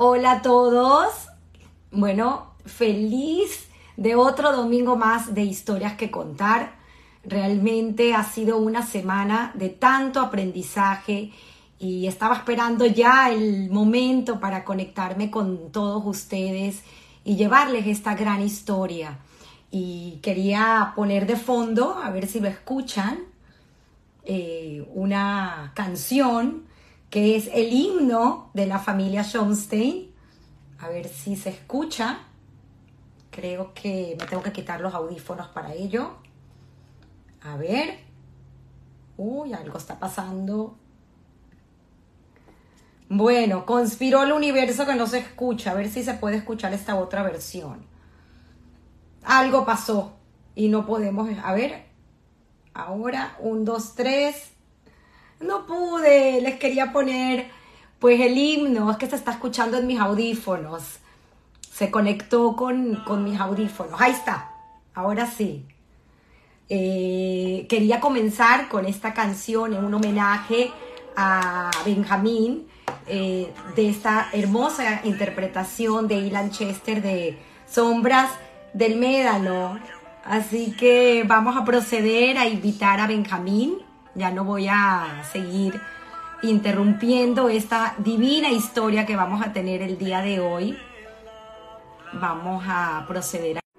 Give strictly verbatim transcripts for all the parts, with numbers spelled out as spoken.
Hola a todos. Bueno, feliz de otro domingo más de historias que contar. Realmente ha sido una semana de tanto aprendizaje y estaba esperando ya el momento para conectarme con todos ustedes y llevarles esta gran historia. Y quería poner de fondo, a ver si lo escuchan, eh, una canción que es el himno de la familia Schonstein. A ver si se escucha. Creo que me tengo que quitar los audífonos para ello. A ver. Uy, algo está pasando. Bueno, conspiró el universo que no se escucha. A ver si se puede escuchar esta otra versión. Algo pasó y no podemos... A ver. Ahora, un, dos, tres. No pude. Les quería poner pues el himno. Es que se está escuchando en mis audífonos. Se conectó con, con mis audífonos. Ahí está. Ahora sí. Eh, quería comenzar con esta canción en un homenaje a Benjamín, eh, de esta hermosa interpretación de Ilan Chester de Sombras del Médano. Así que vamos a proceder a invitar a Benjamín. Ya no voy a seguir interrumpiendo esta divina historia que vamos a tener el día de hoy. Vamos a proceder a...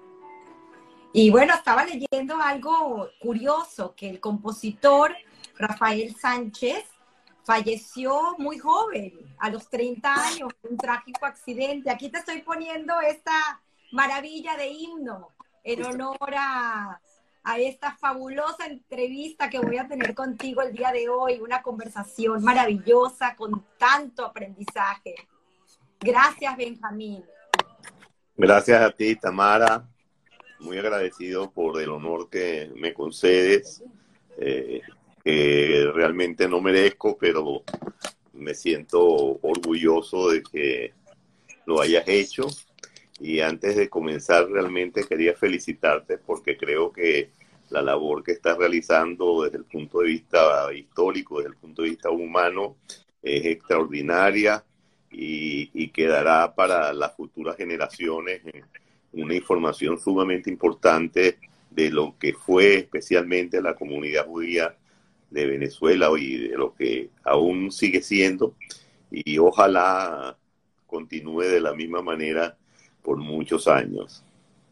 Y bueno, estaba leyendo algo curioso, que el compositor Rafael Sánchez falleció muy joven, a los treinta años, un trágico accidente. Aquí te estoy poniendo esta maravilla de himno en honor a, a esta fabulosa entrevista que voy a tener contigo el día de hoy, una conversación maravillosa con tanto aprendizaje. Gracias, Benjamín. Gracias a ti, Tamara. Muy agradecido por el honor que me concedes, eh, que realmente no merezco, pero me siento orgulloso de que lo hayas hecho. Y antes de comenzar, realmente quería felicitarte porque creo que la labor que estás realizando desde el punto de vista histórico, desde el punto de vista humano, es extraordinaria y, y quedará para las futuras generaciones una información sumamente importante de lo que fue especialmente la comunidad judía de Venezuela y de lo que aún sigue siendo, y ojalá continúe de la misma manera por muchos años.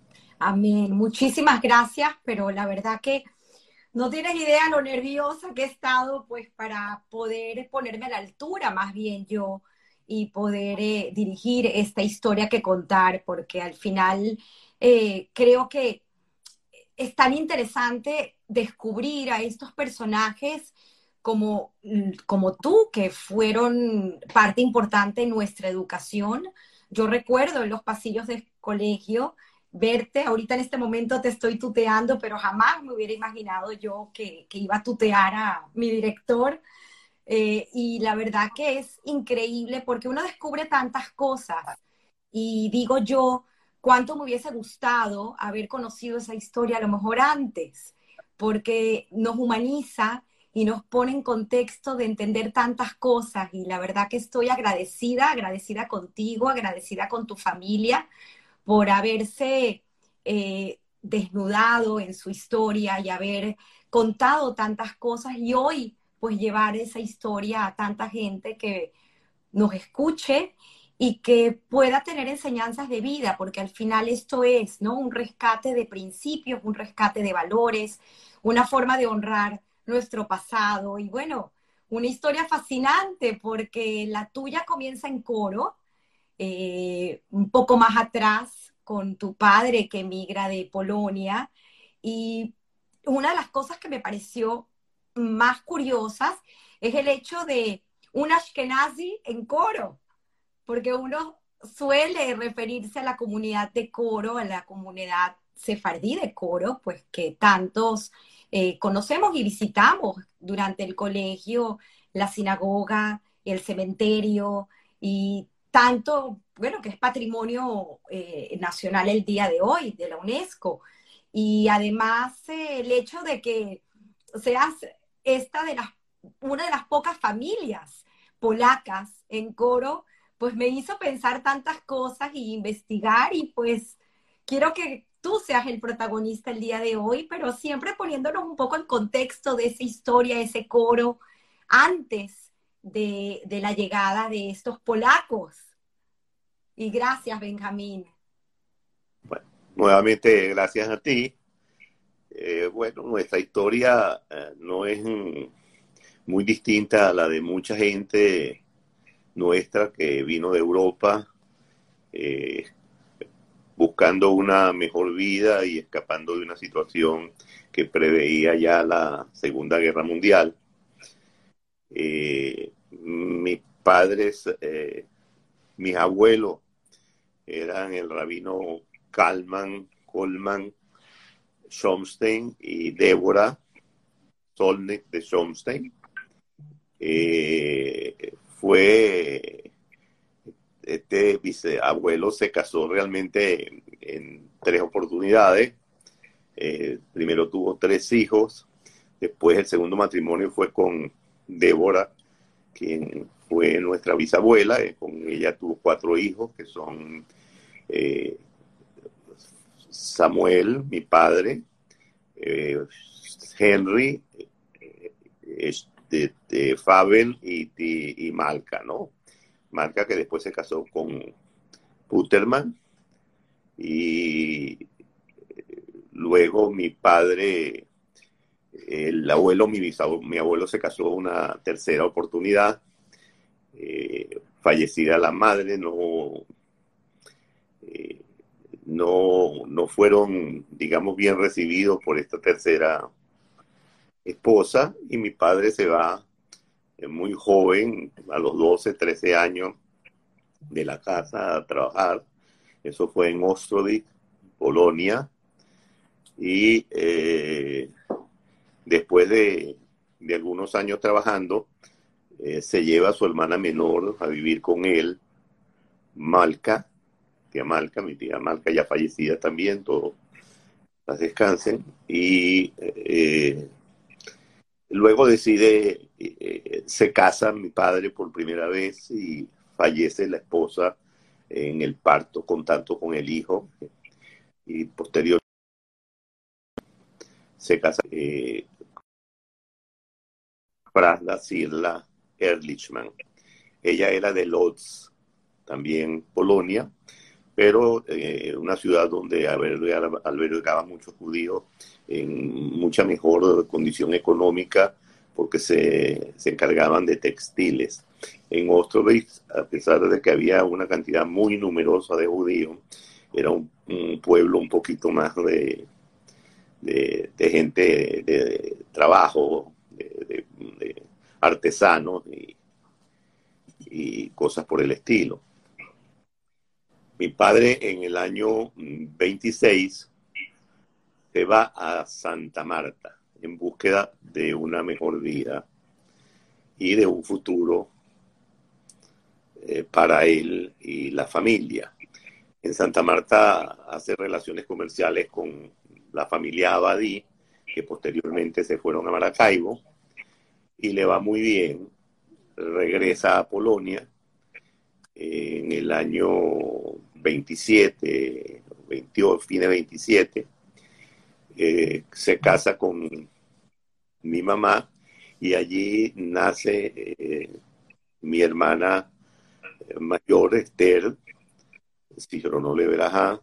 Amén. Muchísimas gracias, pero la verdad que no tienes idea lo nerviosa que he estado, pues, para poder ponerme a la altura, más bien yo, y poder eh, dirigir esta historia que contar, porque al final eh, creo que es tan interesante descubrir a estos personajes como, como tú, que fueron parte importante en nuestra educación. Yo recuerdo en los pasillos del colegio verte, ahorita en este momento te estoy tuteando, pero jamás me hubiera imaginado yo que, que iba a tutear a mi director. Eh, y la verdad que es increíble porque uno descubre tantas cosas y digo yo, cuánto me hubiese gustado haber conocido esa historia a lo mejor antes, porque nos humaniza y nos pone en contexto de entender tantas cosas, y la verdad que estoy agradecida, agradecida contigo, agradecida con tu familia por haberse eh, desnudado en su historia y haber contado tantas cosas, y hoy pues llevar esa historia a tanta gente que nos escuche y que pueda tener enseñanzas de vida, porque al final esto es, ¿no?, un rescate de principios, un rescate de valores, una forma de honrar nuestro pasado. Y bueno, una historia fascinante porque la tuya comienza en Coro, eh, un poco más atrás con tu padre que emigra de Polonia. Y una de las cosas que me pareció más curiosas es el hecho de un Ashkenazi en Coro, porque uno suele referirse a la comunidad de Coro, a la comunidad sefardí de Coro, pues que tantos eh, conocemos y visitamos durante el colegio, la sinagoga, el cementerio, y tanto, bueno, que es patrimonio eh, nacional el día de hoy de la UNESCO. Y además eh, el hecho de que seas esta de las, una de las pocas familias polacas en Coro, pues me hizo pensar tantas cosas y investigar y pues quiero que tú seas el protagonista el día de hoy, pero siempre poniéndonos un poco en contexto de esa historia, ese coro, antes de, de la llegada de estos polacos. Y gracias, Benjamín. Bueno, nuevamente gracias a ti. Eh, bueno, nuestra historia eh, no es mm, muy distinta a la de mucha gente nuestra que vino de Europa eh, buscando una mejor vida y escapando de una situación que preveía ya la Segunda Guerra Mundial. Eh, mis padres, eh, mis abuelos eran el rabino Kalman, Coleman Schomstein y Débora Solnick de Schomstein. Eh, fue este bisabuelo se casó realmente en, en tres oportunidades. Eh, primero tuvo tres hijos, después el segundo matrimonio fue con Débora, quien fue nuestra bisabuela. Eh, con ella tuvo cuatro hijos, que son eh, Samuel, mi padre, eh, Henry, eh, este, este, Fabel y, y, y Malca, ¿no? Malca, que después se casó con Puterman, y luego mi padre, el abuelo, mi, bisabuelo, mi abuelo se casó una tercera oportunidad, eh, fallecida la madre, no, eh, no, no fueron, digamos, bien recibidos por esta tercera esposa, y mi padre se va eh, muy joven, a los doce, trece años, de la casa a trabajar. Eso fue en Ostrowicz, Polonia, y eh, después de, de algunos años trabajando, eh, se lleva a su hermana menor a vivir con él, Malca, tía Malca, mi tía Malca ya fallecida también, todos las descansen, y eh, luego decide, eh, se casa mi padre por primera vez y fallece la esposa en el parto, contacto con el hijo, y posteriormente se casa eh, Prasla Sirla Ehrlichman. Ella era de Lodz, también Polonia, pero eh, una ciudad donde albergaba, albergaba muchos judíos en mucha mejor condición económica, porque se, se encargaban de textiles. En Ostrowicz, a pesar de que había una cantidad muy numerosa de judíos, era un, un pueblo un poquito más de, de, de gente de, de trabajo, de, de, de artesanos y, y cosas por el estilo. Mi padre en el año veintiséis se va a Santa Marta en búsqueda de una mejor vida y de un futuro eh, para él y la familia. En Santa Marta hace relaciones comerciales con la familia Abadí, que posteriormente se fueron a Maracaibo, y le va muy bien. Regresa a Polonia eh, en el año veintisiete, veintiocho, fines veintisiete, eh, se casa con mi mamá, y allí nace eh, mi hermana mayor, Esther Sichrono Leverajá,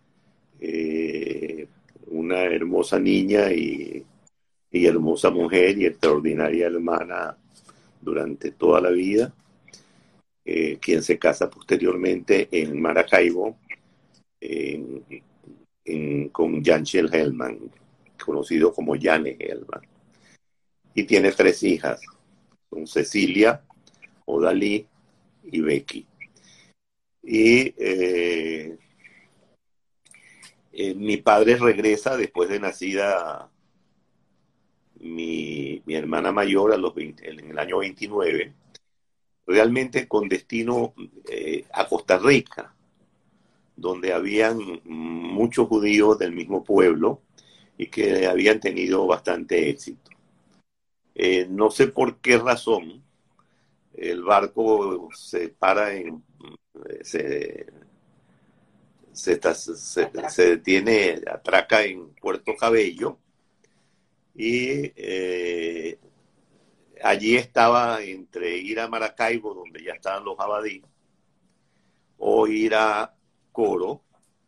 eh, una hermosa niña y, y hermosa mujer y extraordinaria hermana durante toda la vida, eh, quien se casa posteriormente en Maracaibo en, en, con Janchel Hellman, conocido como Jane Hellman, y tiene tres hijas, son Cecilia, Odalí y Becky. Y eh, eh, mi padre regresa después de nacida mi, mi hermana mayor a los veinte, en el año veintinueve, realmente con destino eh, a Costa Rica, donde habían muchos judíos del mismo pueblo y que habían tenido bastante éxito. Eh, no sé por qué razón, el barco se para en... Se, se, está, se, se detiene, atraca en Puerto Cabello y eh, allí estaba entre ir a Maracaibo, donde ya estaban los abadí, o ir a Coro,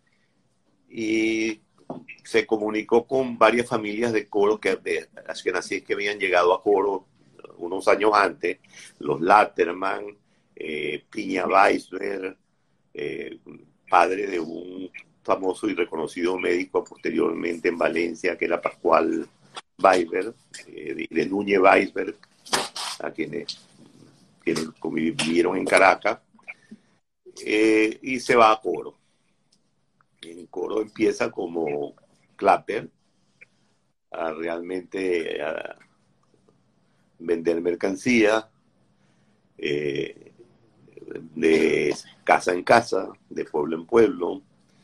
y se comunicó con varias familias de Coro, que, de askenazíes que habían llegado a Coro unos años antes, los Latterman, eh, Piña Weisberg, eh, padre de un famoso y reconocido médico posteriormente en Valencia, que era Pascual Weisberg, eh, de, de Núñez Weisberg, a quienes, quienes vivieron en Caracas, eh, y se va a Coro. En Coro empieza como clapper, a realmente a vender mercancía, eh, de casa en casa, de pueblo en pueblo.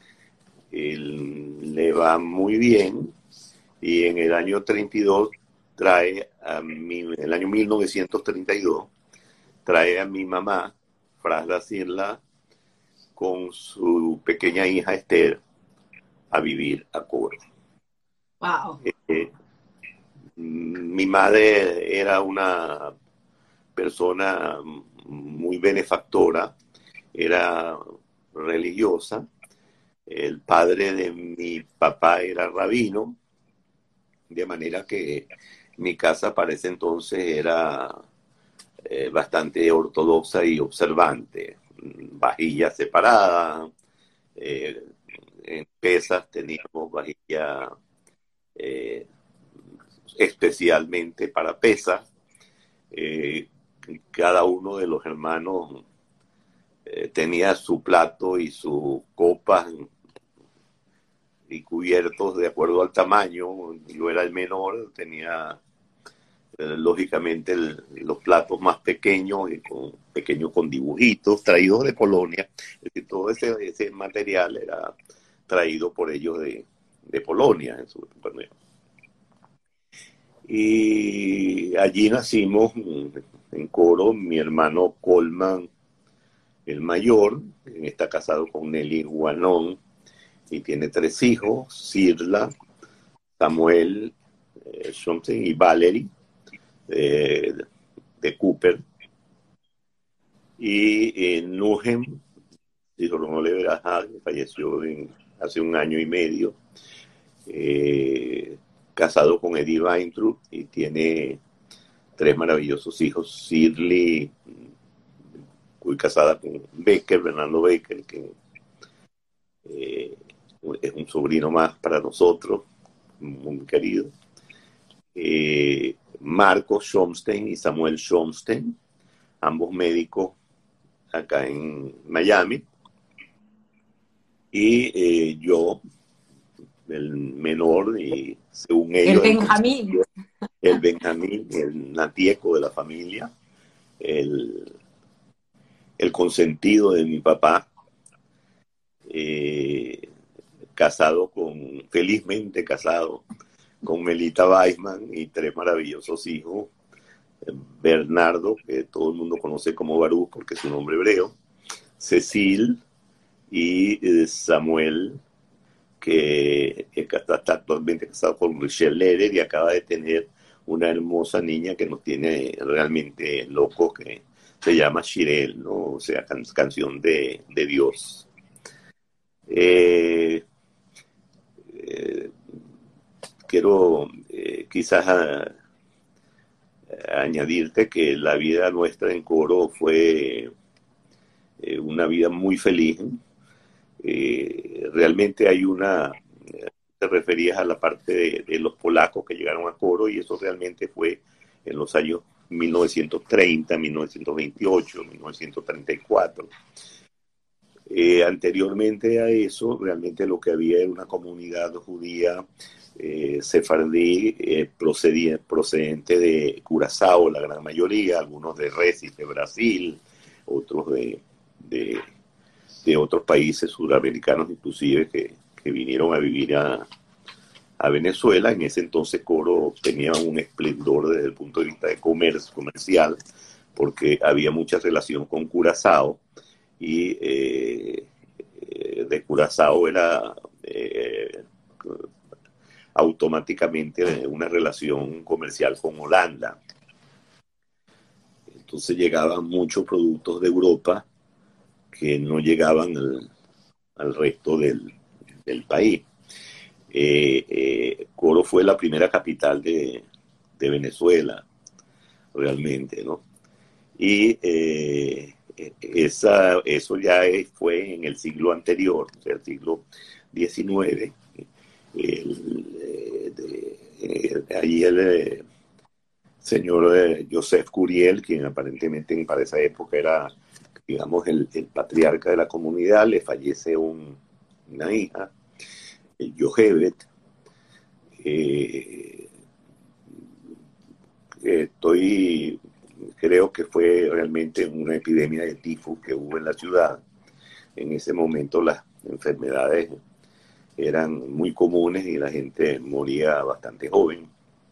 Él, le va muy bien, y en el año treinta y dos trae a mi, en el año mil novecientos treinta y dos trae a mi mamá, Fras da Cirla, con su pequeña hija Esther a vivir a Coro. Wow. Eh, mi madre era una persona muy benefactora, era religiosa. El padre de mi papá era rabino, de manera que mi casa para ese entonces era eh, bastante ortodoxa y observante. Vajilla separada, eh, en pesas teníamos vajilla eh, especialmente para pesas. Eh, cada uno de los hermanos eh, tenía su plato y sus copas y cubiertos de acuerdo al tamaño. Yo era el menor, tenía eh, lógicamente el, los platos más pequeños, y con, pequeños con dibujitos traídos de Polonia. Es decir, todo ese, ese material era traído por ellos de, de Polonia en su bueno. Y allí nacimos en Coro. Mi hermano Colman, el mayor, está casado con Nelly Guanón y tiene tres hijos: Cirla, Samuel, eh, y Valerie, eh, de Cooper. Y eh, Nuhem, hijo de Ole Verajal, falleció en, hace un año y medio, eh, casado con Eddie Weintraub, y tiene tres maravillosos hijos. Shirley, muy casada con Becker, Bernardo Becker, que eh, es un sobrino más para nosotros, muy querido. Eh, Marcos Schomstein y Samuel Schomstein, ambos médicos acá en Miami. Y eh, yo, el menor, y según ellos, el Benjamín. El, el Benjamín, el natieco de la familia, el, el consentido de mi papá, eh, casado con, felizmente casado con Melita Weissman, y tres maravillosos hijos: Bernardo, que todo el mundo conoce como Baruch porque es su nombre hebreo; Cecil y eh, Samuel, que, que está, está actualmente casado con Richelle Leder y acaba de tener una hermosa niña que nos tiene realmente locos, que se llama Shirel, ¿no? O sea, can, canción de, de Dios. Eh, eh, quiero eh, quizás a, a añadirte que la vida nuestra en Coro fue eh, una vida muy feliz. Eh, realmente hay una, te referías a la parte de, de los polacos que llegaron a Coro, y eso realmente fue en los años mil novecientos treinta, mil novecientos veintiocho, mil novecientos treinta y cuatro. Eh, anteriormente a eso, realmente lo que había era una comunidad judía eh, sefardí, eh, procedente de Curazao, la gran mayoría, algunos de Recife, Brasil, otros de, de, de otros países sudamericanos inclusive, que, que vinieron a vivir a, a Venezuela. En ese entonces Coro tenía un esplendor desde el punto de vista de comercio, comercial, porque había mucha relación con Curazao y eh, de Curazao era eh, automáticamente una relación comercial con Holanda. Entonces llegaban muchos productos de Europa que no llegaban al, al resto del, del país. Eh, eh, Coro fue la primera capital de, de Venezuela, realmente, ¿no? Y eh, esa, eso ya fue en el siglo anterior, o sea, el siglo diecinueve. El, eh, de, eh, ahí el eh, señor eh, Joseph Curiel, quien aparentemente para esa época era, digamos, el, el patriarca de la comunidad, le fallece un, una hija, el Yochebed. Eh, estoy, creo que fue realmente una epidemia de tifus que hubo en la ciudad. En ese momento las enfermedades eran muy comunes y la gente moría bastante joven.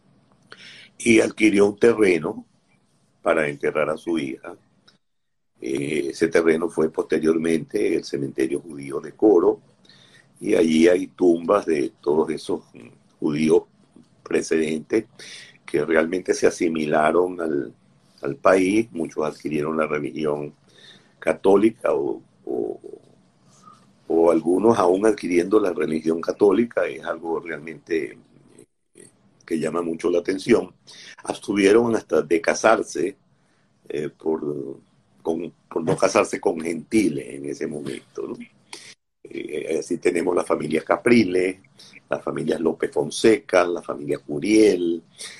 Y adquirió un terreno para enterrar a su hija. Eh, ese terreno fue posteriormente el cementerio judío de Coro, y allí hay tumbas de todos esos judíos precedentes que realmente se asimilaron al, al país. Muchos adquirieron la religión católica o, o, o algunos aún adquiriendo la religión católica. Es algo realmente eh, que llama mucho la atención. Estuvieron hasta de casarse eh, por, con, por no casarse con gentiles en ese momento, ¿no? Eh, así tenemos las familias Capriles, las familias López Fonseca, la familia Curiel,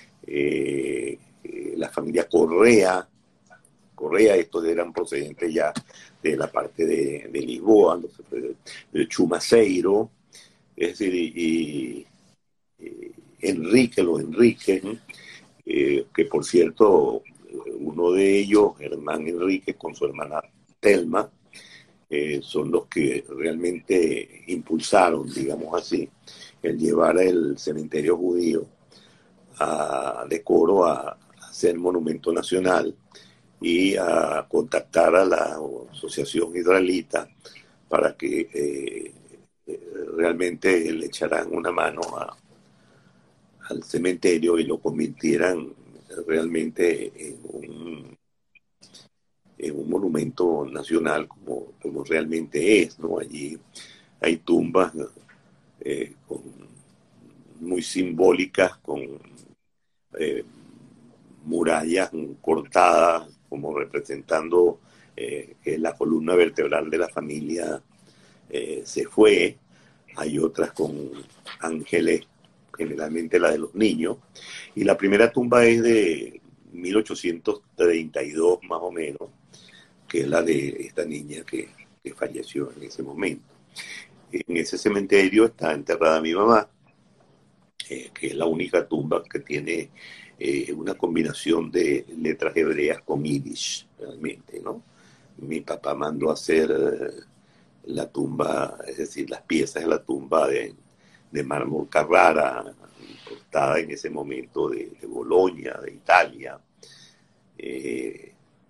eh, eh, la familia Correa. Correa, estos eran procedentes ya de la parte de, de Lisboa, de, de Chumaceiro, es decir, y, y Enrique, los Enriques, eh, que por cierto, uno de ellos, Germán Enrique, con su hermana Telma, eh, son los que realmente impulsaron, digamos así, el llevar el cementerio judío a, de Coro a, a ser monumento nacional y a contactar a la Asociación Israelita para que eh, realmente le echaran una mano a, al cementerio y lo convirtieran realmente en un, en un monumento nacional como, como realmente es, ¿no? Allí hay tumbas eh, con, muy simbólicas, con eh, murallas cortadas, como representando eh, que la columna vertebral de la familia eh, se fue. Hay otras con ángeles, generalmente la de los niños. Y la primera tumba es de mil ochocientos treinta y dos más o menos, que es la de esta niña que, que falleció en ese momento. En ese cementerio está enterrada mi mamá, eh, que es la única tumba que tiene eh, una combinación de letras hebreas con yiddish, realmente, ¿no? Mi papá mandó a hacer eh, la tumba, es decir, las piezas de la tumba de, de mármol Carrara, importada en ese momento de, de Bolonia, de Italia. Eh,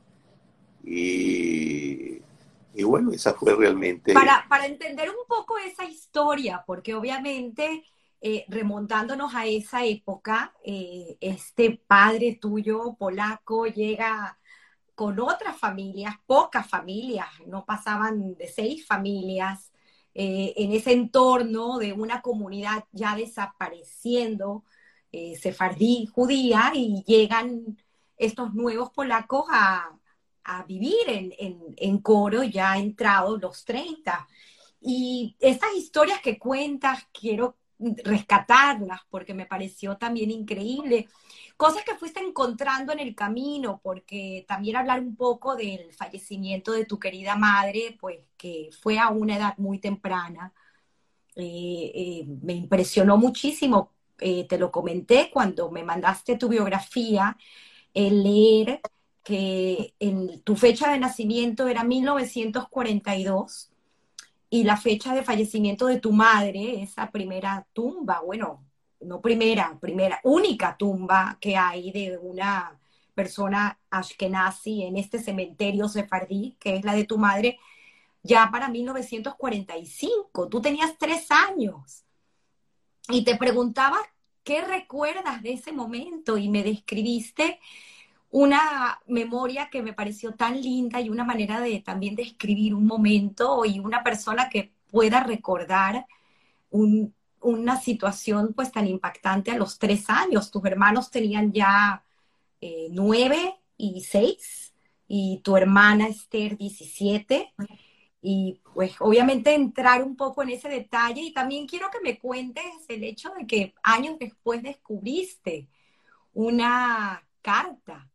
y, y bueno, esa fue realmente... Para, para entender un poco esa historia, porque obviamente eh, remontándonos a esa época, eh, este padre tuyo polaco llega con otras familias, pocas familias, no pasaban de seis familias, eh, en ese entorno de una comunidad ya desapareciendo, eh, sefardí, judía, y llegan estos nuevos polacos a, a vivir en, en, en Coro ya entrados los treinta. Y estas historias que cuentas, quiero rescatarlas porque me pareció también increíble. Cosas que fuiste encontrando en el camino, porque también hablar un poco del fallecimiento de tu querida madre, pues que fue a una edad muy temprana. Eh, eh, me impresionó muchísimo, eh, te lo comenté cuando me mandaste tu biografía, el leer que en tu fecha de nacimiento era mil novecientos cuarenta y dos y la fecha de fallecimiento de tu madre, esa primera tumba, bueno, no primera, primera, única tumba que hay de una persona ashkenazi en este cementerio sefardí, que es la de tu madre, ya para mil novecientos cuarenta y cinco. Tú tenías tres años y te preguntaba qué recuerdas de ese momento y me describiste una memoria que me pareció tan linda y una manera de también describir un momento y una persona que pueda recordar un, una situación pues tan impactante a los tres años. Tus hermanos tenían ya eh, nueve y seis y tu hermana Esther diecisiete. Y pues obviamente entrar un poco en ese detalle y también quiero que me cuentes el hecho de que años después descubriste una carta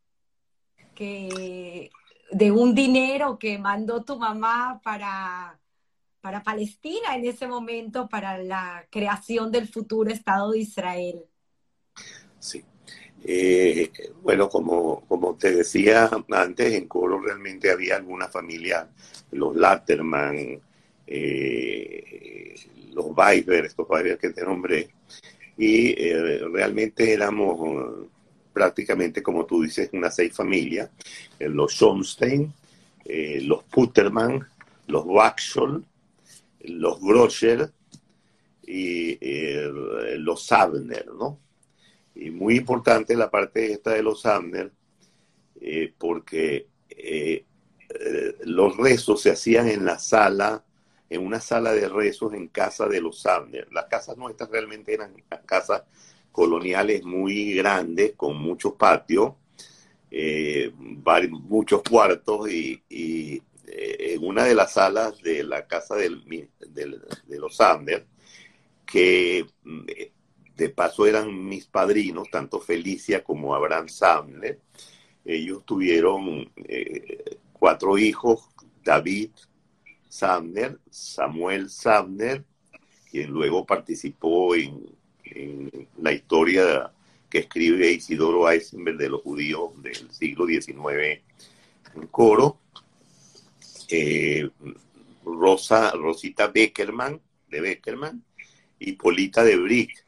que de un dinero que mandó tu mamá para, para Palestina en ese momento, para la creación del futuro Estado de Israel. Sí. Eh, bueno, como, como te decía antes, en Coro realmente había alguna familia, los Latterman, eh, los Weiber, estos Weiber que te nombré, y eh, realmente éramos uh, prácticamente, como tú dices, una seis familias, eh, los Schonstein, eh, los Putterman, los Waxol, los Groscher y eh, los Sabner, ¿no? Y muy importante la parte esta de los Sabner, eh, porque eh, eh, los rezos se hacían en la sala, en una sala de rezos en casa de los Sabner. Las casas nuestras realmente eran casas coloniales muy grandes, con muchos patios, eh, varios, muchos cuartos, y, y eh, en una de las salas de la casa del, del, de los Sabner, que de paso eran mis padrinos, tanto Felicia como Abraham Sabner. Ellos tuvieron eh, cuatro hijos: David Sabner, Samuel Sabner, quien luego participó en, en la historia que escribe Isidoro Eisenberg de los judíos del siglo diecinueve en Coro, eh, Rosa, Rosita Beckerman, de Beckerman, y Polita de Brick.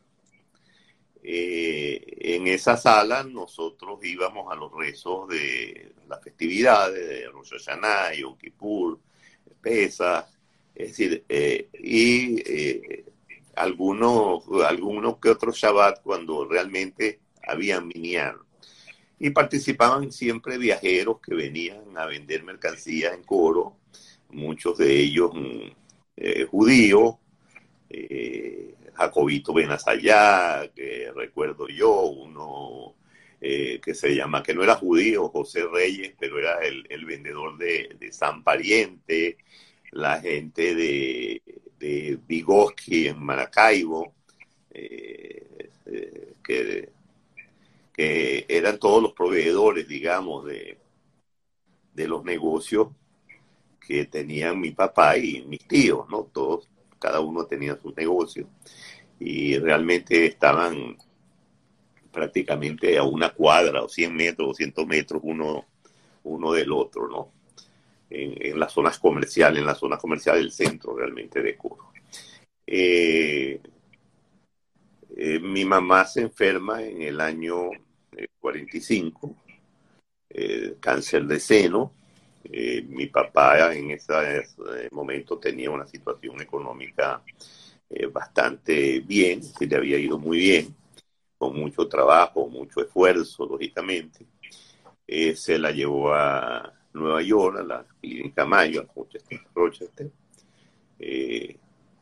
Eh, en esa sala nosotros íbamos a los rezos de las festividades de Rosh Hashanah, Yom Kippur, Pesach, es decir, eh, y eh, algunos, algunos que otros Shabbat cuando realmente había minyan. Y participaban siempre viajeros que venían a vender mercancías en Coro, muchos de ellos eh, judíos, eh, Jacobito Benazayá, que recuerdo yo, uno eh, que se llama, que no era judío, José Reyes, pero era el, el vendedor de, de San Pariente, la gente de, de Vygotsky en Maracaibo, eh, eh, que, que eran todos los proveedores, digamos, de, de los negocios que tenían mi papá y mis tíos, ¿no? Todos, cada uno tenía sus negocios y realmente estaban prácticamente a una cuadra o cien metros, doscientos metros uno, uno del otro, ¿no? En, en las zonas comerciales, en la zona comercial del centro realmente de Coro. Eh, eh, mi mamá se enferma en el año eh, cuarenta y cinco, eh, cáncer de seno. Eh, mi papá en ese, ese momento tenía una situación económica eh, bastante bien, que le había ido muy bien, con mucho trabajo, mucho esfuerzo, lógicamente. Eh, se la llevó a Nueva York, a la clínica Mayo, a Rochester, Rochester. Eh,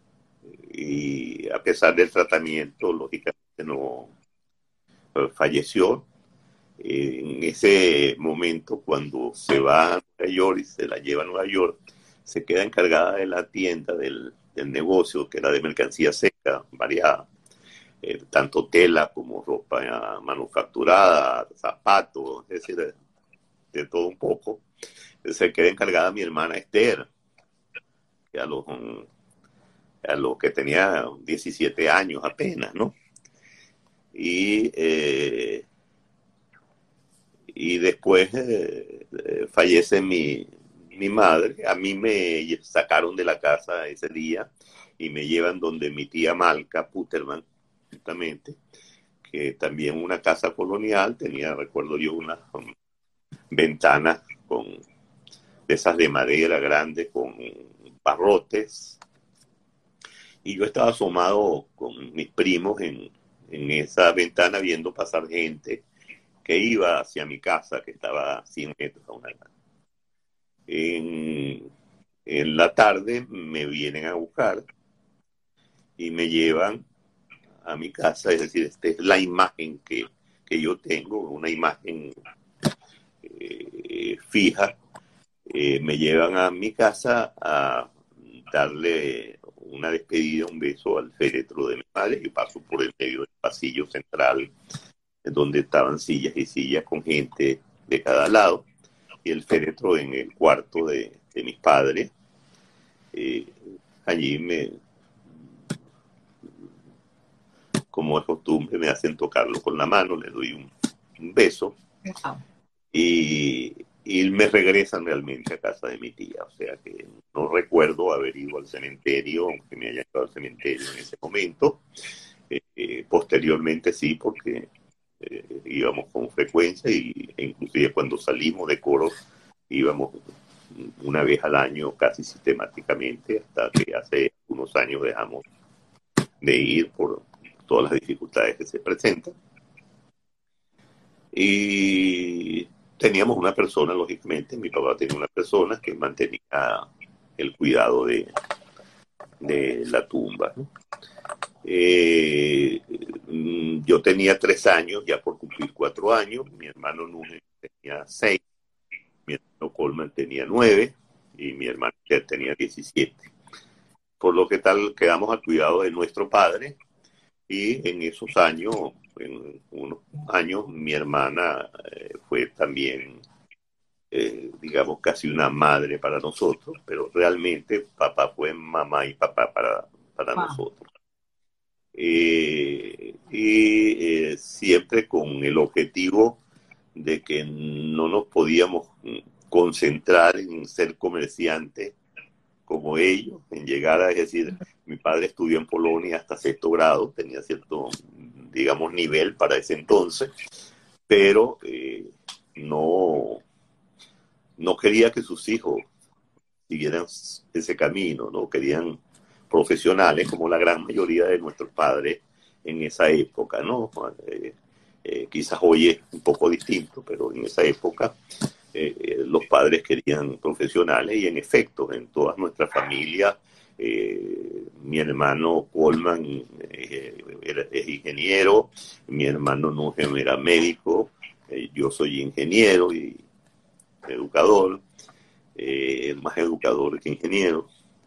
y a pesar del tratamiento, lógicamente no falleció. Eh, en ese momento, cuando se va a Nueva York y se la lleva a Nueva York, se queda encargada de la tienda del, del negocio, que era de mercancía seca, variada, eh, tanto tela como ropa manufacturada, zapatos, es decir, de, de todo un poco. Se queda encargada mi hermana Esther, que a los, a los que tenía diecisiete años apenas, ¿no? Y, eh, y después eh, eh, fallece mi, mi madre. A mí me sacaron de la casa ese día y me llevan donde mi tía Malca Putterman, justamente, eh, también una casa colonial, tenía, recuerdo yo, unas um, ventanas con, de esas de madera grandes con barrotes, y yo estaba asomado con mis primos en, en esa ventana viendo pasar gente que iba hacia mi casa, que estaba a cien metros a una casa. En, en la tarde me vienen a buscar y me llevan a mi casa, es decir, esta es la imagen que, que yo tengo, una imagen eh, fija. Eh, me llevan a mi casa a darle una despedida, un beso al féretro de mi madre, y paso por el medio del pasillo central, donde estaban sillas y sillas con gente de cada lado, y el féretro en el cuarto de, de mis padres. Eh, allí me, como es costumbre, me hacen tocarlo con la mano, le doy un, un beso, wow. y, y me regresan realmente a casa de mi tía. O sea que no recuerdo haber ido al cementerio, aunque me hayan ido al cementerio en ese momento. Eh, eh, posteriormente sí, porque eh, íbamos con frecuencia, y, e inclusive cuando salimos de coro íbamos una vez al año casi sistemáticamente, hasta que hace unos años dejamos de ir por todas las dificultades que se presentan. Y teníamos una persona, lógicamente, mi papá tenía una persona que mantenía el cuidado de, de la tumba, ¿no? Eh, yo tenía tres años, ya por cumplir cuatro años, mi hermano Núñez tenía seis, mi hermano Coleman tenía nueve y mi hermano Cher tenía diecisiete. Por lo que tal quedamos al cuidado de nuestro padre, y en esos años, en unos años, mi hermana eh, fue también, eh, digamos, casi una madre para nosotros, pero realmente papá fue mamá y papá para, para wow. nosotros. Eh, y eh, siempre con el objetivo de que no nos podíamos concentrar en ser comerciantes como ellos, en llegar a, es decir, mi padre estudió en Polonia hasta sexto grado, tenía cierto, digamos, nivel para ese entonces, pero eh, no, no quería que sus hijos siguieran ese camino, no querían profesionales como la gran mayoría de nuestros padres en esa época, ¿no? Eh, eh, quizás hoy es un poco distinto, pero en esa época eh, eh, los padres querían profesionales, y en efecto, en todas nuestras familias, eh, mi hermano Coleman eh, era, es ingeniero, mi hermano Nugent era médico, eh, yo soy ingeniero y educador, eh, más educador que ingeniero.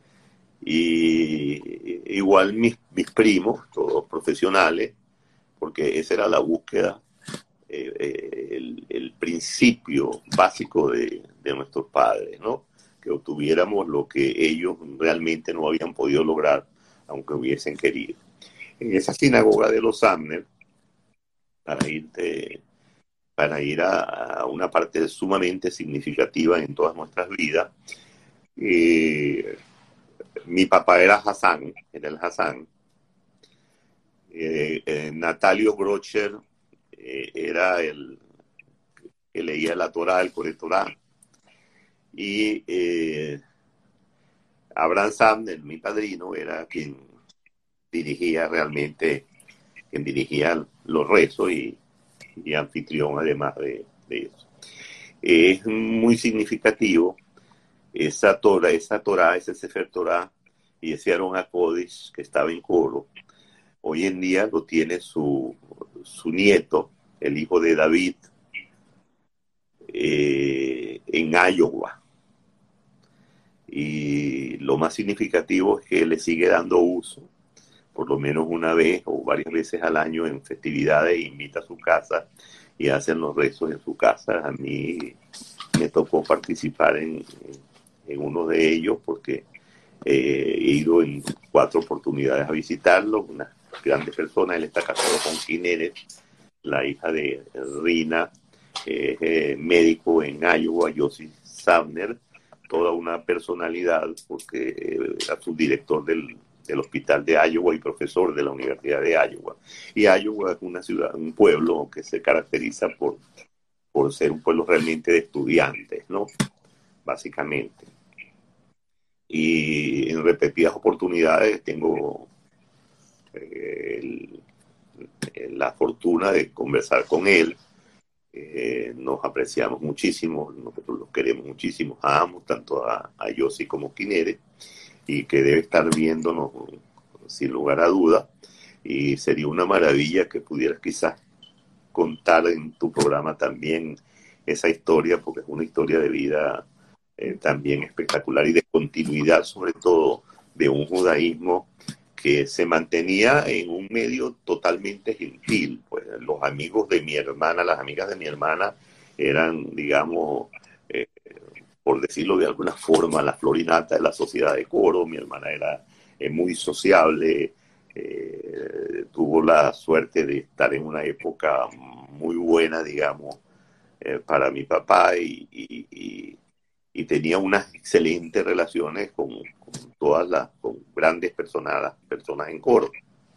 Y igual mis, mis primos, todos profesionales, porque esa era la búsqueda, eh, eh, el, el principio básico de, de nuestros padres, ¿no? Que obtuviéramos lo que ellos realmente no habían podido lograr, aunque hubiesen querido. En esa sinagoga de los Samner, para ir, de, para ir a, a una parte sumamente significativa en todas nuestras vidas, eh, mi papá era Hassan, era el Hassan. Eh, eh, Natalio Grocher eh, era el que leía la Torá, el Coretorá. Y eh, Abraham Samner, mi padrino, era quien dirigía realmente, quien dirigía los rezos y, y anfitrión además de, de eso. Es muy significativo esa Torá, esa Torá, ese Sefer Torá y ese Aarón HaKodesh que estaba en coro. Hoy en día lo tiene su, su nieto, el hijo de David, eh, en Iowa. Y lo más significativo es que le sigue dando uso, por lo menos una vez o varias veces al año en festividades, invita a su casa y hacen los rezos en su casa. A mí me tocó participar en, en uno de ellos porque eh, he ido en cuatro oportunidades a visitarlo, unas grandes personas. Él está casado con Kineret, la hija de Rina, eh, eh, médico en Iowa, Yossi Samner, toda una personalidad, porque era subdirector del, del hospital de Iowa y profesor de la Universidad de Iowa. Y Iowa es una ciudad, un pueblo que se caracteriza por, por ser un pueblo realmente de estudiantes, ¿no? Básicamente. Y en repetidas oportunidades tengo eh, el, el, la fortuna de conversar con él. Eh, nos apreciamos muchísimo, nosotros los queremos muchísimo a ambos, tanto a, a Yossi como Kinere, y que debe estar viéndonos sin lugar a duda, y sería una maravilla que pudieras quizás contar en tu programa también esa historia, porque es una historia de vida eh, también espectacular y de continuidad, sobre todo de un judaísmo que se mantenía en un medio totalmente gentil. Pues los amigos de mi hermana, las amigas de mi hermana eran, digamos, eh, por decirlo de alguna forma, la florinata de la sociedad de Coro. Mi hermana era eh, muy sociable, eh, tuvo la suerte de estar en una época muy buena, digamos, eh, para mi papá y, y, y, y tenía unas excelentes relaciones con, con todas las, con grandes personas, personas en Coro.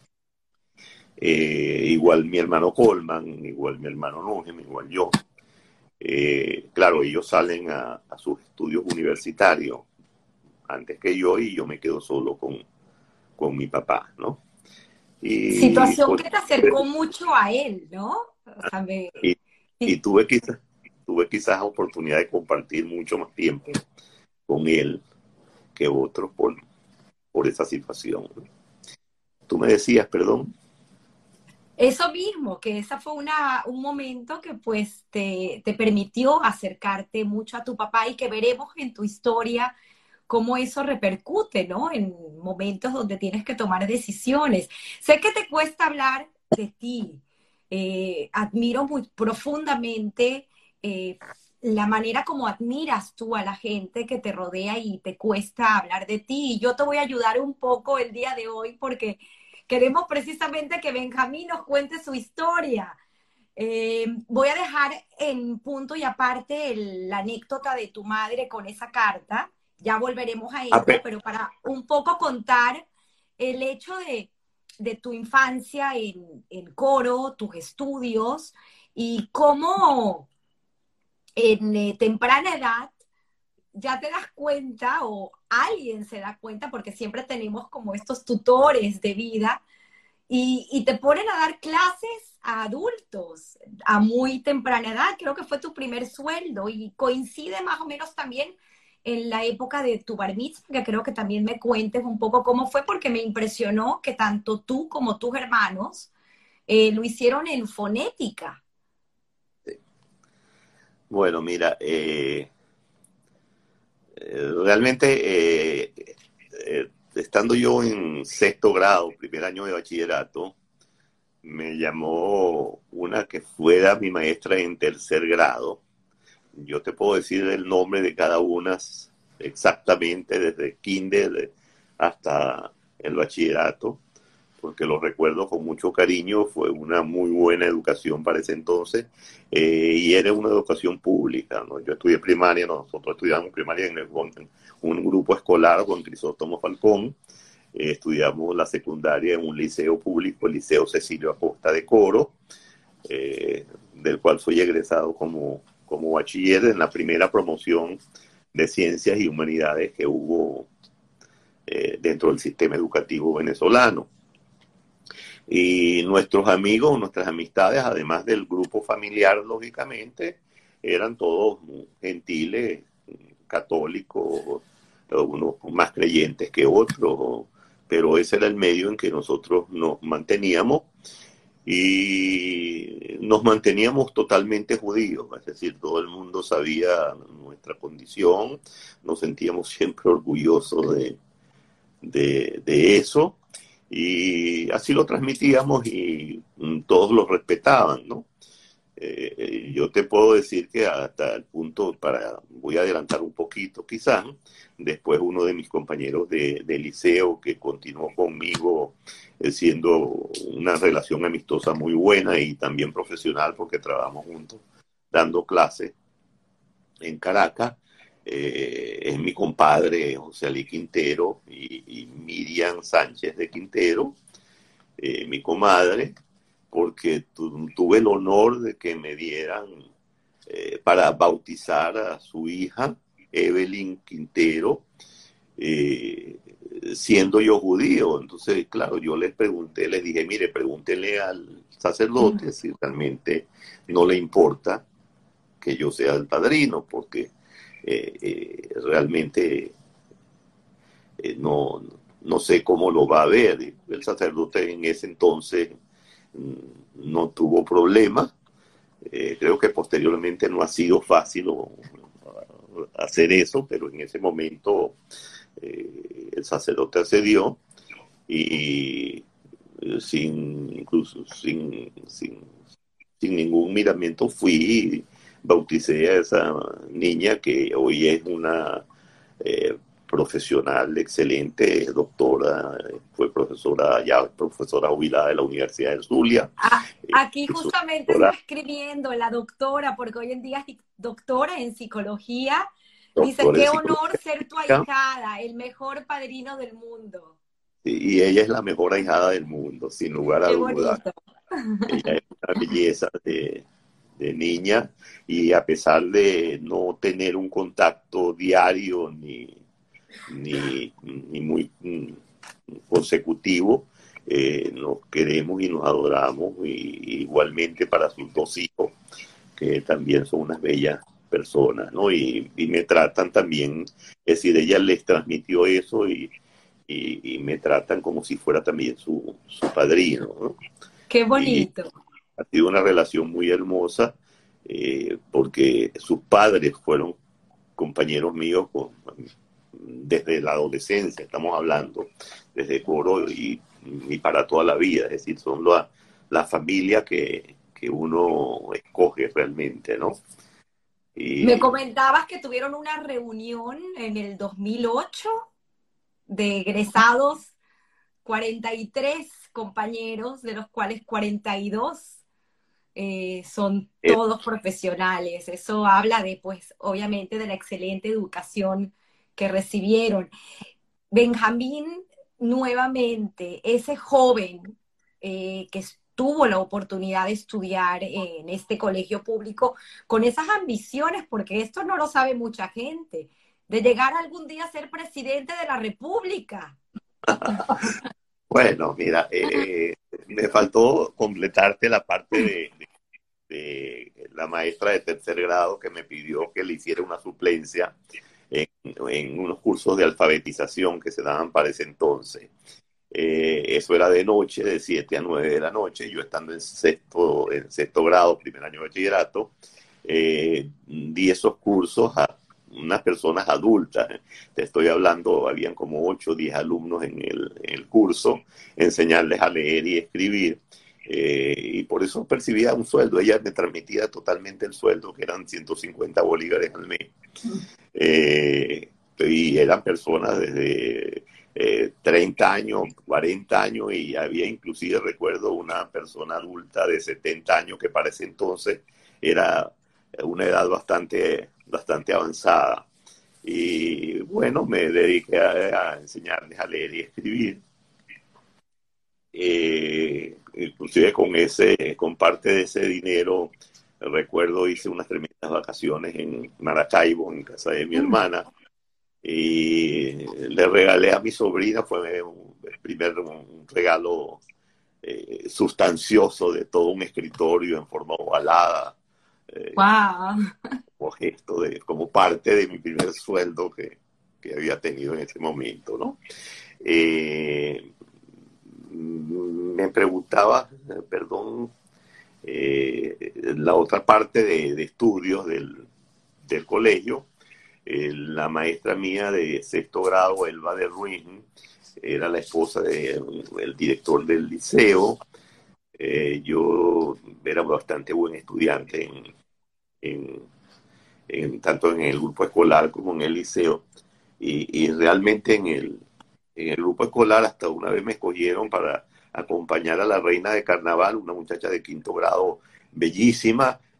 Eh, igual mi hermano Coleman, igual mi hermano Nugent, igual yo. Eh, claro, ellos salen a, a sus estudios universitarios antes que yo y yo me quedo solo con, con mi papá, ¿no? Y, Situación pues, que te acercó mucho a él, ¿no? O sea, me... y, y sí. tuve quizás tuve quizás oportunidad de compartir mucho más tiempo con él que otros por, por esa situación. Tú me decías, perdón. Eso mismo, que esa fue una, un momento que pues te, te permitió acercarte mucho a tu papá y que veremos en tu historia cómo eso repercute, ¿no? En momentos donde tienes que tomar decisiones. Sé que te cuesta hablar de ti. Eh, admiro muy profundamente eh, la manera como admiras tú a la gente que te rodea y te cuesta hablar de ti. Y yo te voy a ayudar un poco el día de hoy porque queremos precisamente que Benjamín nos cuente su historia. Eh, voy a dejar en punto y aparte el, la anécdota de tu madre con esa carta. Ya volveremos a ella, pero para un poco contar el hecho de, de tu infancia en, en Coro, tus estudios y cómo en eh, temprana edad ya te das cuenta o alguien se da cuenta, porque siempre tenemos como estos tutores de vida y, y, te ponen a dar clases a adultos a muy temprana edad. Creo que fue tu primer sueldo y coincide más o menos también en la época de tu bar mitzvah, que creo que también me cuentes un poco cómo fue, porque me impresionó que tanto tú como tus hermanos eh, lo hicieron en fonética. Bueno, mira, eh, eh, realmente eh, eh, estando yo en sexto grado, primer año de bachillerato, me llamó una que fuera mi maestra en tercer grado. Yo te puedo decir el nombre de cada una exactamente, desde kinder hasta el bachillerato, porque lo recuerdo con mucho cariño. Fue una muy buena educación para ese entonces, eh, y era una educación pública, ¿no? Yo estudié primaria, nosotros estudiamos primaria en, el, en un grupo escolar con Crisóstomo Falcón. Eh, estudiamos la secundaria en un liceo público, el Liceo Cecilio Acosta de Coro, eh, del cual soy egresado como, como bachiller en la primera promoción de Ciencias y Humanidades que hubo eh, dentro del sistema educativo venezolano. Y nuestros amigos, nuestras amistades, además del grupo familiar, lógicamente, eran todos gentiles, católicos, unos más creyentes que otros, pero ese era el medio en que nosotros nos manteníamos y nos manteníamos totalmente judíos, es decir, todo el mundo sabía nuestra condición, nos sentíamos siempre orgullosos de, de, de eso. Y así lo transmitíamos y mm, todos lo respetaban, ¿no? Eh, yo te puedo decir que hasta el punto, para, voy a adelantar un poquito quizás, después uno de mis compañeros de, de liceo que continuó conmigo eh, siendo una relación amistosa muy buena y también profesional porque trabajamos juntos dando clases en Caracas, eh, es mi compadre José Ali Quintero y, y Miriam Sánchez de Quintero, eh, mi comadre, porque tu, tuve el honor de que me dieran eh, para bautizar a su hija, Evelyn Quintero, eh, siendo yo judío. Entonces, claro, yo les pregunté, les dije, mire, pregúntele al sacerdote si realmente no le importa que yo sea el padrino, porque eh, eh, realmente eh, no, no sé cómo lo va a ver. El sacerdote en ese entonces mm, no tuvo problemas. Eh, creo que posteriormente no ha sido fácil o, hacer eso, pero en ese momento eh, el sacerdote accedió y, y sin incluso sin, sin, sin ningún miramiento fui y bauticé a esa niña que hoy es una eh, profesional excelente, doctora, fue profesora, ya profesora jubilada de la Universidad de Zulia. Ah, Eh, aquí es justamente doctora, está escribiendo la doctora, porque hoy en día es doctora en psicología. Dice, doctora en qué honor psicología, ser tu ahijada, el mejor padrino del mundo. y ella es la mejor ahijada del mundo, sin lugar a Qué dudas. bonito. Ella es una belleza de, de niña, y a pesar de no tener un contacto diario ni, ni, ni muy mm, consecutivo, eh, nos queremos y nos adoramos, y, igualmente para sus dos hijos, que también son unas bellas personas, ¿no? Y, y me tratan también, es decir, ella les transmitió eso, y, y, y me tratan como si fuera también su, su padrino, ¿no? Qué Y bonito. ha sido una relación muy hermosa, eh, porque sus padres fueron compañeros míos con, desde la adolescencia, estamos hablando, desde coro y, y para toda la vida. Es decir, son la, la familia que, que uno escoge realmente, ¿no? Me Y comentabas que tuvieron una reunión en el dos mil ocho de egresados, cuarenta y tres compañeros, de los cuales cuarenta y dos eh, son eh, todos profesionales. Eso habla de, pues, obviamente, de la excelente educación que recibieron. Benjamín, nuevamente, ese joven eh, que tuvo la oportunidad de estudiar en este colegio público con esas ambiciones, porque esto no lo sabe mucha gente, de llegar algún día a ser presidente de la República. bueno, mira, eh, me faltó completarte la parte de, de, de la maestra de tercer grado que me pidió que le hiciera una suplencia en, en unos cursos de alfabetización que se daban para ese entonces. Eh, eso era de noche, de siete a nueve de la noche, yo estando en sexto, en sexto grado, primer año de bachillerato, eh, di esos cursos a unas personas adultas. Te estoy hablando, habían como ocho o diez alumnos en el, en el curso, enseñarles a leer y escribir. Eh, y por eso percibía un sueldo. Ella me transmitía totalmente el sueldo, que eran ciento cincuenta bolívares al mes. Eh, y eran personas desde eh, treinta años, cuarenta años, y había inclusive, recuerdo, una persona adulta de setenta años que para ese entonces era una edad bastante, bastante avanzada. Y bueno, me dediqué a, a enseñarles a leer y escribir. Eh, inclusive con ese, con parte de ese dinero, recuerdo, hice unas tremendas vacaciones en Maracaibo, en casa de mi hermana, y le regalé a mi sobrina, fue un, el primer un regalo eh, sustancioso de todo un escritorio en forma ovalada, eh, ¡Wow! como gesto, de, como parte de mi primer sueldo que, que había tenido en ese momento, ¿no? Eh, me preguntaba, perdón, eh, la otra parte de, de estudios del, del colegio. Eh, la maestra mía de sexto grado, Elba de Ruiz, era la esposa del de, director del liceo. Eh, yo era bastante buen estudiante en, en, en, tanto en el grupo escolar como en el liceo. Y, y realmente en el, en el grupo escolar hasta una vez me escogieron para acompañar a la reina de carnaval, una muchacha de quinto grado bellísima,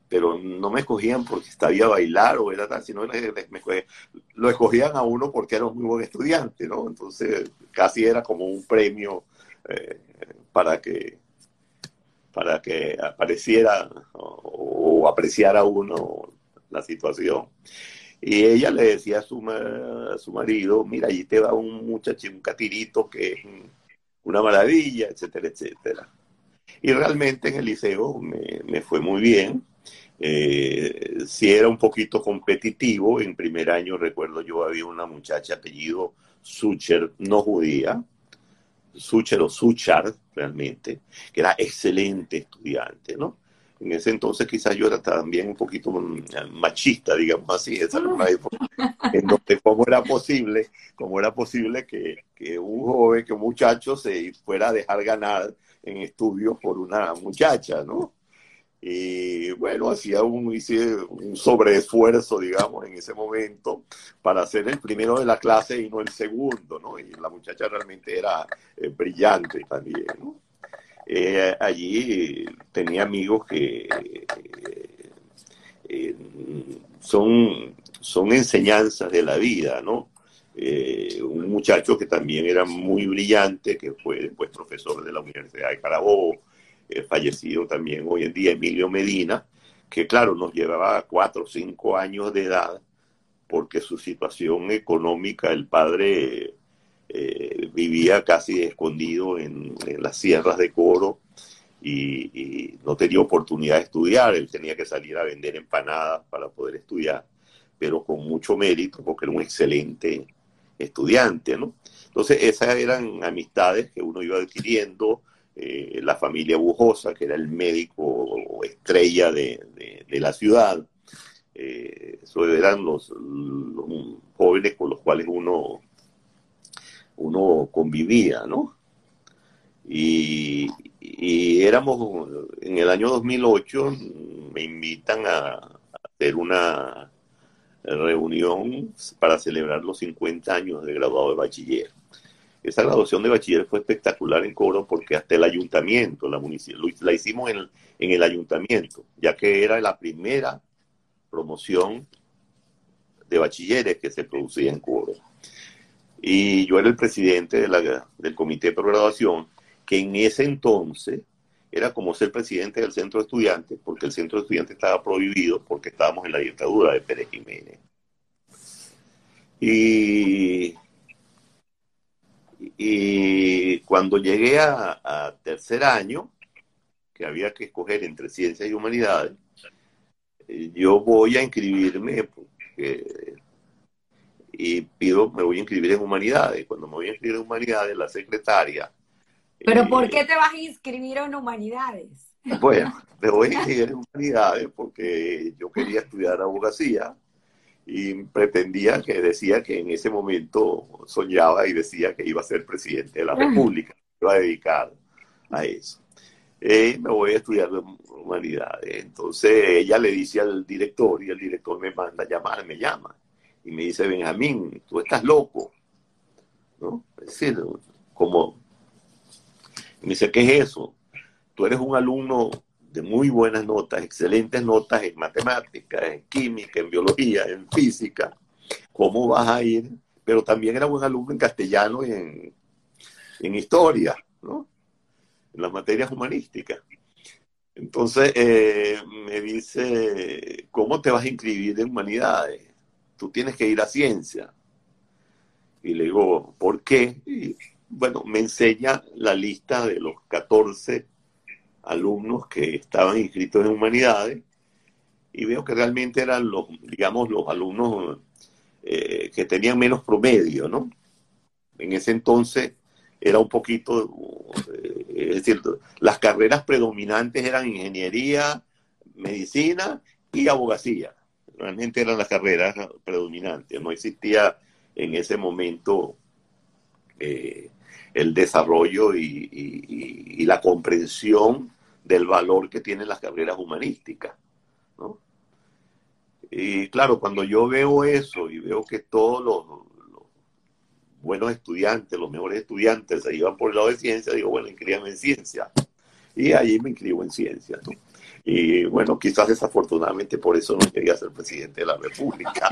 pero no me escogían porque sabía bailar o era tal, sino me, me, lo escogían a uno porque era un muy buen estudiante, ¿no? Entonces casi era como un premio eh, para que para que apareciera o, o apreciara uno la situación. Y ella le decía a su, a su marido, mira, allí te va un muchacho, un catirito que es una maravilla, etcétera, etcétera. Y realmente en el liceo me, me fue muy bien. Eh, sí era un poquito competitivo. En primer año, recuerdo, yo había una muchacha apellido Sucher, no judía, Sucher o Suchar, realmente, que era excelente estudiante, ¿no? En ese entonces quizás yo era también un poquito machista, digamos así. Esa era una época en donde cómo era posible, cómo era posible que, que un joven, que un muchacho se fuera a dejar ganar en estudios por una muchacha, ¿no? Y bueno, hacía un, hice un sobreesfuerzo, digamos, en ese momento para ser el primero de la clase y no el segundo, ¿no? Y la muchacha realmente era eh, brillante también, ¿no? Eh, allí tenía amigos que eh, eh, son, son enseñanzas de la vida, ¿no? Eh, un muchacho que también era muy brillante, que fue después profesor de la Universidad de Carabobo, eh, fallecido también hoy en día, Emilio Medina, que claro, nos llevaba cuatro o cinco años de edad, porque su situación económica, el padre eh, vivía casi escondido en, en las sierras de Coro, y, y no tenía oportunidad de estudiar. Él tenía que salir a vender empanadas para poder estudiar, pero con mucho mérito porque era un excelente estudiante, ¿no? Entonces esas eran amistades que uno iba adquiriendo. Eh, la familia Bujosa, que era el médico estrella de, de, de la ciudad, eh, eso eran los, los jóvenes con los cuales uno, uno convivía, ¿no? Y, y éramos, en el año dos mil ocho, me invitan a hacer una reunión para celebrar los cincuenta años de graduado de bachiller. Esa graduación de bachiller fue espectacular en Coro porque hasta el ayuntamiento, la, la hicimos en, en el ayuntamiento, ya que era la primera promoción de bachilleres que se producía en Coro. Y yo era el presidente de la, del comité de graduación, que en ese entonces era como ser presidente del centro de estudiantes, porque el centro de estudiantes estaba prohibido porque estábamos en la dictadura de Pérez Jiménez. Y, y cuando llegué a, a tercer año, que había que escoger entre ciencias y humanidades, yo voy a inscribirme porque, y pido, me voy a inscribir en humanidades. Cuando me voy a inscribir en humanidades, la secretaria... ¿Pero eh, por qué te vas a inscribir en humanidades? Bueno, me voy a inscribir en humanidades porque yo quería estudiar abogacía y pretendía, que decía que en ese momento soñaba y decía que iba a ser presidente de la República, me iba a dedicar a eso. Eh, me voy a estudiar humanidades. Entonces ella le dice al director y el director me manda a llamar, me llama y me dice: Benjamín, tú estás loco, ¿no? Es decir, como... me dice: ¿qué es eso? Tú eres un alumno de muy buenas notas, excelentes notas en matemáticas, en química, en biología, en física. ¿Cómo vas a ir? Pero también era buen alumno en castellano y en, en historia, ¿no? En las materias humanísticas. Entonces eh, me dice: ¿cómo te vas a inscribir en humanidades? Tú tienes que ir a ciencia. Y le digo: ¿por qué? Y bueno, me enseña la lista de los catorce alumnos que estaban inscritos en humanidades y veo que realmente eran los, digamos, los alumnos eh, que tenían menos promedio, ¿no? En ese entonces era un poquito, eh, es decir, las carreras predominantes eran ingeniería, medicina y abogacía. Realmente eran las carreras predominantes. No existía en ese momento eh, el desarrollo y, y, y la comprensión del valor que tienen las carreras humanísticas, ¿no? Y claro, cuando yo veo eso y veo que todos los, los buenos estudiantes, los mejores estudiantes se iban por el lado de ciencia, digo, bueno, inscríbanme en ciencia. y ahí me inscribo en ciencias, ¿no? Y bueno, quizás desafortunadamente por eso no quería ser presidente de la República,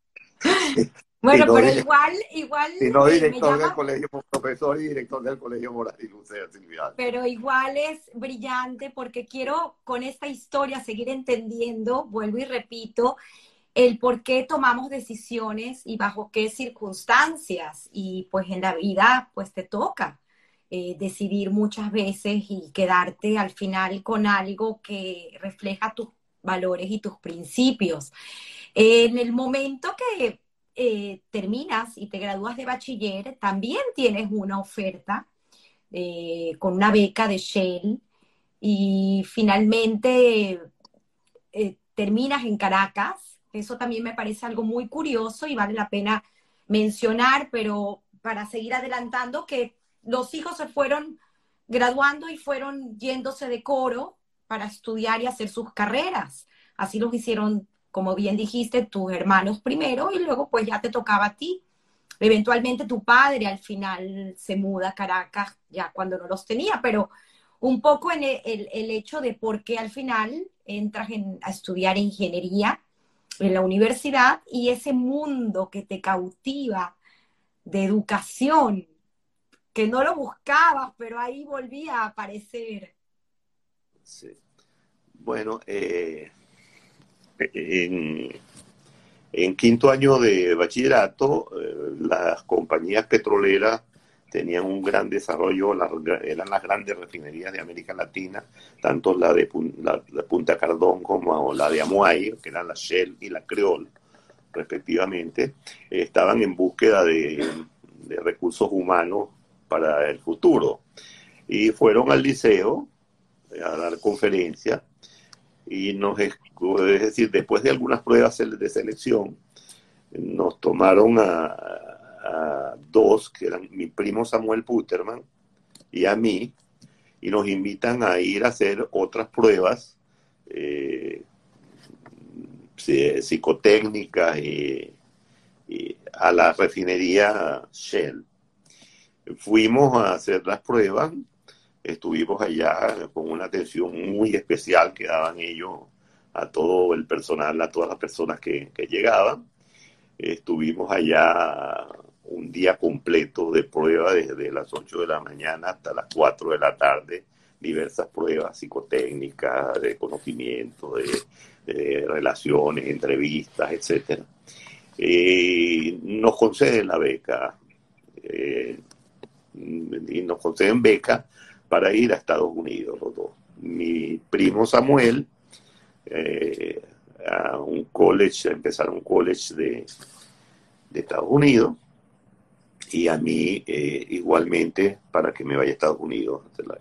Bueno, sino, pero dire- igual, igual sino me, me director del llama, colegio, profesor y director del colegio Moral y Lucía Silvia. pero igual es brillante porque quiero con esta historia seguir entendiendo, vuelvo y repito, el por qué tomamos decisiones y bajo qué circunstancias. Y pues en la vida pues te toca eh, decidir muchas veces y quedarte al final con algo que refleja tus valores y tus principios. En el momento que eh, terminas y te gradúas de bachiller, también tienes una oferta eh, con una beca de Shell y finalmente eh, terminas en Caracas. Eso también me parece algo muy curioso y vale la pena mencionar, pero para seguir adelantando, que los hijos se fueron graduando y fueron yéndose de coro para estudiar y hacer sus carreras. Así los hicieron, como bien dijiste, tus hermanos primero y luego pues ya te tocaba a ti. Eventualmente tu padre al final se muda a Caracas ya cuando no los tenía, pero un poco en el, el, el hecho de por qué al final entras en, a estudiar ingeniería en la universidad y ese mundo que te cautiva de educación, que no lo buscabas, pero ahí volvía a aparecer. Sí. Bueno, eh, en, en quinto año de bachillerato, eh, las compañías petroleras tenían un gran desarrollo, las, eran las grandes refinerías de América Latina, tanto la de, la de Punta Cardón como la de Amuay, que eran la Shell y la Creole, respectivamente, eh, estaban en búsqueda de, de recursos humanos para el futuro. Y fueron al liceo a dar conferencias y nos, es decir, después de algunas pruebas de selección, nos tomaron a, a dos, que eran mi primo Samuel Puterman y a mí, y nos invitan a ir a hacer otras pruebas eh, psicotécnicas y, y a la refinería Shell. Fuimos a hacer las pruebas, estuvimos allá con una atención muy especial que daban ellos a todo el personal, a todas las personas que, que llegaban. Estuvimos allá un día completo de prueba desde las ocho de la mañana hasta las cuatro de la tarde, diversas pruebas psicotécnicas, de conocimiento, de, de relaciones, entrevistas, etcétera. Eh, nos conceden la beca eh, y nos conceden beca para ir a Estados Unidos los dos. Mi primo Samuel eh, a un college, a empezar un college de, de Estados Unidos, y a mí eh, igualmente para que me vaya a Estados Unidos.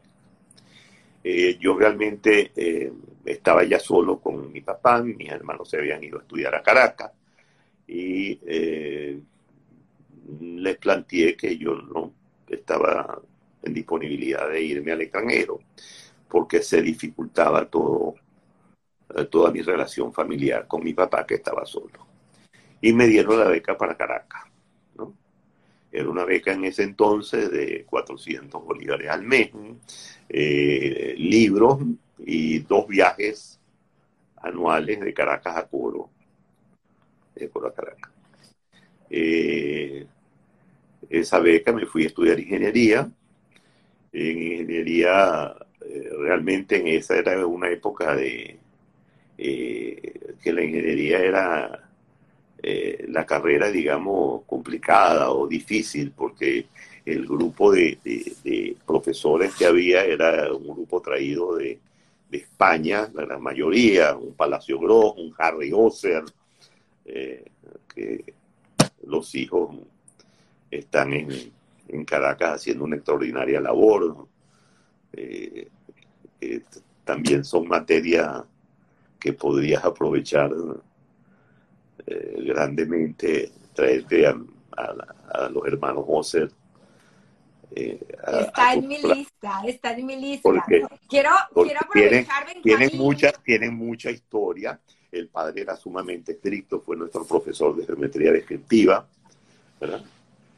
Eh, yo realmente eh, estaba ya solo con mi papá, mis hermanos se habían ido a estudiar a Caracas, y eh, les planteé que yo no estaba en disponibilidad de irme al extranjero, porque se dificultaba todo, toda mi relación familiar con mi papá, que estaba solo. Y me dieron la beca para Caracas, ¿no? Era una beca en ese entonces de cuatrocientos bolívares al mes, eh, libros y dos viajes anuales de Caracas a Coro, de Coro a Caracas. Eh, esa beca me fui a estudiar ingeniería. En ingeniería, eh, realmente en esa era una época de eh, que la ingeniería era eh, la carrera, digamos, complicada o difícil, porque el grupo de, de, de profesores que había era un grupo traído de, de España, la gran mayoría, un Palacio Gross, un Harry Oser, eh, que los hijos están en, en Caracas haciendo una extraordinaria labor, ¿no? Eh, eh, también son materias que podrías aprovechar eh, grandemente, traerte a, a, a los hermanos Moser eh, a, a Está tu en mi clase, lista, está en mi lista. porque, Quiero, quiero porque tienen, aprovechar, tienen, Benjamín. mucha, tienen mucha historia. El padre era sumamente estricto, fue nuestro profesor de geometría descriptiva, ¿verdad?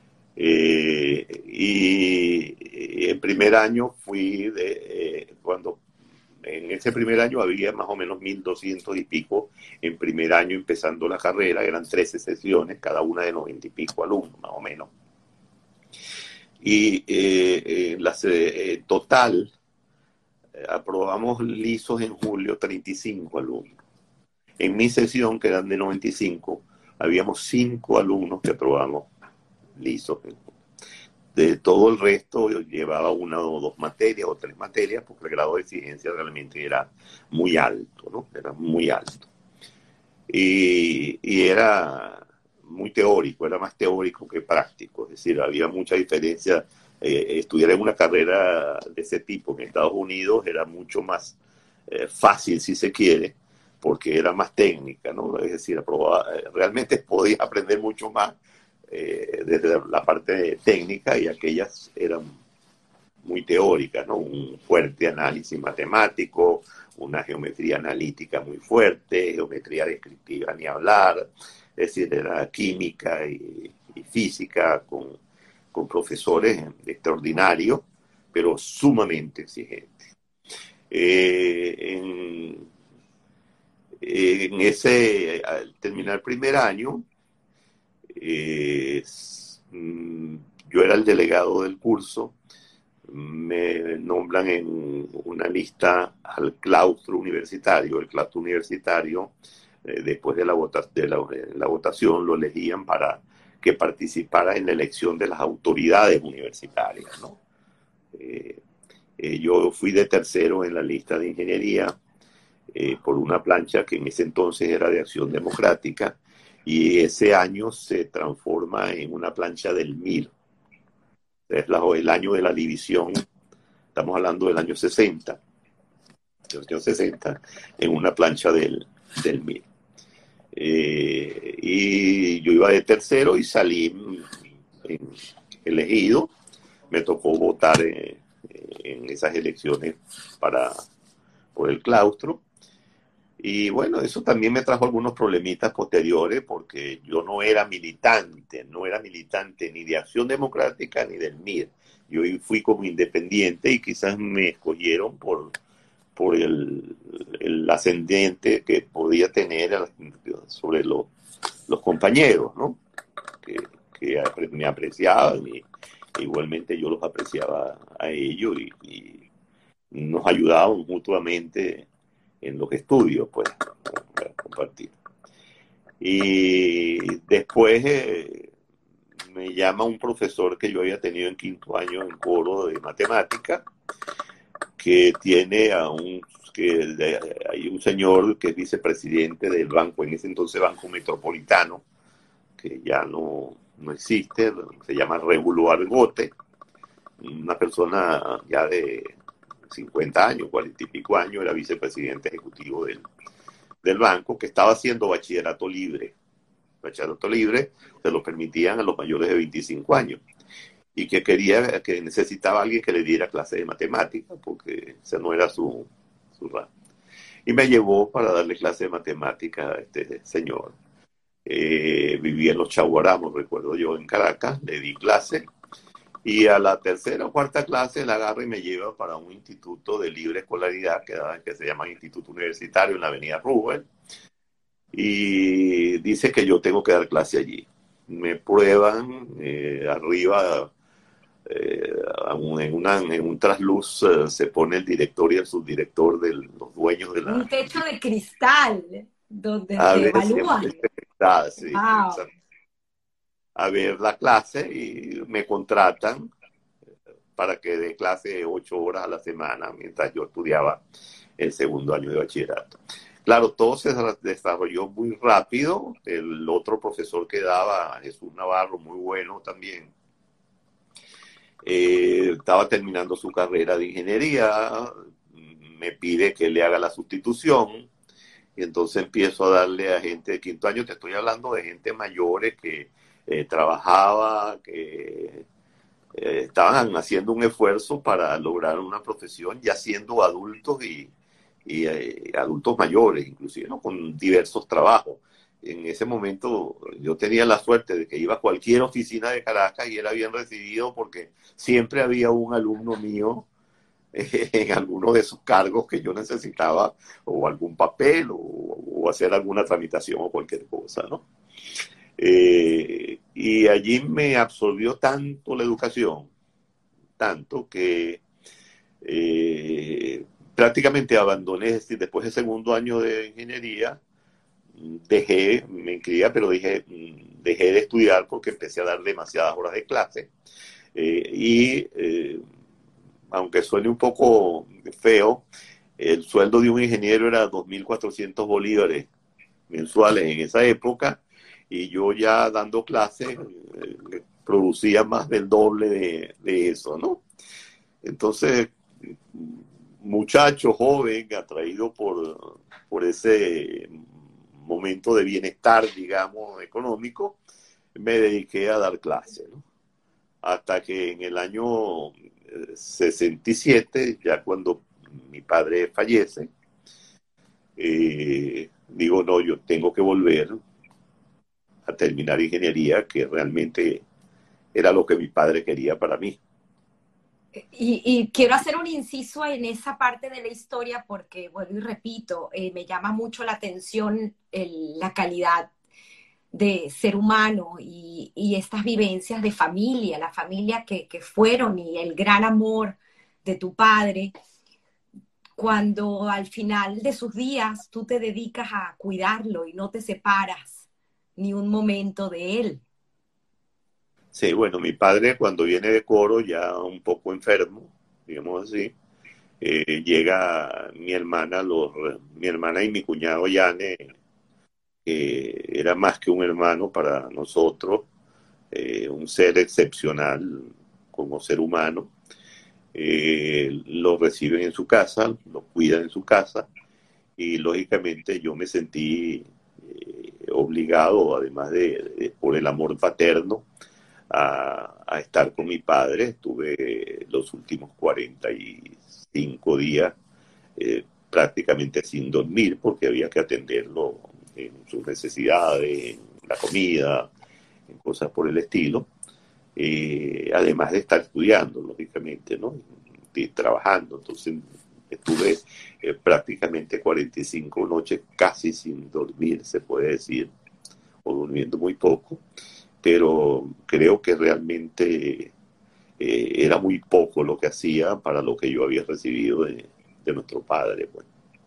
Eh, y, y en primer año fui, de, eh, cuando en ese primer año había más o menos mil doscientos y pico en primer año empezando la carrera, eran trece sesiones, cada una de noventa y pico alumnos, más o menos. Y eh, eh, las, eh, total, eh, aprobamos lisos en julio treinta y cinco alumnos. En mi sesión, que eran de noventa y cinco, habíamos cinco alumnos que aprobamos lisos. De todo el resto yo llevaba una o dos materias o tres materias, porque el grado de exigencia realmente era muy alto, ¿no? Era muy alto. Y, y era muy teórico, era más teórico que práctico, es decir, había mucha diferencia. Eh, estudiar en una carrera de ese tipo en Estados Unidos era mucho más eh, fácil, si se quiere, porque era más técnica, ¿no? Es decir, aprobaba, realmente podía aprender mucho más eh, desde la parte técnica, y aquellas eran muy teóricas, ¿no? Un fuerte análisis matemático, una geometría analítica muy fuerte, geometría descriptiva ni hablar, es decir, era química y, y física con, con profesores extraordinarios, pero sumamente exigentes. Eh, en, en ese, al terminar el primer año, eh, yo era el delegado del curso, me nombran en una lista al claustro universitario. El claustro universitario, eh, después de la, vota de, la, de la votación, lo elegían para que participara en la elección de las autoridades universitarias, ¿no? Eh, eh, yo fui de tercero en la lista de ingeniería eh, por una plancha que en ese entonces era de Acción Democrática, y ese año se transforma en una plancha del M I R. Es la, el año de la división, estamos hablando del año sesenta, del año sesenta, en una plancha del, del M I R. Eh, y yo iba de tercero y salí en, en, elegido. Me tocó votar en, en esas elecciones para, por el claustro. Y bueno, eso también me trajo algunos problemitas posteriores, porque yo no era militante, no era militante ni de Acción Democrática ni del M I R. Yo fui como independiente y quizás me escogieron por, por el, el ascendiente que podía tener sobre los, los compañeros, ¿no? Que, que me apreciaban, y igualmente yo los apreciaba a ellos, y, y nos ayudaban mutuamente en los estudios, pues, para compartir. Y después eh, me llama un profesor que yo había tenido en quinto año en coro de matemática, que tiene a un, que de, hay un señor que es vicepresidente del banco, en ese entonces Banco Metropolitano, que ya no, no existe, se llama Regulo Argote, una persona ya de cincuenta años, cuarenta y pico años, era vicepresidente ejecutivo del, del banco, que estaba haciendo bachillerato libre. Bachillerato libre se lo permitían a los mayores de veinticinco años, y que quería, que necesitaba a alguien que le diera clase de matemáticas, porque ese no era su, su ramo. Y me llevó para darle clase de matemáticas a este señor. Eh, vivía en los Chaguaramos, recuerdo yo, en Caracas, le di clase. Y a la tercera o cuarta clase la agarra y me lleva para un instituto de libre escolaridad que, que se llama Instituto Universitario en la avenida Rubén. Y dice que yo tengo que dar clase allí. Me prueban eh, arriba, eh, en, una, en un trasluz eh, se pone el director y el subdirector de los dueños de la... Un techo de cristal donde a te ver, evalúan. Está, sí, wow. A ver la clase, y me contratan para que dé clase ocho horas a la semana mientras yo estudiaba el segundo año de bachillerato. Claro, todo se desarrolló muy rápido. El otro profesor que daba, Jesús Navarro, muy bueno también, eh, estaba terminando su carrera de ingeniería, me pide que le haga la sustitución, y entonces empiezo a darle a gente de quinto año, te estoy hablando de gente mayores que eh, trabajaba, que eh, estaban haciendo un esfuerzo para lograr una profesión, ya siendo adultos y, y eh, adultos mayores, inclusive, ¿no? Con diversos trabajos. En ese momento yo tenía la suerte de que iba a cualquier oficina de Caracas y era bien recibido, porque siempre había un alumno mío en alguno de esos cargos que yo necesitaba, o algún papel, o, o hacer alguna tramitación o cualquier cosa, ¿no? Eh, y allí me absorbió tanto la educación, tanto que eh, prácticamente abandoné, es decir, después del segundo año de ingeniería, dejé, me inscribía, pero dije, dejé de estudiar porque empecé a dar demasiadas horas de clase. Eh, y eh, aunque suene un poco feo, el sueldo de un ingeniero era dos mil cuatrocientos bolívares mensuales en esa época, y yo ya dando clases eh, producía más del doble de, de eso, ¿no? Entonces, muchacho joven, atraído por, por ese momento de bienestar, digamos, económico, me dediqué a dar clases, ¿no? Hasta que en el año sesenta y siete, ya cuando mi padre fallece, eh, digo, no, yo tengo que volver a terminar ingeniería, que realmente era lo que mi padre quería para mí. Y, y quiero hacer un inciso en esa parte de la historia porque, vuelvo y repito, eh, me llama mucho la atención el, la calidad de ser humano y, y estas vivencias de familia, la familia que, que fueron y el gran amor de tu padre, cuando al final de sus días tú te dedicas a cuidarlo y no te separas ni un momento de él. Sí, bueno, mi padre cuando viene de Coro, ya un poco enfermo, digamos así, eh, llega mi hermana, los, mi hermana y mi cuñado Yane, que era más que un hermano para nosotros, eh, un ser excepcional como ser humano. Eh, lo reciben en su casa, lo cuidan en su casa, y lógicamente yo me sentí eh, obligado, además de, de, por el amor paterno, a, a estar con mi padre. Estuve los últimos cuarenta y cinco días eh, prácticamente sin dormir porque había que atenderlo en sus necesidades, en la comida, en cosas por el estilo. Eh, además de estar estudiando, lógicamente, ¿no? Y trabajando. Entonces estuve eh, prácticamente cuarenta y cinco noches casi sin dormir, se puede decir, o durmiendo muy poco, pero creo que realmente eh, era muy poco lo que hacía para lo que yo había recibido de, de nuestro padre, pues.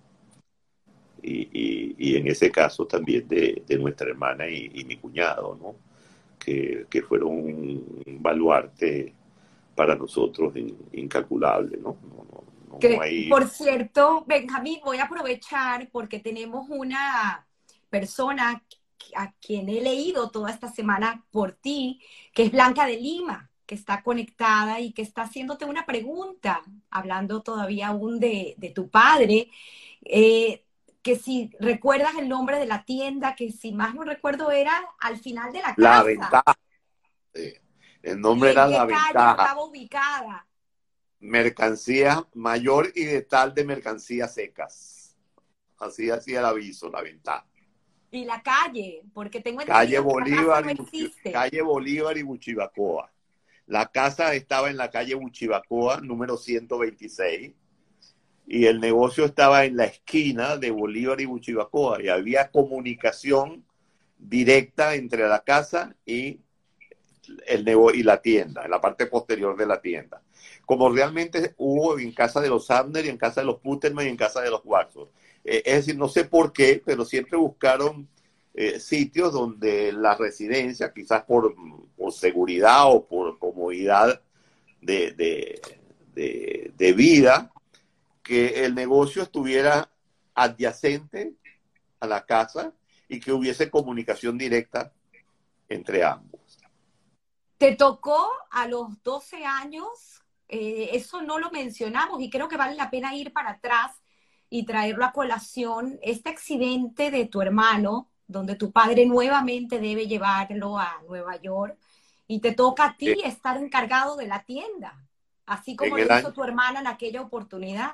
Y, y, y, en ese caso también de, de nuestra hermana y, y mi cuñado, ¿no? Que, que fueron un baluarte para nosotros in, incalculable, ¿no? No, no, no Que, hay... por cierto, Benjamín, voy a aprovechar porque tenemos una persona a quien he leído toda esta semana por ti, que es Blanca de Lima, que está conectada y que está haciéndote una pregunta, hablando todavía aún de, de tu padre, eh, que si recuerdas el nombre de la tienda, que si más no recuerdo era al final de la La casa, Ventaja. Sí. El y nombre en era La qué calle Ventaja. estaba ubicada. Mercancía mayor y de tal de mercancías secas. Así hacía el aviso, La Ventaja. Y la calle, porque tengo Calle entendido que la casa Bolívar no y Buchi, existe. calle Bolívar y Buchibacoa. La casa estaba en la calle Buchibacoa, número ciento veintiséis, y el negocio estaba en la esquina de Bolívar y Buchibacoa, y había comunicación directa entre la casa y el negocio y la tienda, en la parte posterior de la tienda. Como realmente hubo en casa de los Abner y en casa de los Puterman y en casa de los Waxos. Eh, es decir, no sé por qué, pero siempre buscaron eh, sitios donde la residencia, quizás por, por seguridad o por comodidad de, de, de, de vida, que el negocio estuviera adyacente a la casa y que hubiese comunicación directa entre ambos. Te tocó a los doce años, eh, eso no lo mencionamos y creo que vale la pena ir para atrás y traerlo a colación, este accidente de tu hermano, donde tu padre nuevamente debe llevarlo a Nueva York y te toca a Eh, ti estar encargado de la tienda, así como en lo el hizo año tu hermana en aquella oportunidad.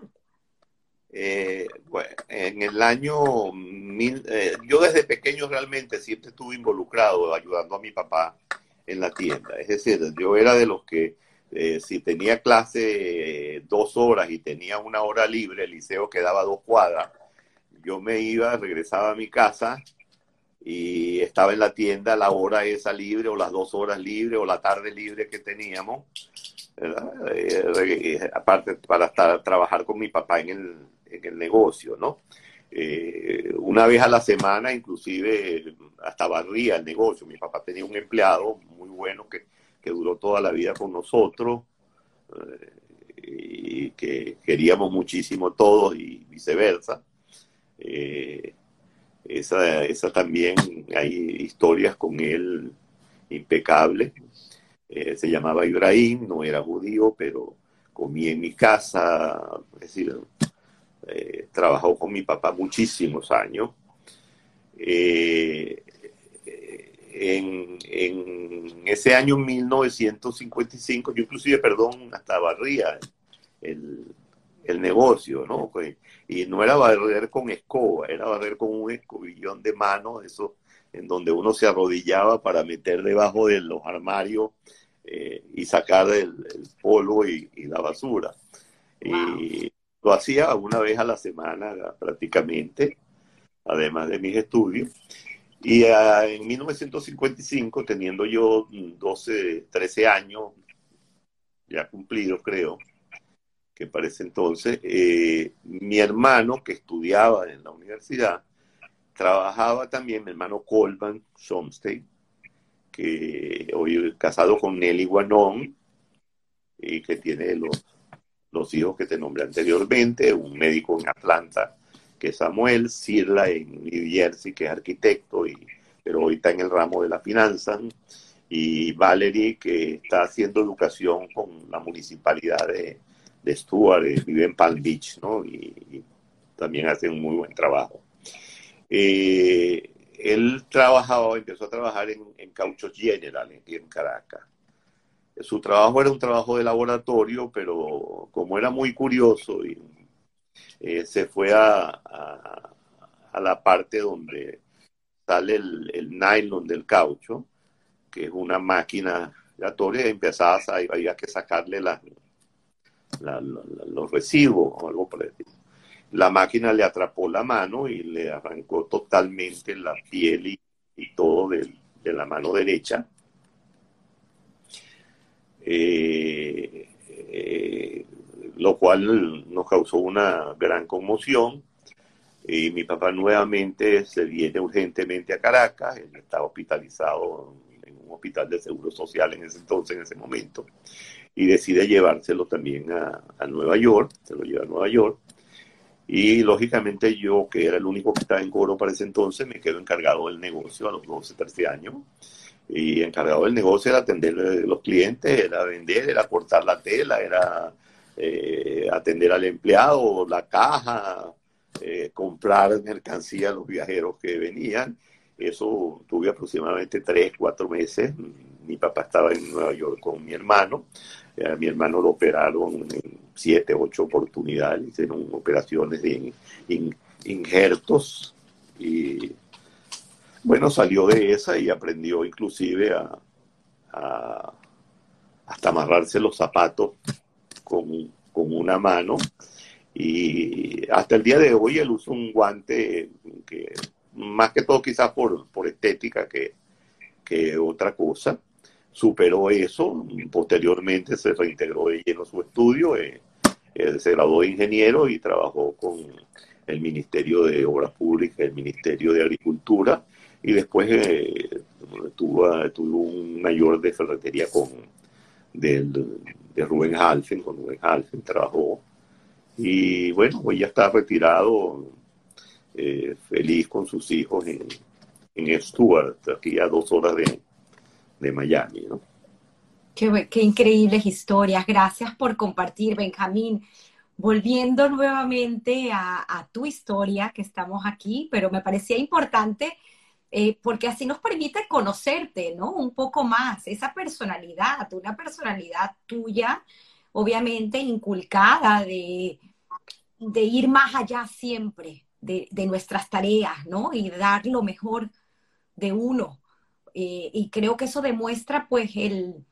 Eh, bueno, en el año mil, eh, yo desde pequeño realmente siempre estuve involucrado ayudando a mi papá en la tienda. Es decir, yo era de los que eh, si tenía clase eh, dos horas y tenía una hora libre, el liceo quedaba a dos cuadras, yo me iba, regresaba a mi casa y estaba en la tienda la hora esa libre o las dos horas libre o la tarde libre que teníamos, ¿verdad? Eh, aparte para estar, trabajar con mi papá en el, en el negocio, ¿no? Eh, una vez a la semana, inclusive hasta barría el negocio. Mi papá tenía un empleado muy bueno que, que duró toda la vida con nosotros eh, y que queríamos muchísimo todos y viceversa. Eh, esa, esa también hay historias con él impecables. Eh, se llamaba Ibrahim, no era judío, pero comía en mi casa, es decir, eh, trabajó con mi papá muchísimos años. Eh, en, en, ese año mil novecientos cincuenta y cinco, yo inclusive, perdón, hasta barría el, el negocio, ¿no? Y no era barrer con escoba, era barrer con un escobillón de mano, eso en donde uno se arrodillaba para meter debajo de los armarios eh, y sacar el, el polvo y, y la basura. Wow. Y lo hacía una vez a la semana prácticamente, además de mis estudios. Y uh, en mil novecientos cincuenta y cinco, teniendo yo doce, trece años, ya cumplidos creo, que para ese entonces, eh, mi hermano que estudiaba en la universidad, trabajaba también, mi hermano Colman Schomstein, que hoy es casado con Nelly Guanón, y que tiene los, los hijos que te nombré anteriormente, un médico en Atlanta, que es Samuel, Sirla en New Jersey, que es arquitecto, y, pero hoy está en el ramo de la finanza, y Valerie, que está haciendo educación con la municipalidad de, de Stuart, eh, vive en Palm Beach, ¿no? Y, y también hace un muy buen trabajo. Eh, él trabajaba, empezó a trabajar en, en Caucho General, aquí en Caracas. Su trabajo era un trabajo de laboratorio, pero como era muy curioso, y, eh, se fue a, a, a la parte donde sale el, el nylon del caucho, que es una máquina giratoria, y empezaba a, había que sacarle la, la, la, los residuos o algo por el estilo. La máquina le atrapó la mano y le arrancó totalmente la piel y, y todo de, de la mano derecha. Eh, eh, lo cual nos causó una gran conmoción. Y mi papá nuevamente se viene urgentemente a Caracas. Él estaba hospitalizado en un hospital de seguro social en ese entonces, en ese momento, y decide llevárselo también a, a Nueva York. Se lo lleva a Nueva York. Y lógicamente yo, que era el único que estaba en Coro para ese entonces, me quedo encargado del negocio a los doce, trece años. Y encargado del negocio era atender a los clientes, era vender, era cortar la tela, era eh, atender al empleado, la caja, eh, comprar mercancía a los viajeros que venían. Eso tuve aproximadamente tres, cuatro meses. Mi papá estaba en Nueva York con mi hermano. A mi hermano lo operaron en siete, ocho oportunidades, hicieron operaciones de in, in, injertos y bueno, salió de esa y aprendió inclusive a, a hasta amarrarse los zapatos con, con una mano, y hasta el día de hoy él usa un guante que más que todo quizás por, por estética que, que otra cosa. Superó eso, posteriormente se reintegró de lleno a su estudio, eh, eh, se graduó de ingeniero y trabajó con el Ministerio de Obras Públicas, el Ministerio de Agricultura, y después eh, tuvo, tuvo un mayor de ferretería con, del, de Rubén Halfen, con Rubén Halfen trabajó, y bueno, hoy ya está retirado, eh, feliz con sus hijos en, en Stuart, aquí a dos horas de de Miami, ¿no? Qué, qué increíbles historias. Gracias por compartir, Benjamín. Volviendo nuevamente a, a tu historia, que estamos aquí, pero me parecía importante eh, porque así nos permite conocerte, ¿no? Un poco más, esa personalidad, una personalidad tuya, obviamente inculcada de, de ir más allá siempre de, de nuestras tareas, ¿no? Y dar lo mejor de uno. Eh, y creo que eso demuestra pues el,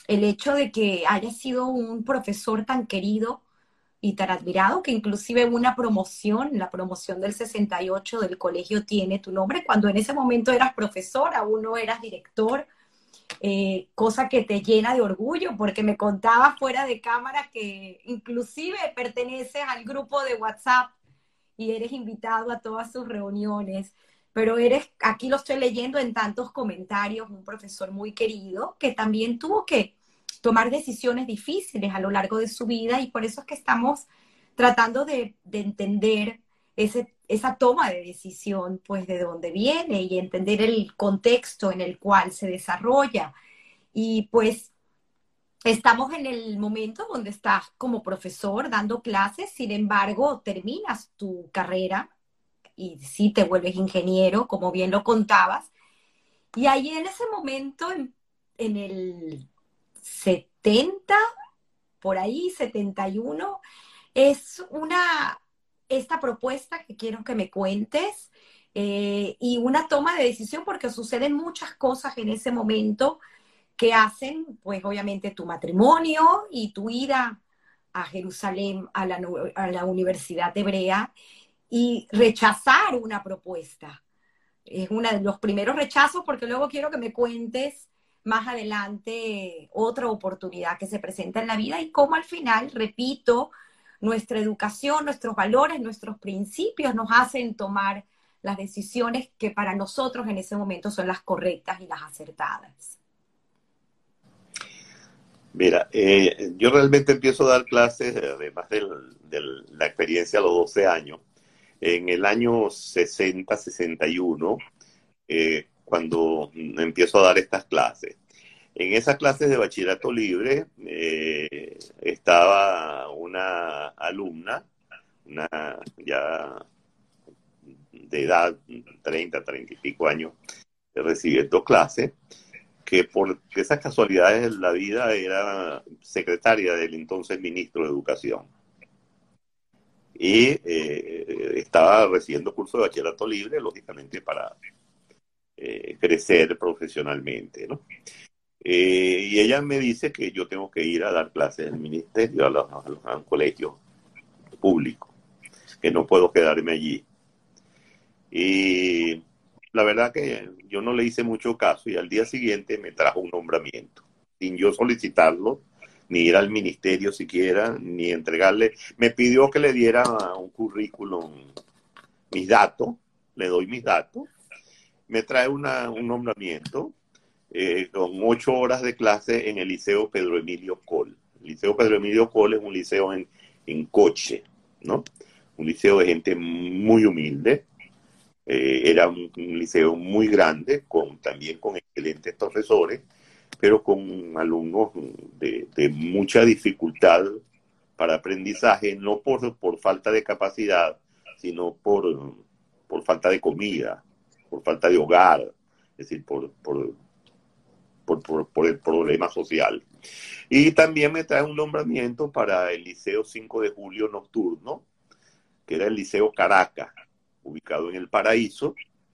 el hecho de que hayas sido un profesor tan querido y tan admirado, que inclusive una promoción, la promoción del sesenta y ocho del colegio tiene tu nombre, cuando en ese momento eras profesor, aún no eras director, eh, cosa que te llena de orgullo, porque me contabas fuera de cámara que inclusive perteneces al grupo de WhatsApp y eres invitado a todas sus reuniones, pero eres, aquí lo estoy leyendo en tantos comentarios, un profesor muy querido que también tuvo que tomar decisiones difíciles a lo largo de su vida, y por eso es que estamos tratando de, de entender ese, esa toma de decisión, pues de dónde viene, y entender el contexto en el cual se desarrolla. Y pues estamos en el momento donde estás como profesor dando clases, sin embargo, terminas tu carrera y sí te vuelves ingeniero, como bien lo contabas. Y ahí en ese momento, en, en el setenta, por ahí, setenta y uno, es una, esta propuesta que quiero que me cuentes, eh, y una toma de decisión, porque suceden muchas cosas en ese momento que hacen, pues obviamente, tu matrimonio y tu ida a Jerusalén, a la, a la Universidad Hebrea, y rechazar una propuesta. Es uno de los primeros rechazos, porque luego quiero que me cuentes más adelante otra oportunidad que se presenta en la vida y cómo al final, repito, nuestra educación, nuestros valores, nuestros principios nos hacen tomar las decisiones que para nosotros en ese momento son las correctas y las acertadas. Mira, eh, yo realmente empiezo a dar clases, además de la experiencia a los doce años, en el año sesenta, sesenta y uno, eh, cuando empiezo a dar estas clases. En esas clases de bachillerato libre eh, estaba una alumna, una ya de edad, treinta, treinta y pico años, recibiendo clases, que por esas casualidades de la vida era secretaria del entonces ministro de Educación. Y eh, estaba recibiendo curso de bachillerato libre, lógicamente, para eh, crecer profesionalmente, ¿no? Eh, y ella me dice que yo tengo que ir a dar clases en el ministerio, a, los, a, los, a un colegio público, que no puedo quedarme allí. Y la verdad que yo no le hice mucho caso, y al día siguiente me trajo un nombramiento, sin yo solicitarlo, ni ir al ministerio siquiera, ni entregarle. Me pidió que le diera un currículum, mis datos, le doy mis datos, me trae una, un nombramiento eh, con ocho horas de clase en el Liceo Pedro Emilio Coll. El Liceo Pedro Emilio Coll es un liceo en, en Coche, ¿no? Un liceo de gente muy humilde. Eh, era un, un liceo muy grande, con, también con excelentes profesores, pero con alumnos de, de mucha dificultad para aprendizaje, no por, por falta de capacidad, sino por, por falta de comida, por falta de hogar, es decir, por, por, por, por, por el problema social. Y también me trae un nombramiento para el Liceo cinco de julio Nocturno, que era el Liceo Caracas, ubicado en el Paraíso,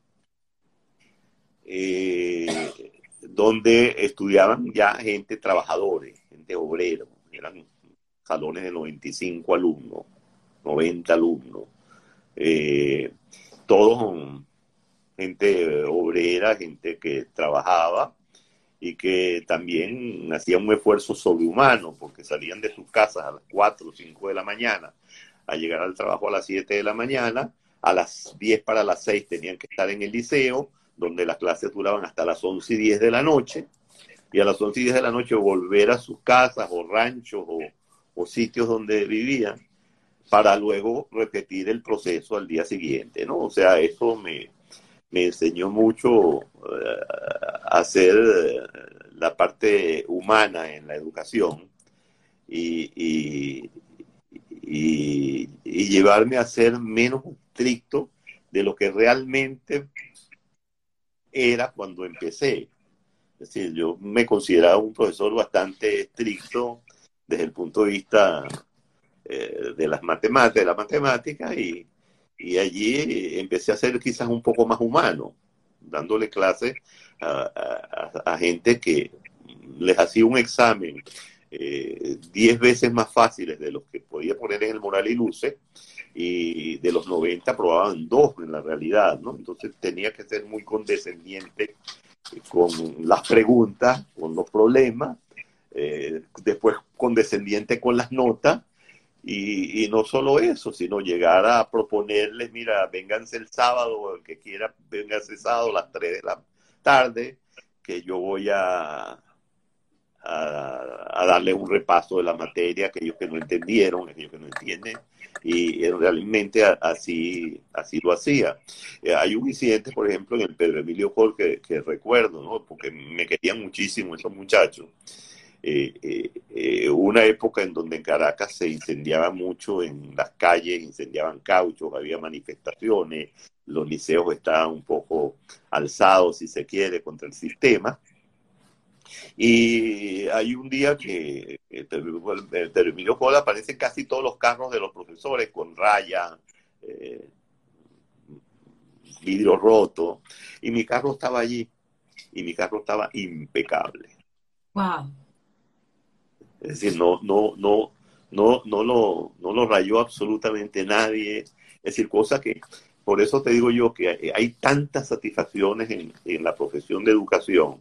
eh, donde estudiaban ya gente trabajadores, gente obrera, eran salones de noventa y cinco alumnos, noventa alumnos, eh, todos gente obrera, gente que trabajaba y que también hacían un esfuerzo sobrehumano, porque salían de sus casas a las cuatro o cinco de la mañana a llegar al trabajo a las siete de la mañana, a las diez para las seis tenían que estar en el liceo, donde las clases duraban hasta las once y diez de la noche, y a las once y diez de la noche volver a sus casas o ranchos o, o sitios donde vivían, para luego repetir el proceso al día siguiente, ¿no? O sea, eso me, me enseñó mucho uh, a hacer uh, la parte humana en la educación y, y, y, y llevarme a ser menos estricto de lo que realmente era cuando empecé. Es decir, yo me consideraba un profesor bastante estricto desde el punto de vista eh, de las matemáticas, de la matemática, y, y allí empecé a ser quizás un poco más humano, dándole clases a, a, a gente que les hacía un examen eh, diez veces más fáciles de los que podía poner en el Moral y Luce, y de los noventa aprobaban dos en la realidad, ¿no? Entonces tenía que ser muy condescendiente con las preguntas, con los problemas, eh, después condescendiente con las notas, y, y no solo eso, sino llegar a proponerles, mira, vénganse el sábado, el que quiera, vénganse el sábado a las tres de la tarde, que yo voy a a, a darle un repaso de la materia, aquellos que no entendieron, aquellos que no entienden, y realmente así, así lo hacía. Eh, hay un incidente, por ejemplo, en el Pedro Emilio Hall que, que recuerdo, ¿no? Porque me querían muchísimo esos muchachos. Eh, eh, eh, una época en donde en Caracas se incendiaba mucho en las calles, incendiaban cauchos, había manifestaciones, los liceos estaban un poco alzados, si se quiere, contra el sistema. Y hay un día que el Pedro Emilio Hall aparecen casi todos los carros de los profesores con raya, eh, vidrio roto, y mi carro estaba allí, y mi carro estaba impecable. Wow. Es decir, no, no, no, no, no lo, no lo rayó absolutamente nadie. Es decir, cosa que, por eso te digo yo que hay tantas satisfacciones en, en la profesión de educación.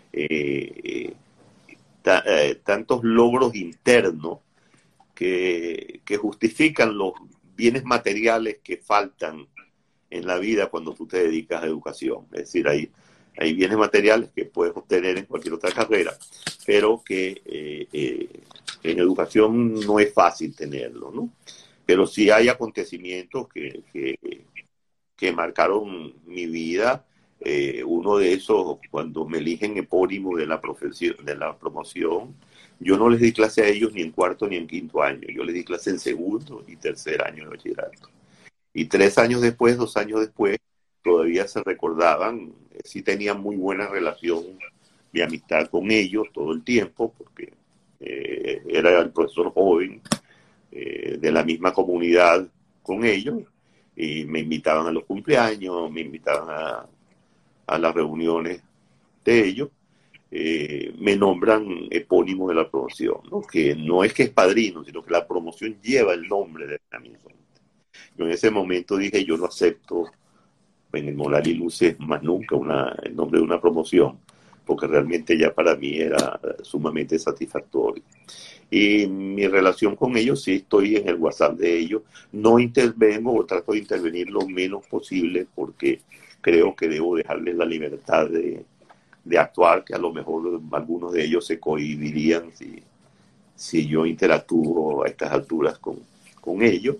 Eh, ta, eh, tantos logros internos que, que justifican los bienes materiales que faltan en la vida cuando tú te dedicas a educación. Es decir, hay, hay bienes materiales que puedes obtener en cualquier otra carrera, pero que eh, eh, en educación no es fácil tenerlo, ¿no? Pero sí hay acontecimientos que, que, que marcaron mi vida. Eh, uno de esos, cuando me eligen epónimo de la, profesión, de la promoción, yo no les di clase a ellos ni en cuarto ni en quinto año, yo les di clase en segundo y tercer año de bachillerato. Y tres años después, dos años después, todavía se recordaban, eh, sí tenía muy buena relación, mi amistad con ellos todo el tiempo, porque eh, era el profesor joven eh, de la misma comunidad con ellos, y me invitaban a los cumpleaños, me invitaban a, a las reuniones de ellos, eh, me nombran epónimo de la promoción, ¿no? Que no es que es padrino, sino que la promoción lleva el nombre de Benjamín. Yo en ese momento dije, yo no acepto en el Moral y Luces más nunca una, el nombre de una promoción, porque realmente ya para mí era sumamente satisfactorio. Y mi relación con ellos, sí estoy en el WhatsApp de ellos, no intervengo o trato de intervenir lo menos posible porque creo que debo dejarles la libertad de, de actuar, que a lo mejor algunos de ellos se cohibirían si, si yo interactúo a estas alturas con, con ellos.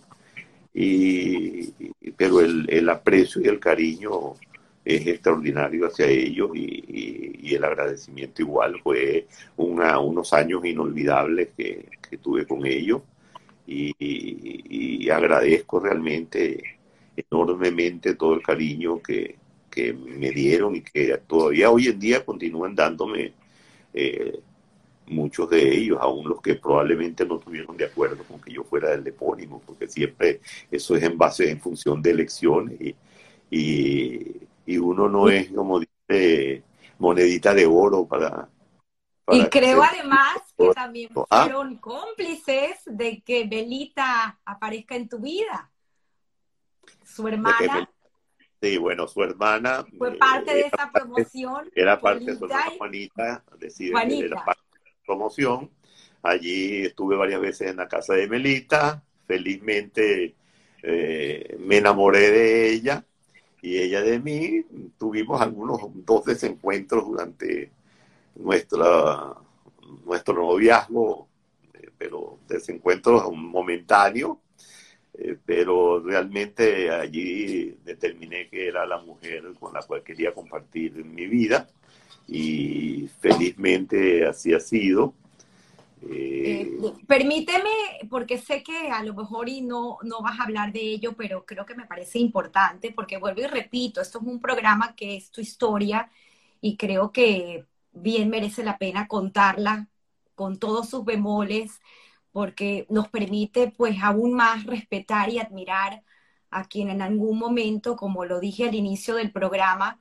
Y, pero el, el aprecio y el cariño es extraordinario hacia ellos, y, y, y el agradecimiento igual. Fue una, unos años inolvidables que, que tuve con ellos, y, y, y agradezco realmente enormemente todo el cariño que, que me dieron y que todavía hoy en día continúan dándome. eh, Muchos de ellos, aún los que probablemente no estuvieron de acuerdo con que yo fuera del epónimo, porque siempre eso es en base, en función de elecciones, y, y, y uno no es, como dice, monedita de oro para... Y para creo ser... además que también ¿Ah? fueron cómplices de que Belita aparezca en tu vida. Su De que hermana me... Sí, bueno, su hermana fue parte eh, de era esa parte, promoción, era parte de su Polita hermana y Juanita, deciden que él era Juanita. parte de la promoción. Allí estuve varias veces en la casa de Melita, felizmente eh, me enamoré de ella y ella de mí. Tuvimos algunos dos desencuentros durante nuestra, nuestro noviazgo, eh, pero desencuentros momentáneos. Eh, pero realmente allí determiné que era la mujer con la cual quería compartir mi vida, y felizmente así ha sido. Eh, Eh, permíteme, porque sé que a lo mejor y no, no vas a hablar de ello, pero creo que me parece importante, porque vuelvo y repito, esto es un programa que es tu historia y creo que bien merece la pena contarla con todos sus bemoles, porque nos permite pues aún más respetar y admirar a quien en algún momento, como lo dije al inicio del programa,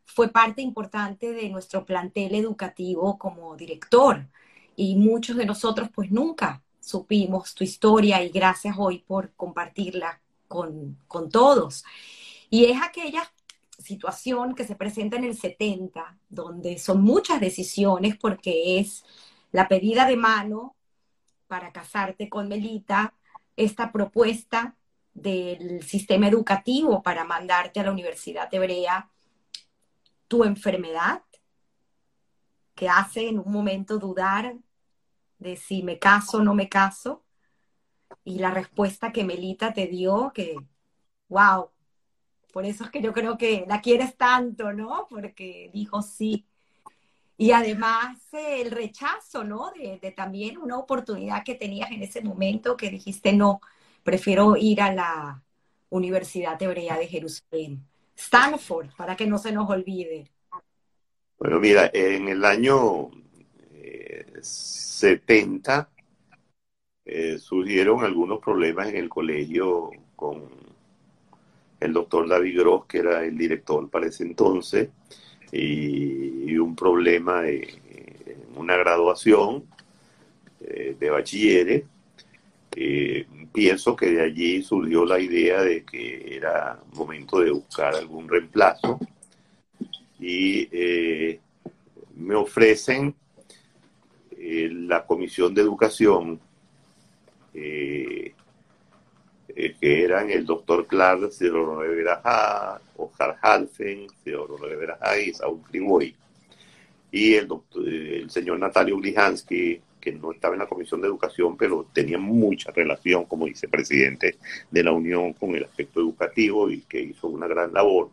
fue parte importante de nuestro plantel educativo como director. Y muchos de nosotros pues nunca supimos tu historia y gracias hoy por compartirla con, con todos. Y es aquella situación que se presenta en el setenta, donde son muchas decisiones porque es la pedida de mano para casarte con Melita, esta propuesta del sistema educativo para mandarte a la Universidad Hebrea, tu enfermedad, que hace en un momento dudar de si me caso o no me caso, y la respuesta que Melita te dio, que, wow, por eso es que yo creo que la quieres tanto, ¿no? Porque dijo sí. Y además eh, el rechazo, ¿no? De, de también una oportunidad que tenías en ese momento que dijiste, no, prefiero ir a la Universidad Hebrea de Jerusalén. Stanford, para que no se nos olvide. Bueno, mira, en el año eh, setenta eh, surgieron algunos problemas en el colegio con el doctor David Gross, que era el director para ese entonces, y, y un problema de, en una graduación eh, de bachilleres. Eh, pienso que de allí surgió la idea de que era momento de buscar algún reemplazo y eh, me ofrecen eh, la Comisión de Educación, eh, eh, que eran el doctor Clark, Theodore Berajá, Oscar Halfen, Theodore Berajá y Saúl Friboy, y el, doctor, el señor Natalio Glihansky, que no estaba en la Comisión de Educación, pero tenía mucha relación como vicepresidente de la Unión con el aspecto educativo y que hizo una gran labor.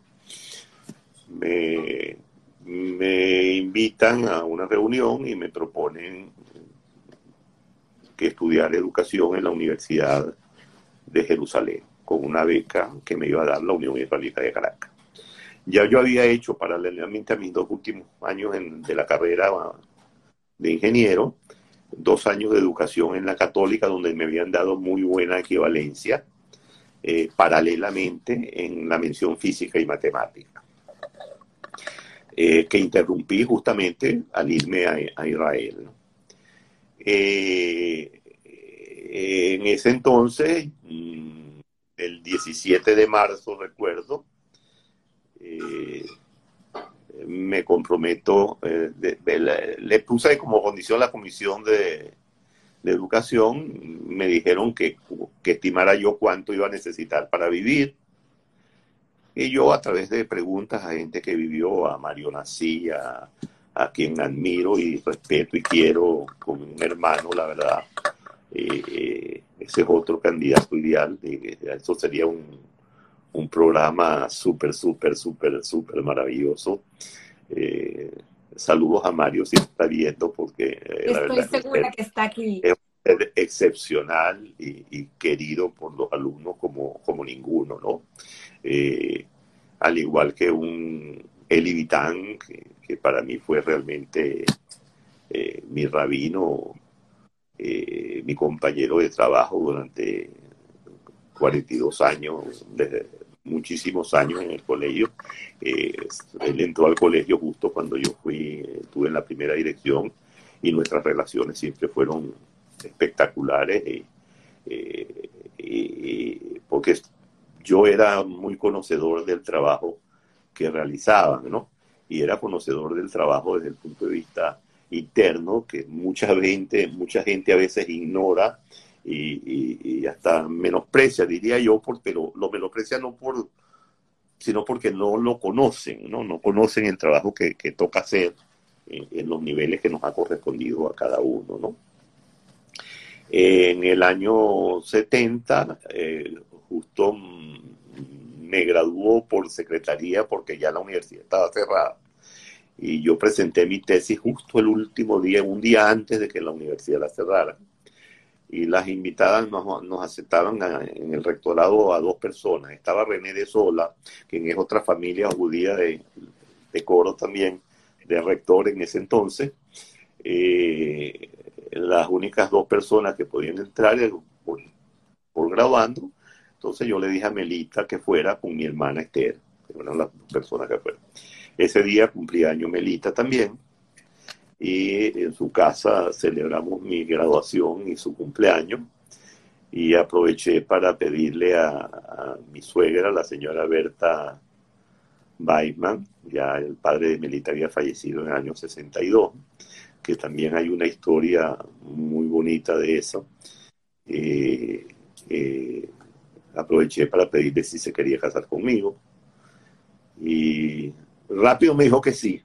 Me, me invitan a una reunión y me proponen que estudiara educación en la Universidad de Jerusalén, con una beca que me iba a dar la Unión Israelita de Caracas. Ya yo había hecho paralelamente a mis dos últimos años en, de la carrera de ingeniero, dos años de educación en la Católica, donde me habían dado muy buena equivalencia, eh, paralelamente en la mención física y matemática, eh, que interrumpí justamente al irme a, a Israel, ¿no? Eh, en ese entonces, el diecisiete de marzo, recuerdo, eh, me comprometo, eh, de, de, le, le puse como condición la comisión de, de educación, me dijeron que, que estimara yo cuánto iba a necesitar para vivir, y yo a través de preguntas a gente que vivió, a Mario Nací, a, a quien admiro y respeto y quiero como un hermano, la verdad, eh, ese es otro candidato ideal, eh, eso sería un, un programa súper, súper, súper, súper maravilloso. Eh, saludos a Mario si está viendo, porque eh, la Estoy verdad segura es, que está aquí. es un ser excepcional y, y querido por los alumnos como, como ninguno, ¿no? Eh, al igual que un Eli Vitán, que, que para mí fue realmente eh, mi rabino, eh, mi compañero de trabajo durante cuarenta y dos años, desde muchísimos años en el colegio. Eh, él entró al colegio justo cuando yo fui, estuve en la primera dirección y nuestras relaciones siempre fueron espectaculares, eh, eh, eh, porque yo era muy conocedor del trabajo que realizaban, ¿no? Y era conocedor del trabajo desde el punto de vista interno, que mucha gente, mucha gente a veces ignora y, y, y hasta menosprecia, diría yo, por, pero lo menosprecia no por, sino porque no lo conocen, ¿no? No conocen el trabajo que, que toca hacer en, en los niveles que nos ha correspondido a cada uno, ¿no? En el año setenta, eh, justo me graduó por secretaría porque ya la universidad estaba cerrada. Y yo presenté mi tesis justo el último día, un día antes de que la universidad la cerrara. Y las invitadas nos, nos aceptaban a, en el rectorado a dos personas. Estaba René de Sola, quien es otra familia judía de, de Coro también, de rector en ese entonces. Eh, las únicas dos personas que podían entrar por, por graduando. Entonces yo le dije a Melita que fuera con mi hermana Esther, que eran las dos personas que fueron. Ese día cumplía año Melita también, y en su casa celebramos mi graduación y su cumpleaños, y aproveché para pedirle a, a mi suegra, la señora Berta Weidman, ya el padre de Melita había fallecido en el año sesenta y dos, que también hay una historia muy bonita de eso. Eh, eh, aproveché para pedirle si se quería casar conmigo, y rápido me dijo que sí.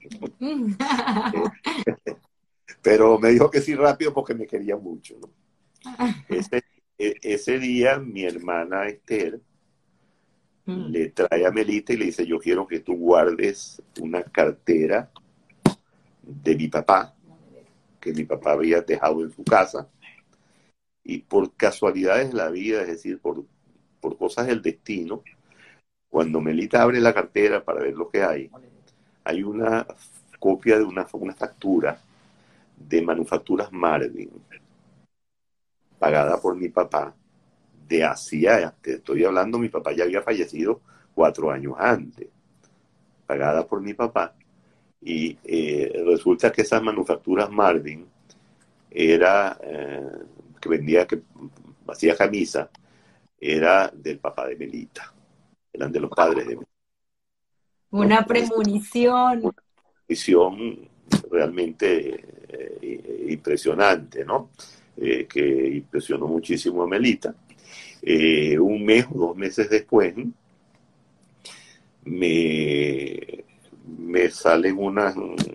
Pero me dijo que sí rápido porque me quería mucho, ¿no? Ese, ese día mi hermana Esther le trae a Melita y le dice: yo quiero que tú guardes una cartera de mi papá, que mi papá había dejado en su casa, y por casualidades de la vida, es decir, por, por cosas del destino, cuando Melita abre la cartera para ver lo que hay, hay una copia de una, una factura de Manufacturas Marvin, pagada por mi papá, de hacía, te estoy hablando, mi papá ya había fallecido cuatro años antes, pagada por mi papá, y eh, resulta que esas Manufacturas Marvin era, eh, que vendía, que hacía camisa, era del papá de Melita, eran de los padres de Melita, ¿no? Una Es decir, premonición. una visión realmente eh, impresionante, ¿no? Eh, que impresionó muchísimo a Melita. Eh, un mes o dos meses después me, me salen unas,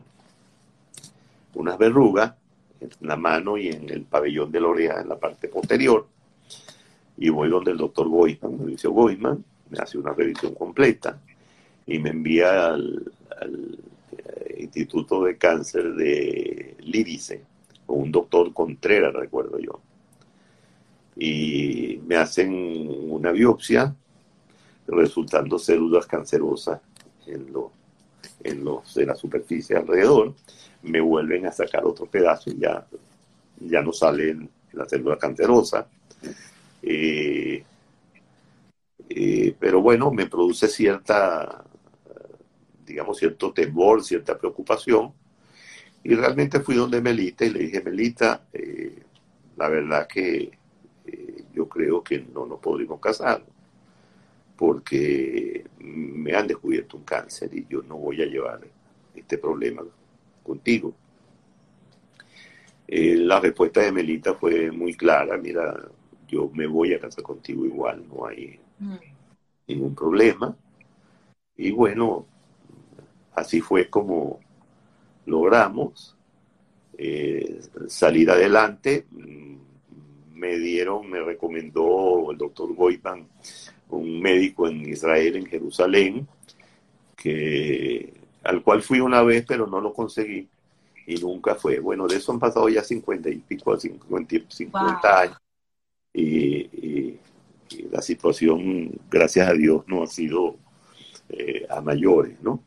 unas verrugas en la mano y en el pabellón de la oreja, en la parte posterior, y voy donde el doctor Goisman, Mauricio Goisman, me hace una revisión completa y me envía al, al Instituto de Cáncer de Lídice, con un doctor Contreras, recuerdo yo, y me hacen una biopsia resultando células cancerosas en, lo, en, los, en la superficie alrededor. Me vuelven a sacar otro pedazo y ya, ya no salen las células cancerosas. Eh, eh, pero bueno, me produce cierta, digamos, cierto temor, cierta preocupación, y realmente fui donde Melita y le dije: Melita, eh, la verdad que eh, yo creo que no nos podríamos casar porque me han descubierto un cáncer y yo no voy a llevar este problema contigo. Eh, la respuesta de Melita fue muy clara: mira, yo me voy a casar contigo igual, no hay mm. ningún problema. Y bueno, así fue como logramos eh, salir adelante. Me dieron, me recomendó el doctor Goitman, un médico en Israel, en Jerusalén, que, al cual fui una vez, pero no lo conseguí y nunca fue. Bueno, de eso han pasado ya cincuenta y pico, cincuenta, cincuenta wow. años, y, y, y la situación, gracias a Dios, no ha sido eh, a mayores, ¿no?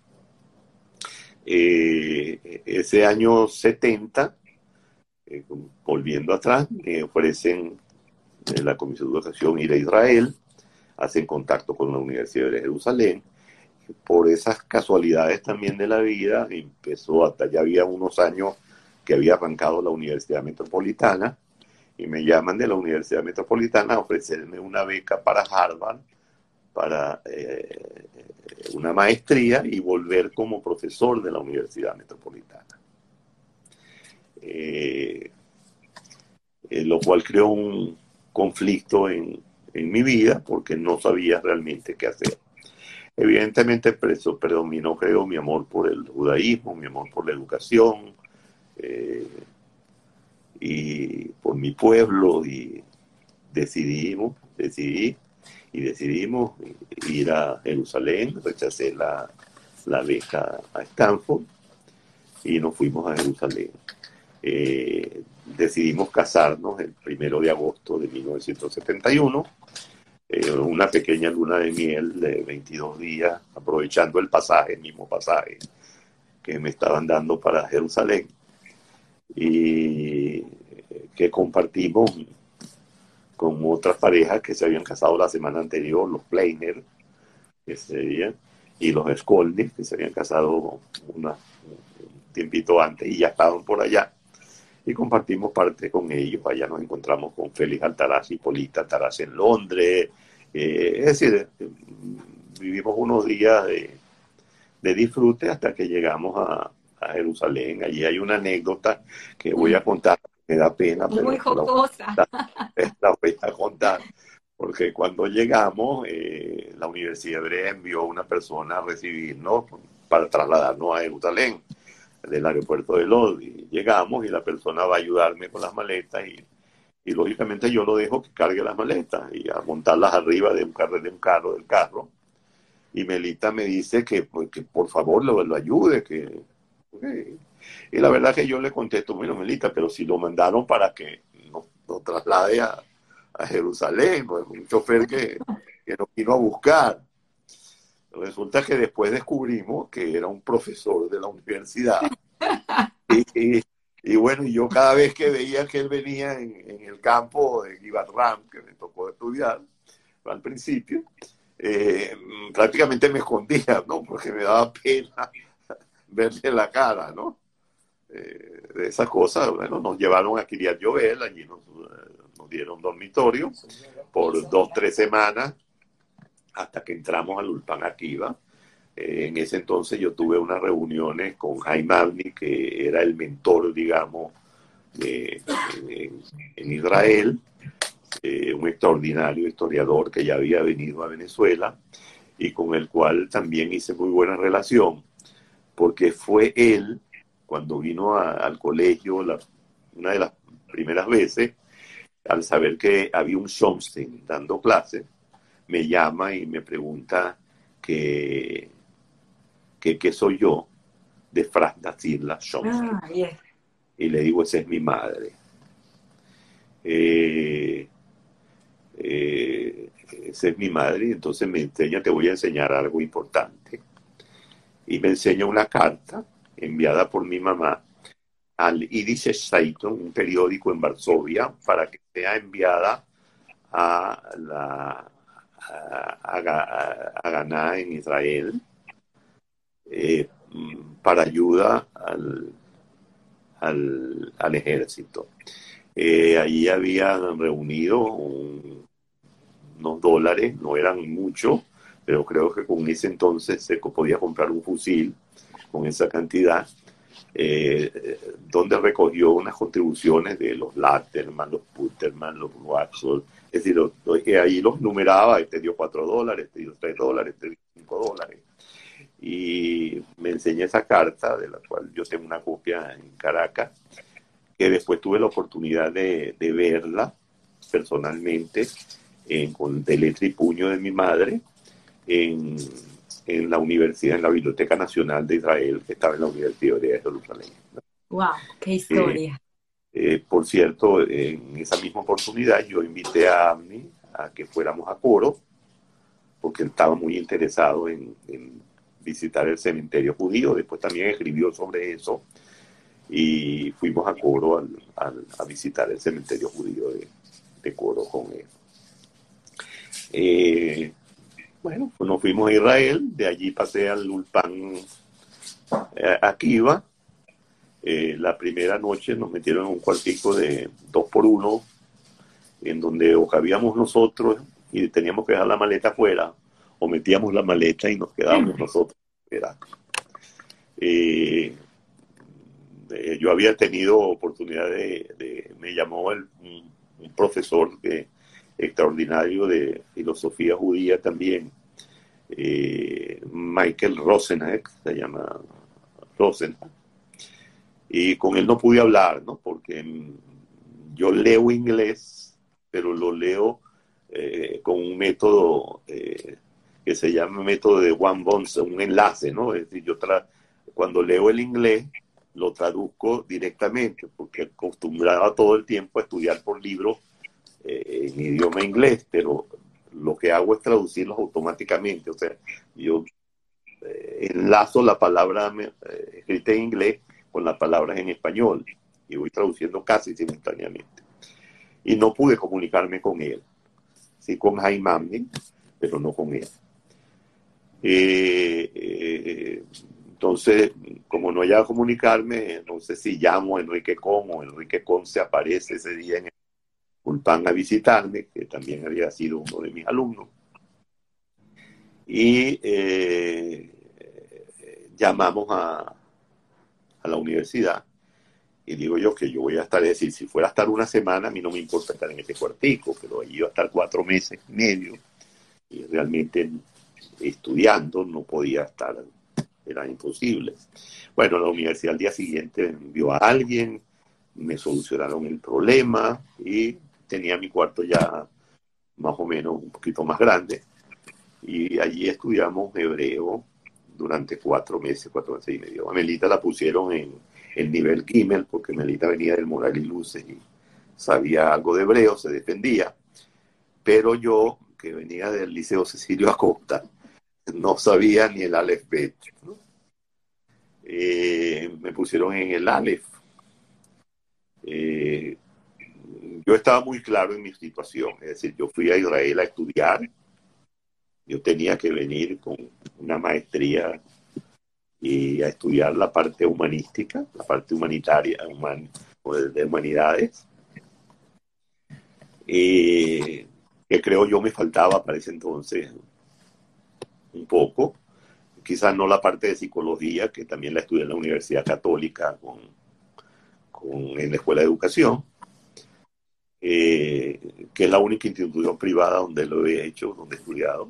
Eh, ese año setenta, eh, volviendo atrás, me ofrecen en la Comisión de Educación ir a Israel, hacen contacto con la Universidad de Jerusalén. Por esas casualidades también de la vida, empezó, hasta ya había unos años que había arrancado la Universidad Metropolitana, y me llaman de la Universidad Metropolitana a ofrecerme una beca para Harvard, para eh, una maestría, y volver como profesor de la Universidad Metropolitana. Eh, eh, lo cual creó un conflicto en, en mi vida, porque no sabía realmente qué hacer. Evidentemente, preso, predominó, creo, mi amor por el judaísmo, mi amor por la educación, eh, y por mi pueblo, y decidimos, decidí, y decidimos ir a Jerusalén. Rechacé la, la beca a Stanford y nos fuimos a Jerusalén. Eh, decidimos casarnos el primero de agosto de mil novecientos setenta y uno, eh, una pequeña luna de miel de veintidós días, aprovechando el pasaje, el mismo pasaje que me estaban dando para Jerusalén, y que compartimos con otras parejas que se habían casado la semana anterior, los Pleiner, ese día, y los Skolnick, que se habían casado una, un tiempito antes y ya estaban por allá, y compartimos parte con ellos. Allá nos encontramos con Félix Altaraz y Polita Altaraz en Londres. Eh, es decir, vivimos unos días de, de disfrute hasta que llegamos a, a Jerusalén. Allí hay una anécdota que voy a contar, me da pena, pero Muy jocosa. la, la voy a contar. Porque cuando llegamos, eh, la Universidad Hebrea envió a una persona a recibirnos para trasladarnos a Jerusalén, del aeropuerto de Lodi. Llegamos y la persona va a ayudarme con las maletas y, y lógicamente yo lo dejo que cargue las maletas y a montarlas arriba de un carro, de un carro, del carro. Y Melita me dice que, pues, que por favor lo, lo ayude, que... Okay. Y la verdad que yo le contesto, bueno, Melita, pero si lo mandaron para que nos, nos traslade a a Jerusalén, pues, un chofer que, que nos vino a buscar. Resulta que después descubrimos que era un profesor de la universidad. Y, y, y bueno, yo cada vez que veía que él venía en, en el campo de Givat Ram, que me tocó estudiar al principio, eh, prácticamente me escondía, ¿no? Porque me daba pena verle la cara, ¿no? Eh, de esas cosas. Bueno, nos llevaron a Kiryat Yovel, allí nos, nos dieron dormitorio por dos, tres semanas, hasta que entramos al Ulpan Akiva. Eh, en ese entonces yo tuve unas reuniones con Haim Avni, que era el mentor, digamos, de, en, en Israel, eh, un extraordinario historiador que ya había venido a Venezuela y con el cual también hice muy buena relación, porque fue él, cuando vino a, al colegio la, una de las primeras veces, al saber que había un Schomstein dando clases, me llama y me pregunta que, que, que soy yo, de Frasda Sirla Schomstein. Ah, yeah. Y le digo, esa es mi madre. Eh, eh, esa es mi madre, y entonces me enseña, te voy a enseñar algo importante. Y me enseña una carta enviada por mi mamá al Yiddish Zeitung, un periódico en Varsovia, para que sea enviada a la a, a, a Ganá en Israel, eh, para ayuda al, al, al ejército. Eh, allí habían reunido un, unos dólares, no eran muchos, pero creo que con ese entonces se podía comprar un fusil con esa cantidad. Eh, donde recogió unas contribuciones de los Latterman, los Putterman, los Waxel, es decir, lo, lo, ahí los numeraba, este dio cuatro dólares, este dio tres dólares, este dio cinco dólares. Y me enseña esa carta, de la cual yo tengo una copia en Caracas, que después tuve la oportunidad de, de verla personalmente, en, con de letra y puño de mi madre, en... en la universidad, en la Biblioteca Nacional de Israel, que estaba en la Universidad de Jerusalén. ¡Wow! ¡Qué historia! Eh, eh, por cierto, en esa misma oportunidad yo invité a Avni a que fuéramos a Coro, porque él estaba muy interesado en, en visitar el cementerio judío. Después también escribió sobre eso y fuimos a Coro al, al, a visitar el cementerio judío de, de Coro con él. Eh, Bueno, pues nos fuimos a Israel, de allí pasé al Ulpan eh, Akiva. Eh, la primera noche nos metieron en un cuartico de dos por uno, en donde o cabíamos nosotros y teníamos que dejar la maleta afuera, o metíamos la maleta y nos quedábamos nosotros afuera. Eh, eh, yo había tenido oportunidad de, de me llamó el, un, un profesor que extraordinario de filosofía judía también, eh, Michael Rosenheck, se llama Rosenheck, y con él no pude hablar, ¿no? Porque yo leo inglés, pero lo leo eh, con un método eh, que se llama método de one bonds, un enlace, ¿no? Es decir, yo tra cuando leo el inglés lo traduzco directamente, porque acostumbraba todo el tiempo a estudiar por libros eh, en idioma inglés, pero lo que hago es traducirlos automáticamente. O sea, yo eh, enlazo la palabra eh, escrita en inglés con las palabras en español y voy traduciendo casi simultáneamente. Y no pude comunicarme con él. Sí, con Haim Avni, pero no con él. Eh, eh, entonces, como no hallaba comunicarme, no sé si llamo a Enrique Con o Enrique Con se aparece ese día en el Ulpan a visitarme, que también había sido uno de mis alumnos. Y eh, llamamos a, a la universidad y digo yo que yo voy a estar, es decir, si fuera a estar una semana, a mí no me importa estar en este cuartico, pero allí iba a estar cuatro meses y medio y realmente estudiando no podía estar, era imposible. Bueno, la universidad al día siguiente envió a alguien, me solucionaron el problema y tenía mi cuarto ya más o menos un poquito más grande y allí estudiamos hebreo durante cuatro meses, cuatro meses y medio. A Melita la pusieron en el nivel Gimel porque Melita venía del Moral y Luces y sabía algo de hebreo, se defendía, pero yo, que venía del Liceo Cecilio Acosta, no sabía ni el Aleph Bet, ¿no? Eh, me pusieron en el Aleph. Eh, yo estaba muy claro en mi situación, es decir, yo fui a Israel a estudiar, yo tenía que venir con una maestría y a estudiar la parte humanística, la parte humanitaria, human, de humanidades, eh, que creo yo me faltaba para ese entonces un poco, quizás no la parte de psicología, que también la estudié en la Universidad Católica con, con, en la Escuela de Educación, eh, que es la única institución privada donde lo he hecho, donde he estudiado.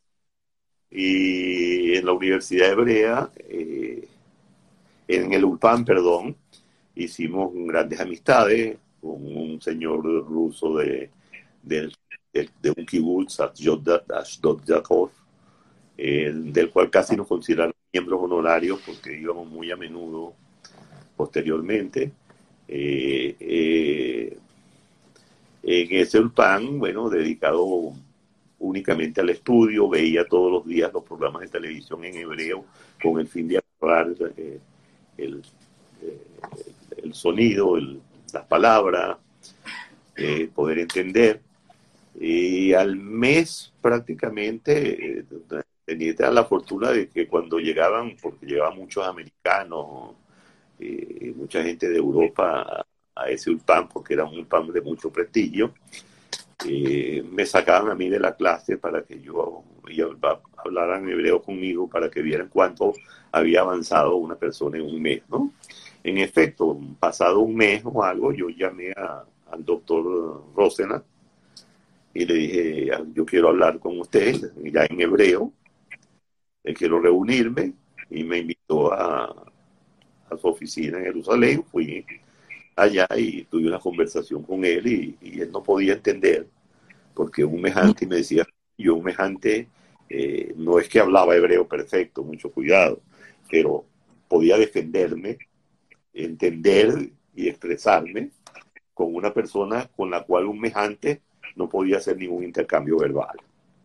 Y en la Universidad Hebrea, eh, en el Ulpan, perdón, hicimos grandes amistades con un señor ruso de, de, de, de un kibutz, Ashdod Yakov, eh, del cual casi nos consideraron miembros honorarios porque íbamos muy a menudo posteriormente. Eh, eh, en ese Ulpan, bueno, dedicado únicamente al estudio, veía todos los días los programas de televisión en hebreo con el fin de agarrar eh, el, eh, el sonido, el, las palabras, eh, poder entender. Y al mes prácticamente eh, tenía la fortuna de que cuando llegaban, porque llegaban muchos americanos, eh, mucha gente de Europa a, a ese Ulpan, porque era un Ulpan de mucho prestigio, eh, me sacaban a mí de la clase para que yo, yo hablaran hebreo conmigo para que vieran cuánto había avanzado una persona en un mes, ¿no? En efecto, pasado un mes o algo, yo llamé a, al doctor Rosenat y le dije, yo quiero hablar con usted, ya en hebreo, eh, quiero reunirme, y me invitó a, a su oficina en Jerusalén. Fui allá y tuve una conversación con él y, y él no podía entender, porque un mejante, y me decía, yo un mejante, eh, no es que hablaba hebreo perfecto, mucho cuidado, pero podía defenderme, entender y expresarme con una persona con la cual un mejante no podía hacer ningún intercambio verbal.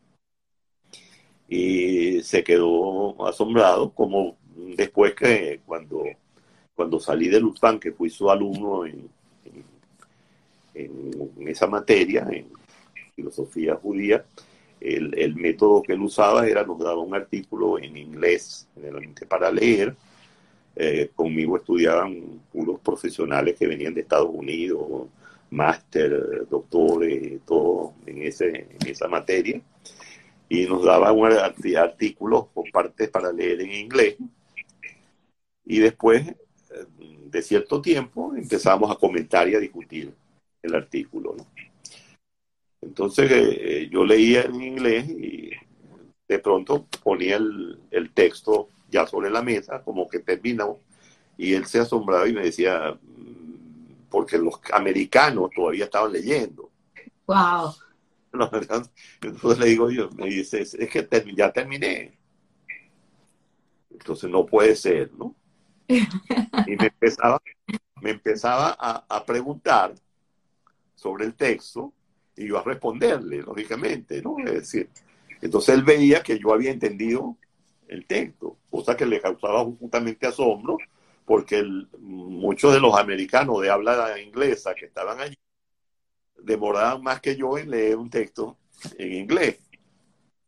Y se quedó asombrado, como después que cuando, cuando salí del Ulpan, que fui su alumno en, en, en esa materia, en filosofía judía, el, el método que él usaba era, nos daba un artículo en inglés, generalmente para leer. Eh, conmigo estudiaban unos profesionales que venían de Estados Unidos, máster, doctores, todo en, ese, en esa materia, y nos daba un artículos por partes para leer en inglés, y después de cierto tiempo empezamos a comentar y a discutir el artículo, ¿no? Entonces eh, yo leía en inglés y de pronto ponía el, el texto ya sobre la mesa, como que terminó, y él se asombraba y me decía, porque los americanos todavía estaban leyendo. Wow. Entonces le digo yo, me dice, es que ter ya terminé. Entonces no puede ser, ¿no? Y me empezaba, me empezaba a, a preguntar sobre el texto y yo a responderle, lógicamente, ¿no? Es decir, entonces él veía que yo había entendido el texto, cosa que le causaba justamente asombro, porque el, muchos de los americanos de habla inglesa que estaban allí demoraban más que yo en leer un texto en inglés.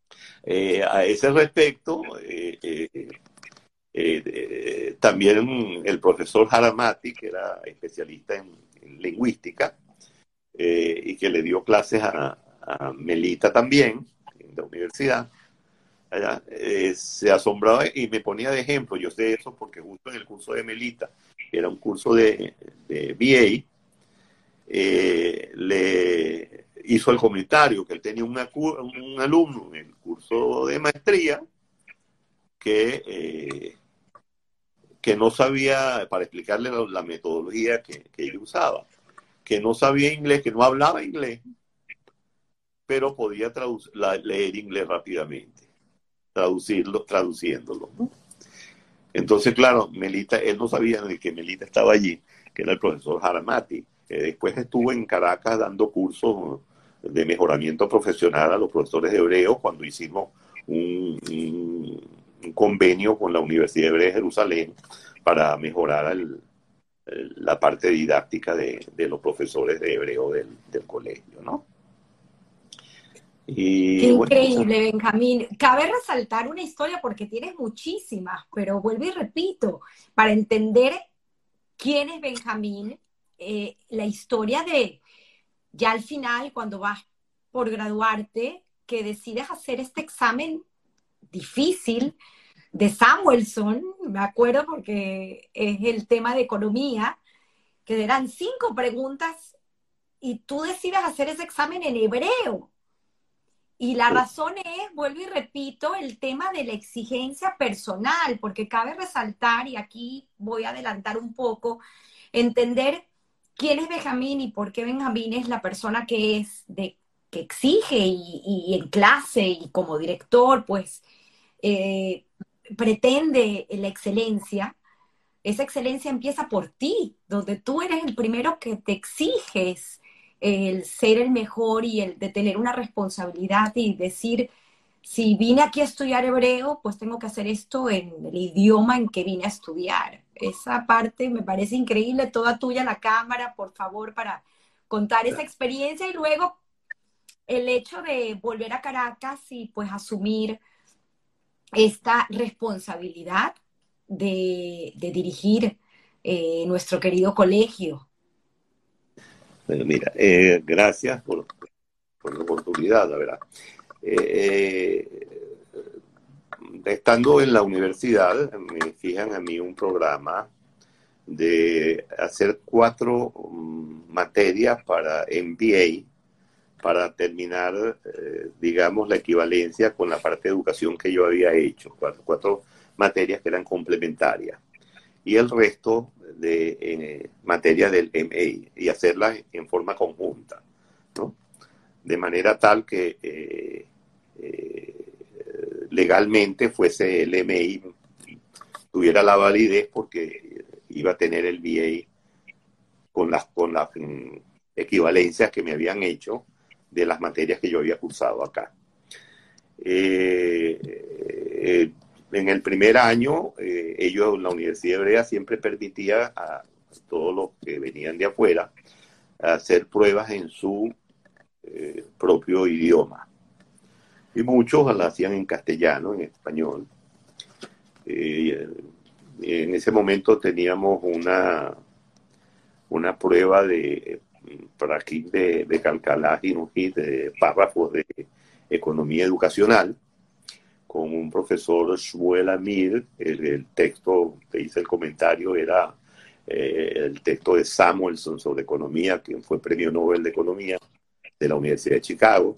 Eh, a ese respecto, eh, eh, eh, eh, también el profesor Jaramati, que era especialista en, en lingüística, eh, y que le dio clases a, a Melita también, en la universidad, allá, eh, se asombraba y me ponía de ejemplo. Yo sé eso porque justo en el curso de Melita, que era un curso de, de B A, eh, le hizo el comentario que él tenía una, un alumno en el curso de maestría que, eh, que no sabía, para explicarle la, la metodología que, que ella usaba, que no sabía inglés, que no hablaba inglés, pero podía la, leer inglés rápidamente, traducirlo, traduciéndolo, ¿no? Entonces, claro, Melita, él no sabía de que Melita estaba allí, que era el profesor Jaramati, que después estuvo en Caracas dando cursos de mejoramiento profesional a los profesores de hebreo cuando hicimos un, un, un convenio con la Universidad Hebrea de Jerusalén para mejorar el, el, la parte didáctica de, de los profesores de hebreo del, del colegio, ¿no? Qué Y bueno, increíble, Benjamín. Cabe resaltar una historia porque tienes muchísimas, pero vuelvo y repito, para entender quién es Benjamín, eh, la historia de ya al final, cuando vas por graduarte, que decides hacer este examen difícil de Samuelson, me acuerdo porque es el tema de economía, que eran cinco preguntas y tú decides hacer ese examen en hebreo. Y la razón es, vuelvo y repito, el tema de la exigencia personal, porque cabe resaltar, y aquí voy a adelantar un poco, entender quién es Benjamín y por qué Benjamín es la persona que es, de, que exige y, y en clase y como director, pues eh, pretende la excelencia. Esa excelencia empieza por ti, donde tú eres el primero que te exiges el ser el mejor y el de tener una responsabilidad y decir, si vine aquí a estudiar hebreo, pues tengo que hacer esto en el idioma en que vine a estudiar. Esa parte me parece increíble, toda tuya la cámara, por favor, para contar esa experiencia y luego el hecho de volver a Caracas y pues asumir esta responsabilidad de, de dirigir eh, nuestro querido colegio. Bueno, mira, eh, gracias por, por la oportunidad, la verdad. Eh, estando en la universidad, me fijan a mí un programa de hacer cuatro um, materias para M B A, para terminar, eh, digamos, la equivalencia con la parte de educación que yo había hecho, cuatro, cuatro materias que eran complementarias, y el resto de eh, materias del M A, y hacerlas en forma conjunta, ¿no? De manera tal que eh, eh, legalmente fuese el M A, tuviera la validez porque iba a tener el B A con las, con las mm, equivalencias que me habían hecho de las materias que yo había cursado acá. Eh, eh, en el primer año, eh, ellos, la Universidad Hebrea, siempre permitía a todos los que venían de afuera hacer pruebas en su eh, propio idioma. Y muchos las hacían en castellano, en español. Eh, en ese momento teníamos una, una prueba de de, de Calcalá y de párrafos de economía educacional con un profesor Shmuel Amir. El, el texto que hice el comentario era eh, el texto de Samuelson sobre economía, quien fue premio Nobel de Economía de la Universidad de Chicago.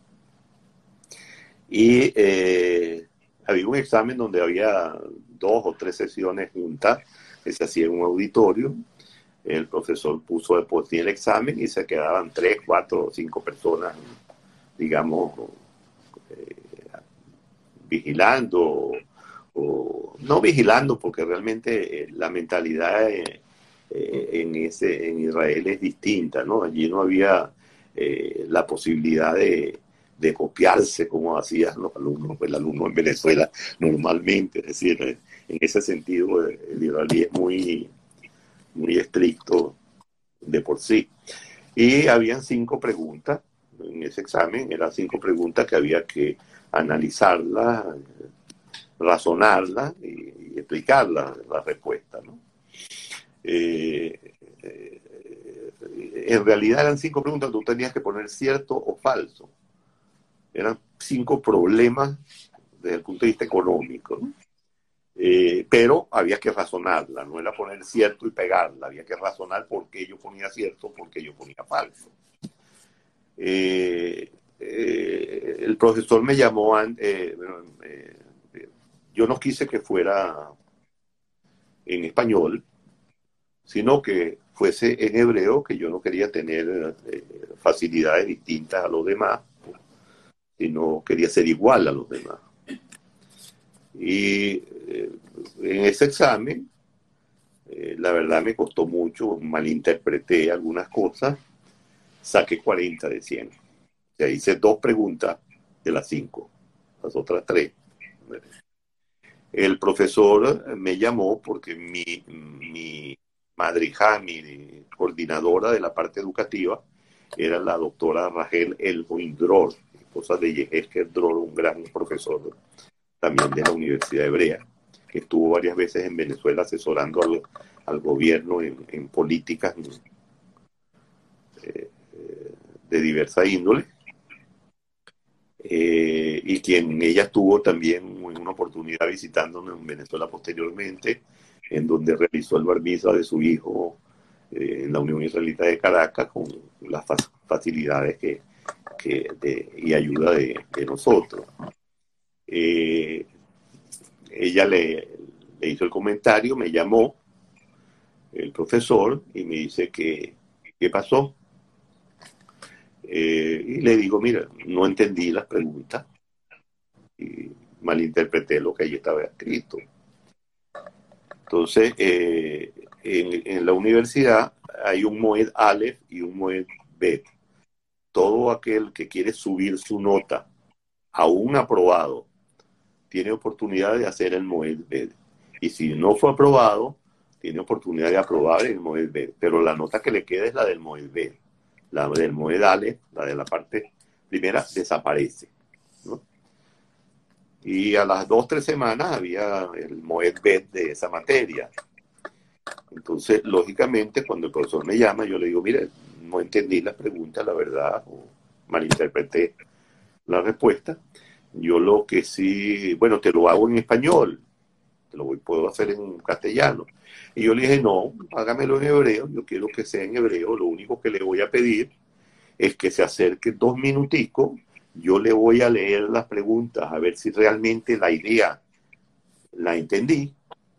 Y eh, había un examen donde había dos o tres sesiones juntas que se hacía en un auditorio. El profesor puso de por sí el examen y se quedaban tres, cuatro o cinco personas, digamos, eh, vigilando, o, o no vigilando, porque realmente eh, la mentalidad eh, eh, en, ese, en Israel es distinta, ¿no? Allí no había eh, la posibilidad de, de copiarse como hacían los alumnos, el alumno en Venezuela normalmente. Es decir, eh, en ese sentido el israelí es muy, muy estricto de por sí. Y habían cinco preguntas en ese examen, eran cinco preguntas que había que analizarla, razonarla y, y explicarla, la respuesta, ¿no? Eh, eh, en realidad eran cinco preguntas, tú tenías que poner cierto o falso. Eran cinco problemas desde el punto de vista económico, ¿no? Eh, pero había que razonarla, no era poner cierto y pegarla, había que razonar por qué yo ponía cierto, por qué yo ponía falso. Eh, eh, el profesor me llamó, eh, eh, yo no quise que fuera en español, sino que fuese en hebreo, que yo no quería tener eh, facilidades distintas a los demás, sino quería ser igual a los demás. Y eh, en ese examen, eh, la verdad me costó mucho, malinterpreté algunas cosas, saqué cuarenta de cien. O sea, hice dos preguntas de las cinco, las otras tres. El profesor me llamó porque mi, mi madrija, mi coordinadora de la parte educativa, era la doctora Rachel Elboin-Dror, esposa de Yehezkel Dror, un gran profesor también de la Universidad Hebrea, que estuvo varias veces en Venezuela asesorando al, al gobierno en, en políticas eh, de diversa índole. Eh, y quien ella estuvo también en una oportunidad visitándonos en Venezuela posteriormente, en donde realizó el bar mitzvah de su hijo eh, en la Unión Israelita de Caracas, con las facilidades que, que de, y ayuda de, de nosotros. Eh, ella le, le hizo el comentario, me llamó el profesor y me dice que qué pasó. Eh, y le digo, mira, no entendí las preguntas y malinterpreté lo que allí estaba escrito. Entonces, eh, en, en la universidad hay un Moed Aleph y un Moed Bet. Todo aquel que quiere subir su nota a un aprobado tiene oportunidad de hacer el Moed Bet. Y si no fue aprobado, tiene oportunidad de aprobar el Moed Bet. Pero la nota que le queda es la del Moed Bet. La del Moed Aleph, la de la parte primera, desaparece, ¿no? Y a las dos, tres semanas había el Moed Bet de esa materia. Entonces, lógicamente, cuando el profesor me llama, yo le digo, mire, no entendí la pregunta, la verdad, o malinterpreté la respuesta. Yo lo que sí, bueno, te lo hago en español, te lo puedo hacer en castellano. Y yo le dije, no, hágamelo en hebreo, yo quiero que sea en hebreo, lo único que le voy a pedir es que se acerque dos minuticos, yo le voy a leer las preguntas, a ver si realmente la idea la entendí,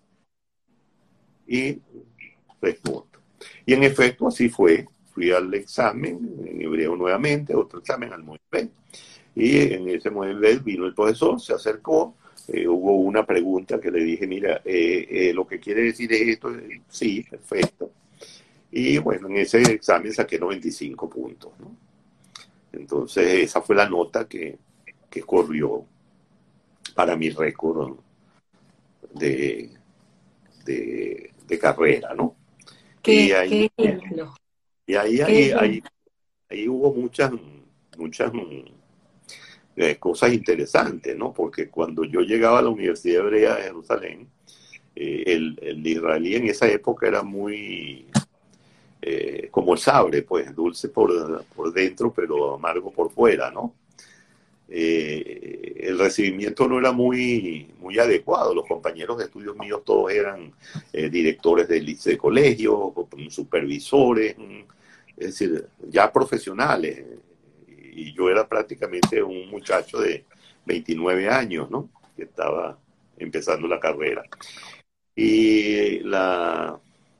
y respondo. Y en efecto así fue, fui al examen en hebreo nuevamente, otro examen al Moed Bet, y en ese Moed Bet vino el profesor, se acercó, eh, hubo una pregunta que le dije, mira, eh, eh, lo que quiere decir es esto, sí, perfecto. Y bueno, en ese examen saqué noventa y cinco puntos, ¿no? Entonces esa fue la nota que, que corrió para mi récord de, de, de carrera, ¿no? Y Qué, ahí, qué ejemplo, y ahí, qué ahí, ahí, ejemplo. ahí hubo muchas, muchas eh, cosas interesantes, ¿no? Porque cuando yo llegaba a la Universidad Hebrea de Jerusalén, eh, el, el israelí en esa época era muy eh, como el sabre, pues dulce por, por dentro, pero amargo por fuera, ¿no? Eh, el recibimiento no era muy, muy adecuado. Los compañeros de estudios míos todos eran eh, directores de, de colegios, supervisores, es decir, ya profesionales. Y yo era prácticamente un muchacho de veintinueve años, ¿no? Que estaba empezando la carrera. Y la,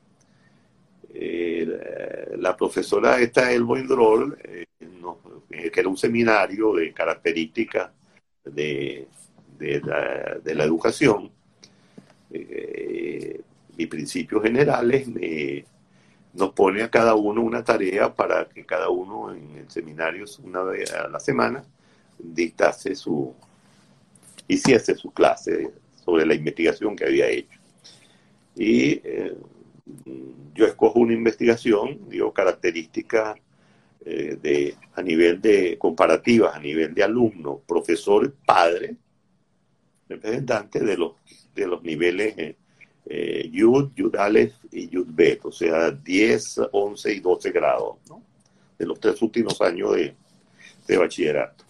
eh, la profesora esta, Elboin Dror, eh, no, eh, que era un seminario de características de, de, la, de la educación eh, y principios generales, me, nos pone a cada uno una tarea para que cada uno en el seminario una vez a la semana dictase su, hiciese su clase sobre la investigación que había hecho. Y eh, yo escojo una investigación, digo, características eh, de a nivel de comparativas, a nivel de alumnos, profesores, padres, representantes de los, de los niveles eh, eh, Yud, Yud Aleph y Yud Bet, o sea, diez, once y doce grados, ¿no? De los tres últimos años de, de bachillerato.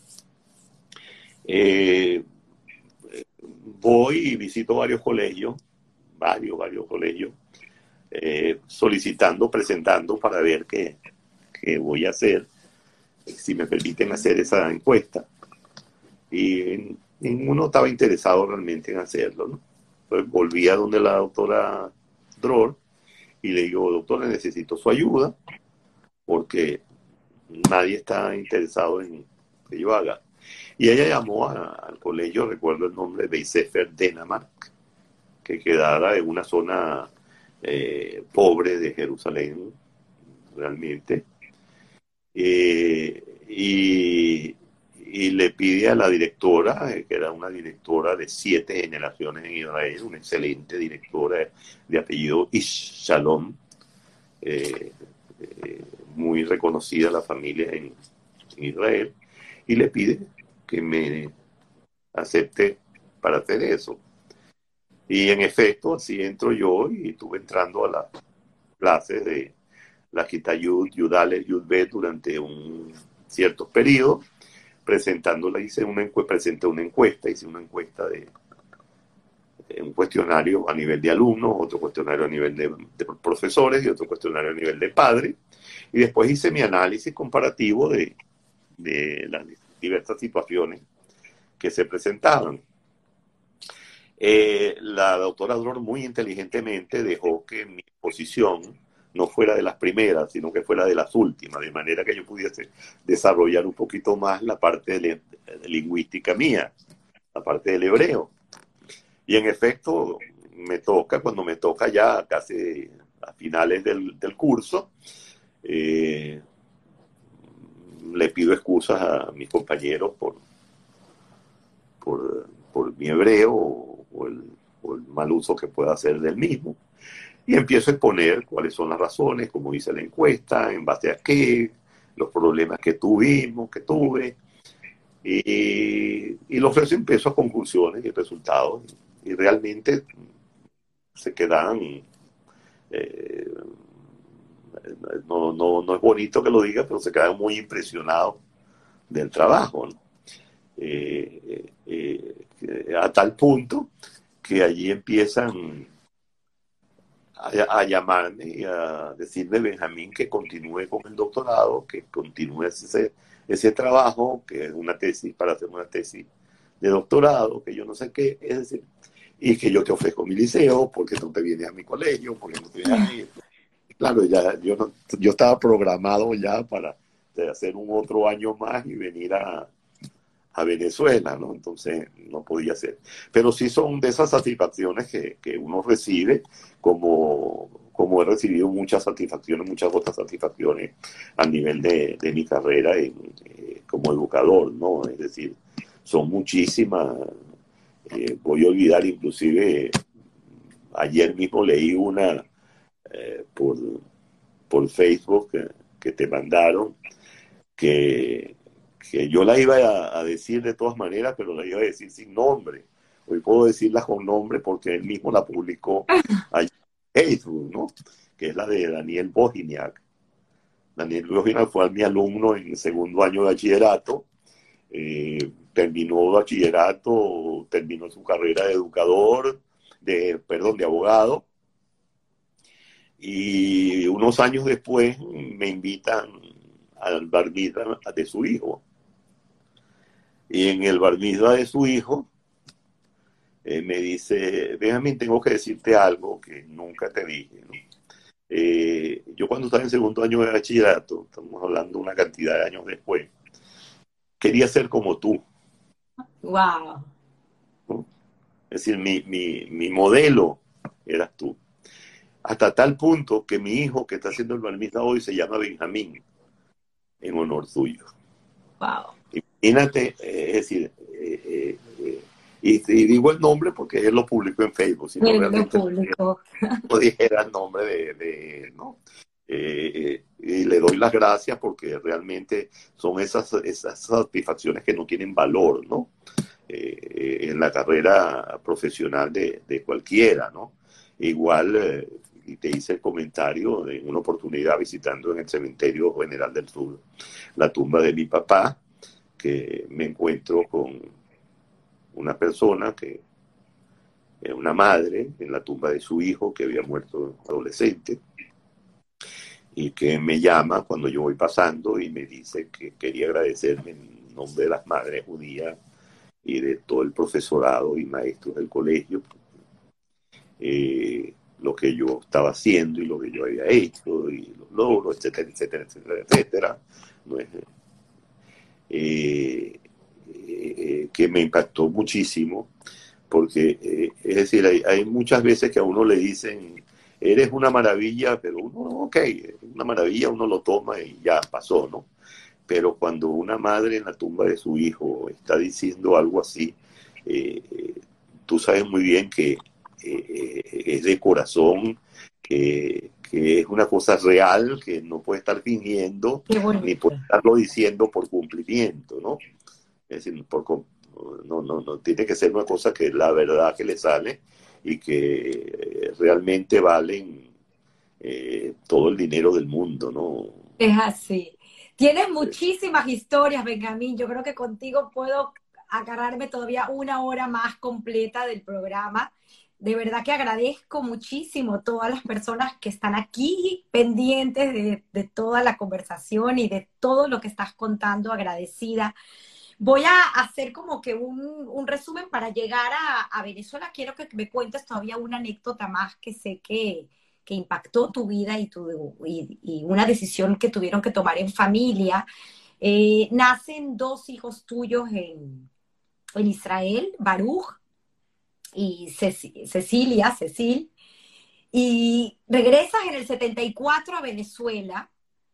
Eh, voy y visito varios colegios, varios, varios colegios, eh, solicitando, presentando para ver qué, qué voy a hacer, si me permiten hacer esa encuesta. Y ninguno estaba interesado realmente en hacerlo, ¿no? Entonces volví a donde la doctora Dror y le digo, doctora, necesito su ayuda porque nadie está interesado en que yo haga. Y ella llamó a, al colegio, recuerdo el nombre, Beisefer Dinamark, que quedara en una zona eh, pobre de Jerusalén, realmente. Eh, y, y le pide a la directora, eh, que era una directora de siete generaciones en Israel, una excelente directora de, de apellido Ish Shalom, eh, eh, muy reconocida la familia en, en Israel, y le pide que me acepte para hacer eso. Y en efecto, así entro yo y estuve entrando a las clases de la Kita Yud, Yud Aleph, Yud Bet durante un ciertos periodos, presentándola, hice una encuesta, presenté una encuesta, hice una encuesta de, de un cuestionario a nivel de alumnos, otro cuestionario a nivel de, de profesores y otro cuestionario a nivel de padres, y después hice mi análisis comparativo de, de las diversas situaciones que se presentaban. Eh, la doctora Dror muy inteligentemente dejó que mi exposición no fuera de las primeras, sino que fuera de las últimas, de manera que yo pudiese desarrollar un poquito más la parte de, de lingüística mía, la parte del hebreo. Y en efecto, me toca, cuando me toca ya casi a finales del, del curso, eh, le pido excusas a mis compañeros por, por, por mi hebreo o, o, el, o el mal uso que pueda hacer del mismo. Y empiezo a exponer cuáles son las razones, como dice la encuesta, en base a qué, los problemas que tuvimos, que tuve, y, y los empiezo a conclusiones y resultados, y realmente se quedan, eh, no, no, no es bonito que lo diga, pero se quedan muy impresionados del trabajo, ¿no? Eh, eh, eh, a tal punto que allí empiezan A, a llamarme y a decirme, Benjamín, que continúe con el doctorado, que continúe ese, ese trabajo, que es una tesis para hacer una tesis de doctorado, que yo no sé qué, es decir, y que yo te ofrezco mi liceo, porque no te vienes a mi colegio, porque no te vienes a mí. Claro, ya, yo, no, yo estaba programado ya para hacer un otro año más y venir a, a Venezuela, ¿no? Entonces no podía ser. Pero sí son de esas satisfacciones que, que uno recibe, como, como he recibido muchas satisfacciones, muchas otras satisfacciones a nivel de, de mi carrera en, eh, como educador, ¿no? Es decir, son muchísimas. Eh, voy a olvidar, inclusive, ayer mismo leí una eh, por, por Facebook que, que te mandaron, que que yo la iba a, a decir de todas maneras, pero la iba a decir sin nombre. Hoy puedo decirla con nombre porque él mismo la publicó allí en Facebook, ¿no? Que es la de Daniel Bojiniak. Daniel Bojiniak fue mi alumno en el segundo año de bachillerato. Eh, terminó bachillerato, terminó su carrera de educador, de, perdón, de abogado. Y unos años después me invitan al bar mitzvah de su hijo. Y en el bar mitzvah de su hijo, eh, me dice, Benjamín, tengo que decirte algo que nunca te dije, ¿no? Eh, yo cuando estaba en segundo año de bachillerato, estamos hablando de una cantidad de años después, quería ser como tú. Wow. ¿No? Es decir, mi, mi, mi modelo eras tú. Hasta tal punto que mi hijo, que está haciendo el bar mitzvah hoy, se llama Benjamín, en honor tuyo. Wow. Imagínate, eh, es decir, eh, eh, y, y digo el nombre porque él lo publicó en Facebook, si no Él lo realmente publicó. no dijera el nombre de, de ¿no? Eh, y le doy las gracias porque realmente son esas, esas satisfacciones que no tienen valor, ¿no? Eh, en la carrera profesional de, de cualquiera, ¿no? Igual, eh, y te hice el comentario de una oportunidad visitando en el Cementerio General del Sur la tumba de mi papá, que me encuentro con una persona que es una madre en la tumba de su hijo que había muerto adolescente y que me llama cuando yo voy pasando y me dice que quería agradecerme en nombre de las madres judías y de todo el profesorado y maestros del colegio, eh, lo que yo estaba haciendo y lo que yo había hecho y los logros, etcétera, etcétera, etcétera, etcétera. No es, eh, eh, que me impactó muchísimo porque, eh, es decir, hay, hay muchas veces que a uno le dicen, eres una maravilla, pero uno, ok, una maravilla, uno lo toma y ya pasó, ¿no? Pero cuando una madre en la tumba de su hijo está diciendo algo así, eh, eh, tú sabes muy bien que eh, es de corazón, que, que es una cosa real, que no puede estar fingiendo, Qué ni bonito. puede estarlo diciendo por cumplimiento, ¿no? Es decir, por, no, no, no, tiene que ser una cosa que la verdad que le sale y que realmente valen eh, todo el dinero del mundo, ¿no? Es así. Tienes muchísimas historias, Benjamín. Yo creo que contigo puedo agarrarme todavía una hora más completa del programa. De verdad que agradezco muchísimo a todas las personas que están aquí pendientes de, de toda la conversación y de todo lo que estás contando, agradecida. Voy a hacer como que un, un resumen para llegar a, a Venezuela. Quiero que me cuentes todavía una anécdota más que sé que, que impactó tu vida y, tu, y, y una decisión que tuvieron que tomar en familia. Eh, nacen dos hijos tuyos en, en Israel, Baruch y Ceci- Cecilia, Cecil, y regresas en el setenta y cuatro a Venezuela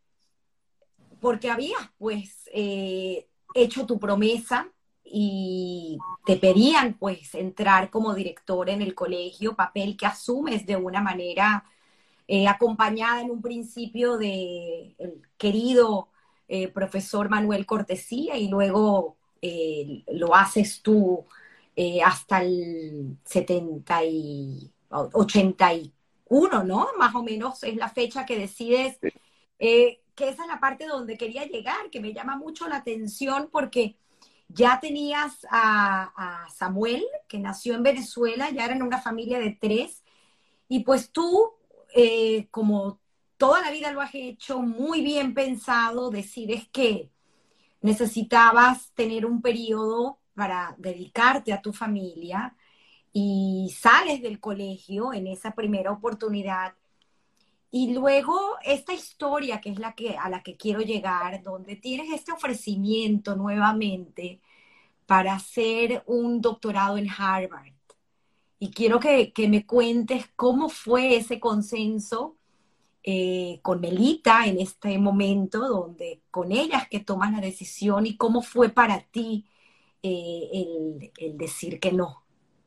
porque habías pues eh, hecho tu promesa y te pedían pues entrar como director en el colegio, papel que asumes de una manera eh, acompañada en un principio de el querido eh, profesor Manuel Cortesía y luego eh, lo haces tú eh, hasta el setenta y ochenta y uno, ¿no? Más o menos es la fecha que decides eh, que esa es la parte donde quería llegar, que me llama mucho la atención porque ya tenías a, a Samuel, que nació en Venezuela, ya eran una familia de tres, y pues tú, eh, como toda la vida lo has hecho, muy bien pensado, decides que necesitabas tener un periodo para dedicarte a tu familia y sales del colegio en esa primera oportunidad y luego esta historia, que es la que, a la que quiero llegar, donde tienes este ofrecimiento nuevamente para hacer un doctorado en Harvard. Y quiero que, que me cuentes cómo fue ese consenso eh, con Melita en este momento, donde con ella es que tomas la decisión y cómo fue para ti eh, el, el decir que no.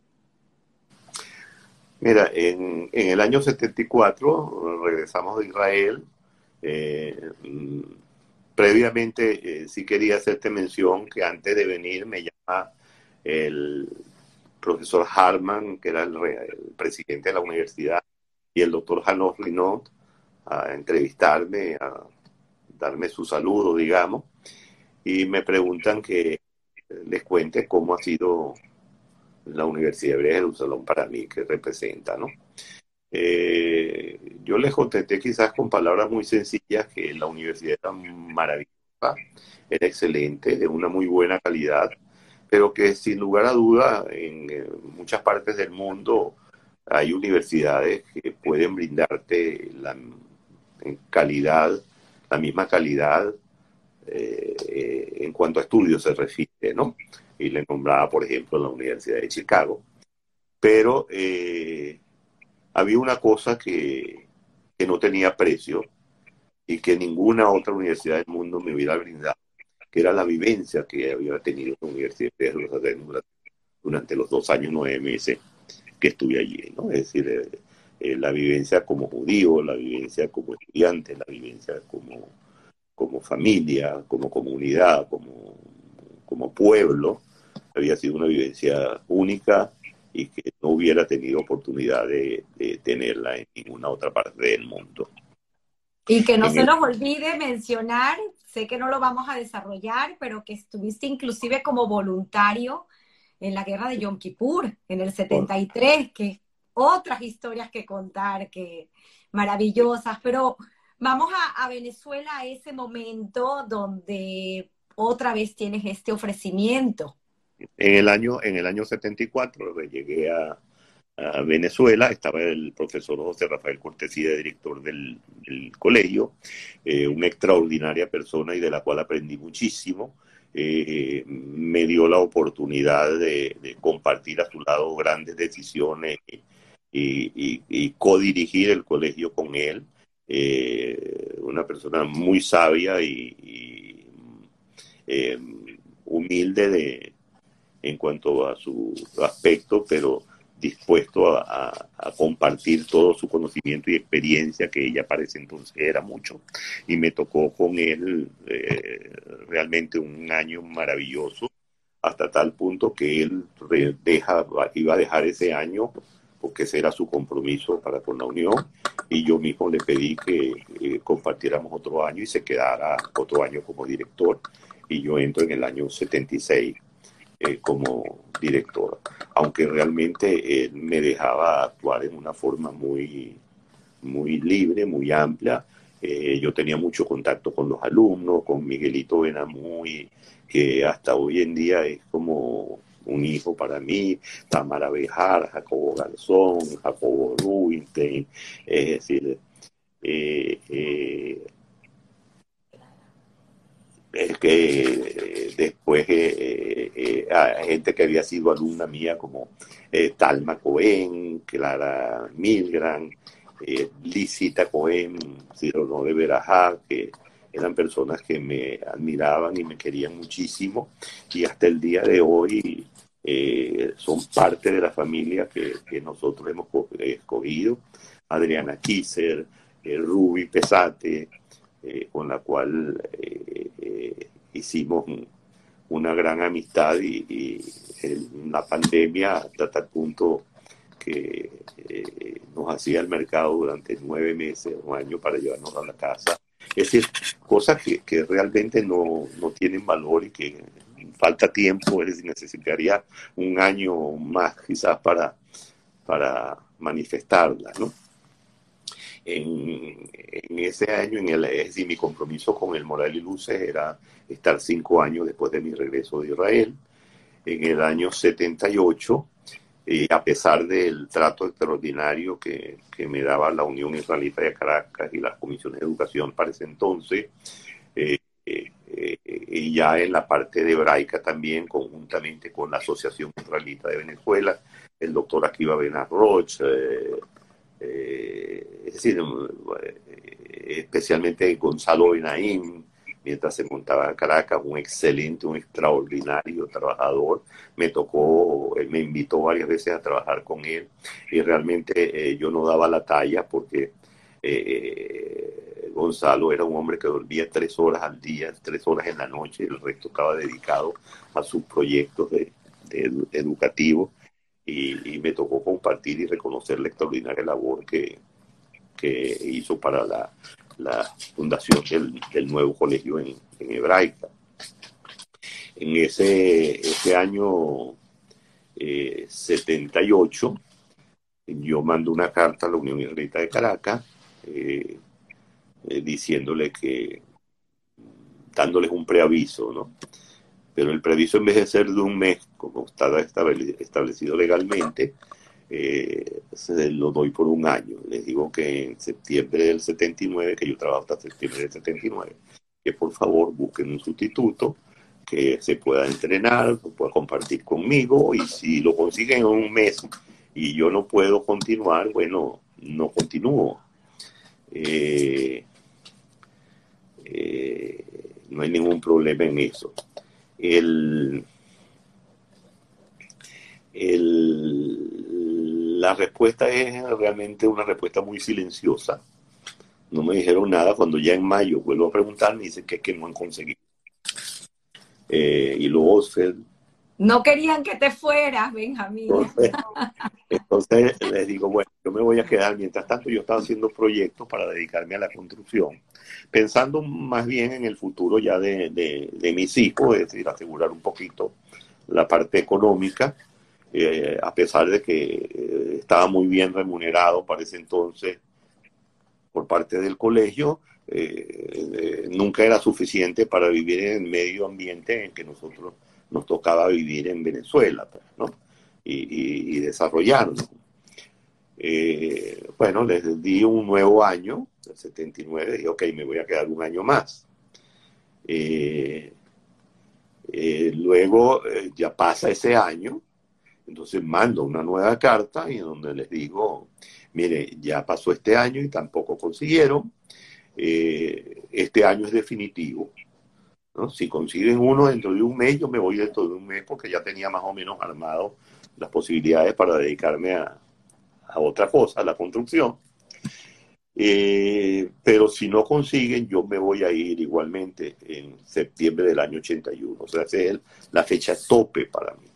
Mira, en, en el año setenta y cuatro regresamos de Israel. Eh, mm, previamente, eh, sí quería hacerte mención que antes de venir me llama el profesor Harman, que era el, re- el presidente de la universidad, y el doctor Hanoch Linot a entrevistarme, a darme su saludo, digamos, y me preguntan que les cuente cómo ha sido la Universidad Hebrea de Jerusalén para mí, que representa, ¿no? Eh, yo les contesté quizás con palabras muy sencillas que la universidad era maravillosa, era excelente, de una muy buena calidad, pero que sin lugar a duda en eh, muchas partes del mundo hay universidades que pueden brindarte la en calidad, la misma calidad eh, eh, en cuanto a estudios se refiere, ¿no? Y le nombraba, por ejemplo, la Universidad de Chicago. Pero eh, había una cosa que, que no tenía precio y que ninguna otra universidad del mundo me hubiera brindado, que era la vivencia que había tenido la Universidad de Jerusalén durante los dos años, nueve meses que estuve allí, ¿no? Es decir, eh, eh, la vivencia como judío, la vivencia como estudiante, la vivencia como, como familia, como comunidad, como, como pueblo, había sido una vivencia única y que no hubiera tenido oportunidad de, de tenerla en ninguna otra parte del mundo. Y que no En se el, nos olvide mencionar, sé que no lo vamos a desarrollar, pero que estuviste inclusive como voluntario en la guerra de Yom Kippur, en el setenta y tres, que otras historias que contar, que maravillosas, pero vamos a, a Venezuela a ese momento donde otra vez tienes este ofrecimiento. en el año, en el año setenta y cuatro llegué a, a Venezuela, estaba el profesor José Rafael Cortesía, director del, del colegio, eh, una extraordinaria persona y de la cual aprendí muchísimo. Eh, me dio la oportunidad de, de compartir a su lado grandes decisiones y, y, y codirigir el colegio con él. Eh, una persona muy sabia y, y eh, humilde de, en cuanto a su aspecto, pero dispuesto a, a, a, compartir todo su conocimiento y experiencia, que ella para ese entonces era mucho, y me tocó con él eh, realmente un año maravilloso, hasta tal punto que él deja, iba a dejar ese año, porque ese era su compromiso para con la Unión, y yo mismo le pedí que eh, compartiéramos otro año y se quedara otro año como director, y yo entro en el año setenta y seis Eh, como director, aunque realmente él me dejaba actuar en una forma muy, muy libre, muy amplia. Eh, yo tenía mucho contacto con los alumnos, con Miguelito Benamuy, que hasta hoy en día es como un hijo para mí, Tamara Bejar, Jacobo Garzón, Jacobo Rubinstein, es decir, eh, eh, es que eh, después eh, eh, eh, gente que había sido alumna mía como eh, Talma Cohen, Clara Milgram, eh, Lisita Cohen, Ciro de Verajá, que eran personas que me admiraban y me querían muchísimo, y hasta el día de hoy eh, son parte de la familia que, que nosotros hemos escogido. Adriana Kisser, eh, Ruby Pesate, eh, con la cual eh, eh, hicimos un, una gran amistad, y, y en la pandemia hasta tal punto que eh, nos hacía el mercado durante nueve meses, un año, para llevarnos a la casa. Es decir, cosas que, que realmente no, no tienen valor y que falta tiempo, es decir, necesitaría un año más quizás para, para manifestarlas, ¿no? En, en, ese año, en el, es decir, mi compromiso con el Moral y Luces era estar cinco años después de mi regreso de Israel. En el año setenta y ocho, eh, a pesar del trato extraordinario que, que me daba la Unión Israelita de Caracas y las comisiones de educación para ese entonces, eh, eh, eh, y ya en la parte de hebraica también, conjuntamente con la Asociación Israelita de Venezuela, el doctor Akiva Ben-Arroch, eh, Eh, es decir, eh, especialmente Gonzalo Benaim, mientras se montaba en Caracas, un excelente, un extraordinario trabajador. Me tocó, él me invitó varias veces a trabajar con él, y realmente eh, yo no daba la talla porque eh, Gonzalo era un hombre que dormía tres horas al día, tres horas en la noche, el resto estaba dedicado a sus proyectos de, de educativos. Y, y me tocó compartir y reconocer la extraordinaria labor que, que hizo para la, la fundación del, del nuevo colegio en, en hebraica. En ese, ese año eh, setenta y ocho, yo mando una carta a la Unión Israelita de Caracas eh, eh, diciéndole que, dándoles un preaviso, ¿no? Pero el preaviso, en vez de ser de un mes, como estaba establecido legalmente, eh, se lo doy por un año. Les digo que en septiembre del setenta y nueve, que yo trabajo hasta septiembre del setenta y nueve, que por favor busquen un sustituto que se pueda entrenar, que pueda compartir conmigo, y si lo consiguen en un mes y yo no puedo continuar, bueno, no continúo. Eh, eh, no hay ningún problema en eso. El, el, la respuesta es realmente una respuesta muy silenciosa. No me dijeron nada. Cuando ya en mayo vuelvo a preguntar, me dicen que es que no han conseguido. Eh, y luego se, No querían que te fueras, Benjamín. entonces, entonces les digo, bueno, yo me voy a quedar. Mientras tanto, yo estaba haciendo proyectos para dedicarme a la construcción, pensando más bien en el futuro ya de, de, de mis hijos, es decir, asegurar un poquito la parte económica, eh, a pesar de que eh, estaba muy bien remunerado para ese entonces por parte del colegio. Eh, eh, nunca era suficiente para vivir en el medio ambiente en que nosotros nos tocaba vivir en Venezuela, pues, ¿no? Y, y, y desarrollarnos. Eh, bueno, les di un nuevo año, el setenta y nueve, dije, ok, me voy a quedar un año más. Eh, eh, luego eh, ya pasa ese año, entonces mando una nueva carta y donde les digo, mire, ya pasó este año y tampoco consiguieron, eh, este año es definitivo, ¿no? Si consiguen uno dentro de un mes, yo me voy dentro de un mes porque ya tenía más o menos armado las posibilidades para dedicarme a, a otra cosa, a la construcción. Eh, pero si no consiguen, yo me voy a ir igualmente en septiembre del año ochenta y uno. O sea, esa es el, la fecha tope para mí.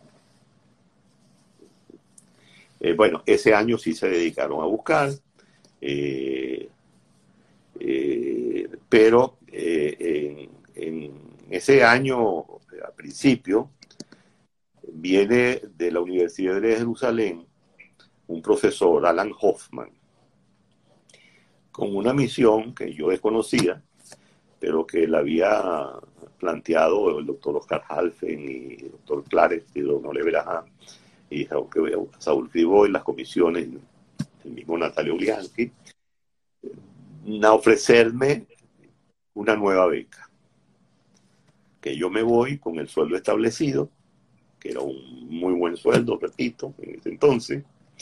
Eh, bueno, ese año sí se dedicaron a buscar, eh, eh, pero eh, en, en ese año, al principio, viene de la Universidad de Jerusalén un profesor, Alan Hoffman, con una misión que yo desconocía, pero que la había planteado el doctor Oscar Halfen y el doctor Clarence y el doctor Leveraja y Saúl Cribó en las comisiones, el mismo Natalio Uliansky, a ofrecerme una nueva beca. Que yo me voy con el sueldo establecido, que era un muy buen sueldo, repito, en ese entonces.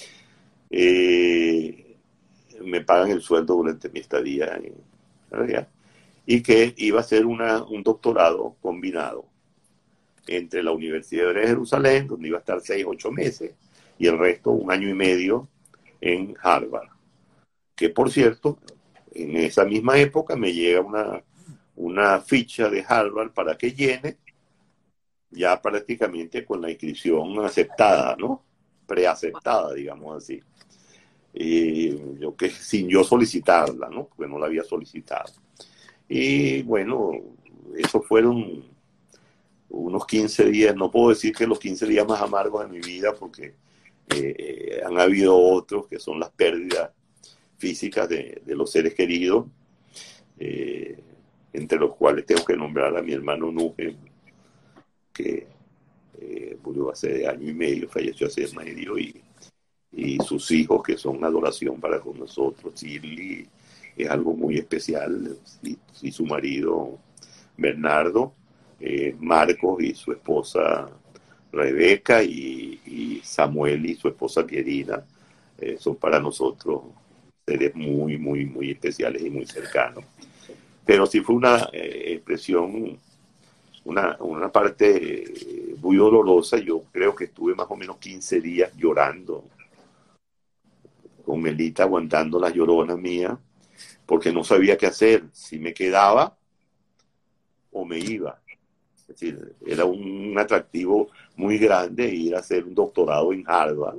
Eh, me pagan el sueldo durante mi estadía en ¿verdad? Y que iba a ser una, un doctorado combinado entre la Universidad de Jerusalén, donde iba a estar seis, ocho meses, y el resto un año y medio en Harvard. Que por cierto, en esa misma época me llega una, una ficha de Harvard para que llene, ya prácticamente con la inscripción aceptada, ¿no? Preaceptada, digamos así. Y yo que sin yo solicitarla, ¿no? Porque no la había solicitado. Y bueno, eso fueron unos quince días, no puedo decir que los quince días más amargos de mi vida, porque eh, han habido otros que son las pérdidas físicas de, de los seres queridos, eh, entre los cuales tengo que nombrar a mi hermano Nuge, que eh, murió hace año y medio, falleció hace medio, y, y sus hijos, que son adoración para con nosotros. Shirley es algo muy especial, y, y su marido Bernardo, eh, Marcos y su esposa Rebeca, y, y Samuel y su esposa Pierina, eh, son para nosotros seres muy, muy, muy especiales y muy cercanos. Pero sí fue una eh, expresión, una, una parte eh, muy dolorosa. Yo creo que estuve más o menos quince días llorando, con Melita aguantando las lloronas mías, porque no sabía qué hacer, si me quedaba o me iba. Es decir, era un atractivo muy grande ir a hacer un doctorado en Harvard,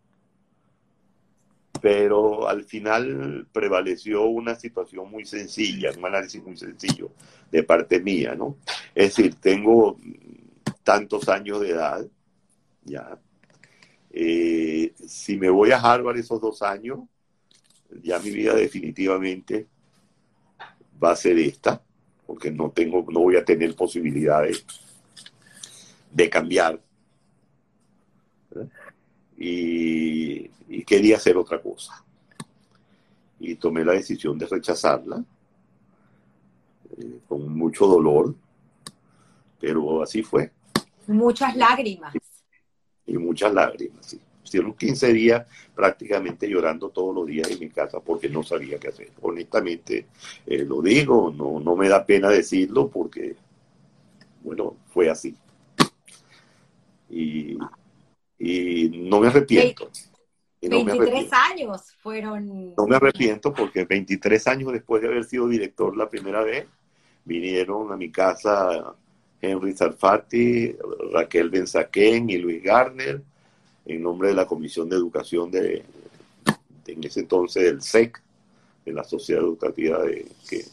pero al final prevaleció una situación muy sencilla, un análisis muy sencillo de parte mía, ¿no? Es decir, tengo tantos años de edad, ya. Eh, si me voy a Harvard esos dos años, ya mi vida definitivamente va a ser esta, porque no tengo, no voy a tener posibilidades de cambiar, ¿verdad? Y, y quería hacer otra cosa. Y tomé la decisión de rechazarla, eh, con mucho dolor, pero así fue. Muchas lágrimas. Y muchas lágrimas, sí. Hicieron quince días prácticamente llorando todos los días en mi casa porque no sabía qué hacer. Honestamente, eh, lo digo, no, no me da pena decirlo porque, bueno, fue así. Y, y no me arrepiento. Y no me veintitrés arrepiento. años fueron. No me arrepiento porque veintitrés años después de haber sido director la primera vez, vinieron a mi casa Henry Sarfati, Raquel Benzaquén y Luis Garner, en nombre de la Comisión de Educación de, de en ese entonces del S E C, de la Sociedad Educativa de, que,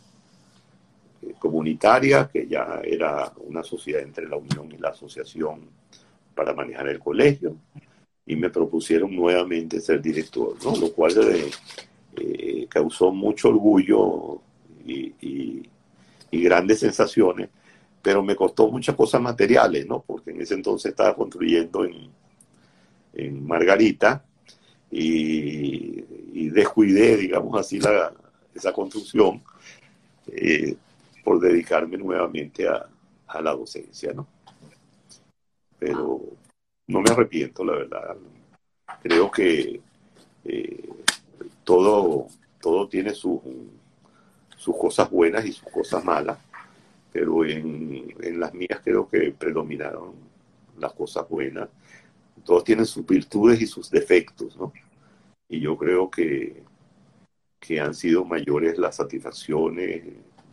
comunitaria, que ya era una sociedad entre la Unión y la Asociación para manejar el colegio, y me propusieron nuevamente ser director, ¿no? Lo cual eh, eh, causó mucho orgullo y, y, y grandes sensaciones, pero me costó muchas cosas materiales, ¿no? Porque en ese entonces estaba construyendo en, en Margarita y, y descuidé, digamos así, la, esa construcción eh, por dedicarme nuevamente a, a la docencia, ¿no? Pero no me arrepiento, la verdad. Creo que eh, todo, todo tiene sus, sus cosas buenas y sus cosas malas, pero en, en las mías creo que predominaron las cosas buenas. Todos tienen sus virtudes y sus defectos, ¿no? Y yo creo que, que han sido mayores las satisfacciones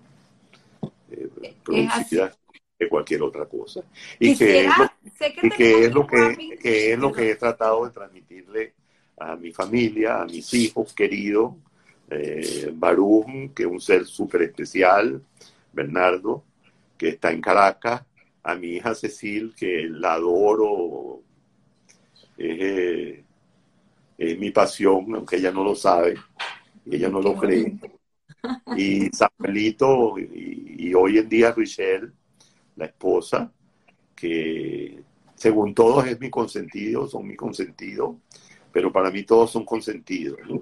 eh, Es así. producidas que cualquier otra cosa. Y que Quisiera, es lo, sé que y que tenemos es lo tiempo, que, Arvin, que es lo que perdón. he tratado de transmitirle a mi familia, a mis hijos queridos, eh, Baruch, que es un ser súper especial, Bernardo, que está en Caracas, a mi hija Cecil, que la adoro, es, eh, es mi pasión, aunque ella no lo sabe, y ella no Qué lo cree, bonito. y Samuelito, y, y hoy en día Richelle, la esposa, que según todos es mi consentido, son mi consentido, pero para mí todos son consentidos, ¿no?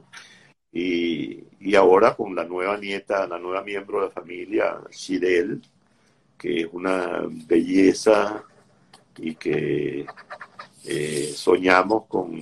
Y, y ahora con la nueva nieta, la nueva miembro de la familia, Shirel, que es una belleza y que eh, soñamos con,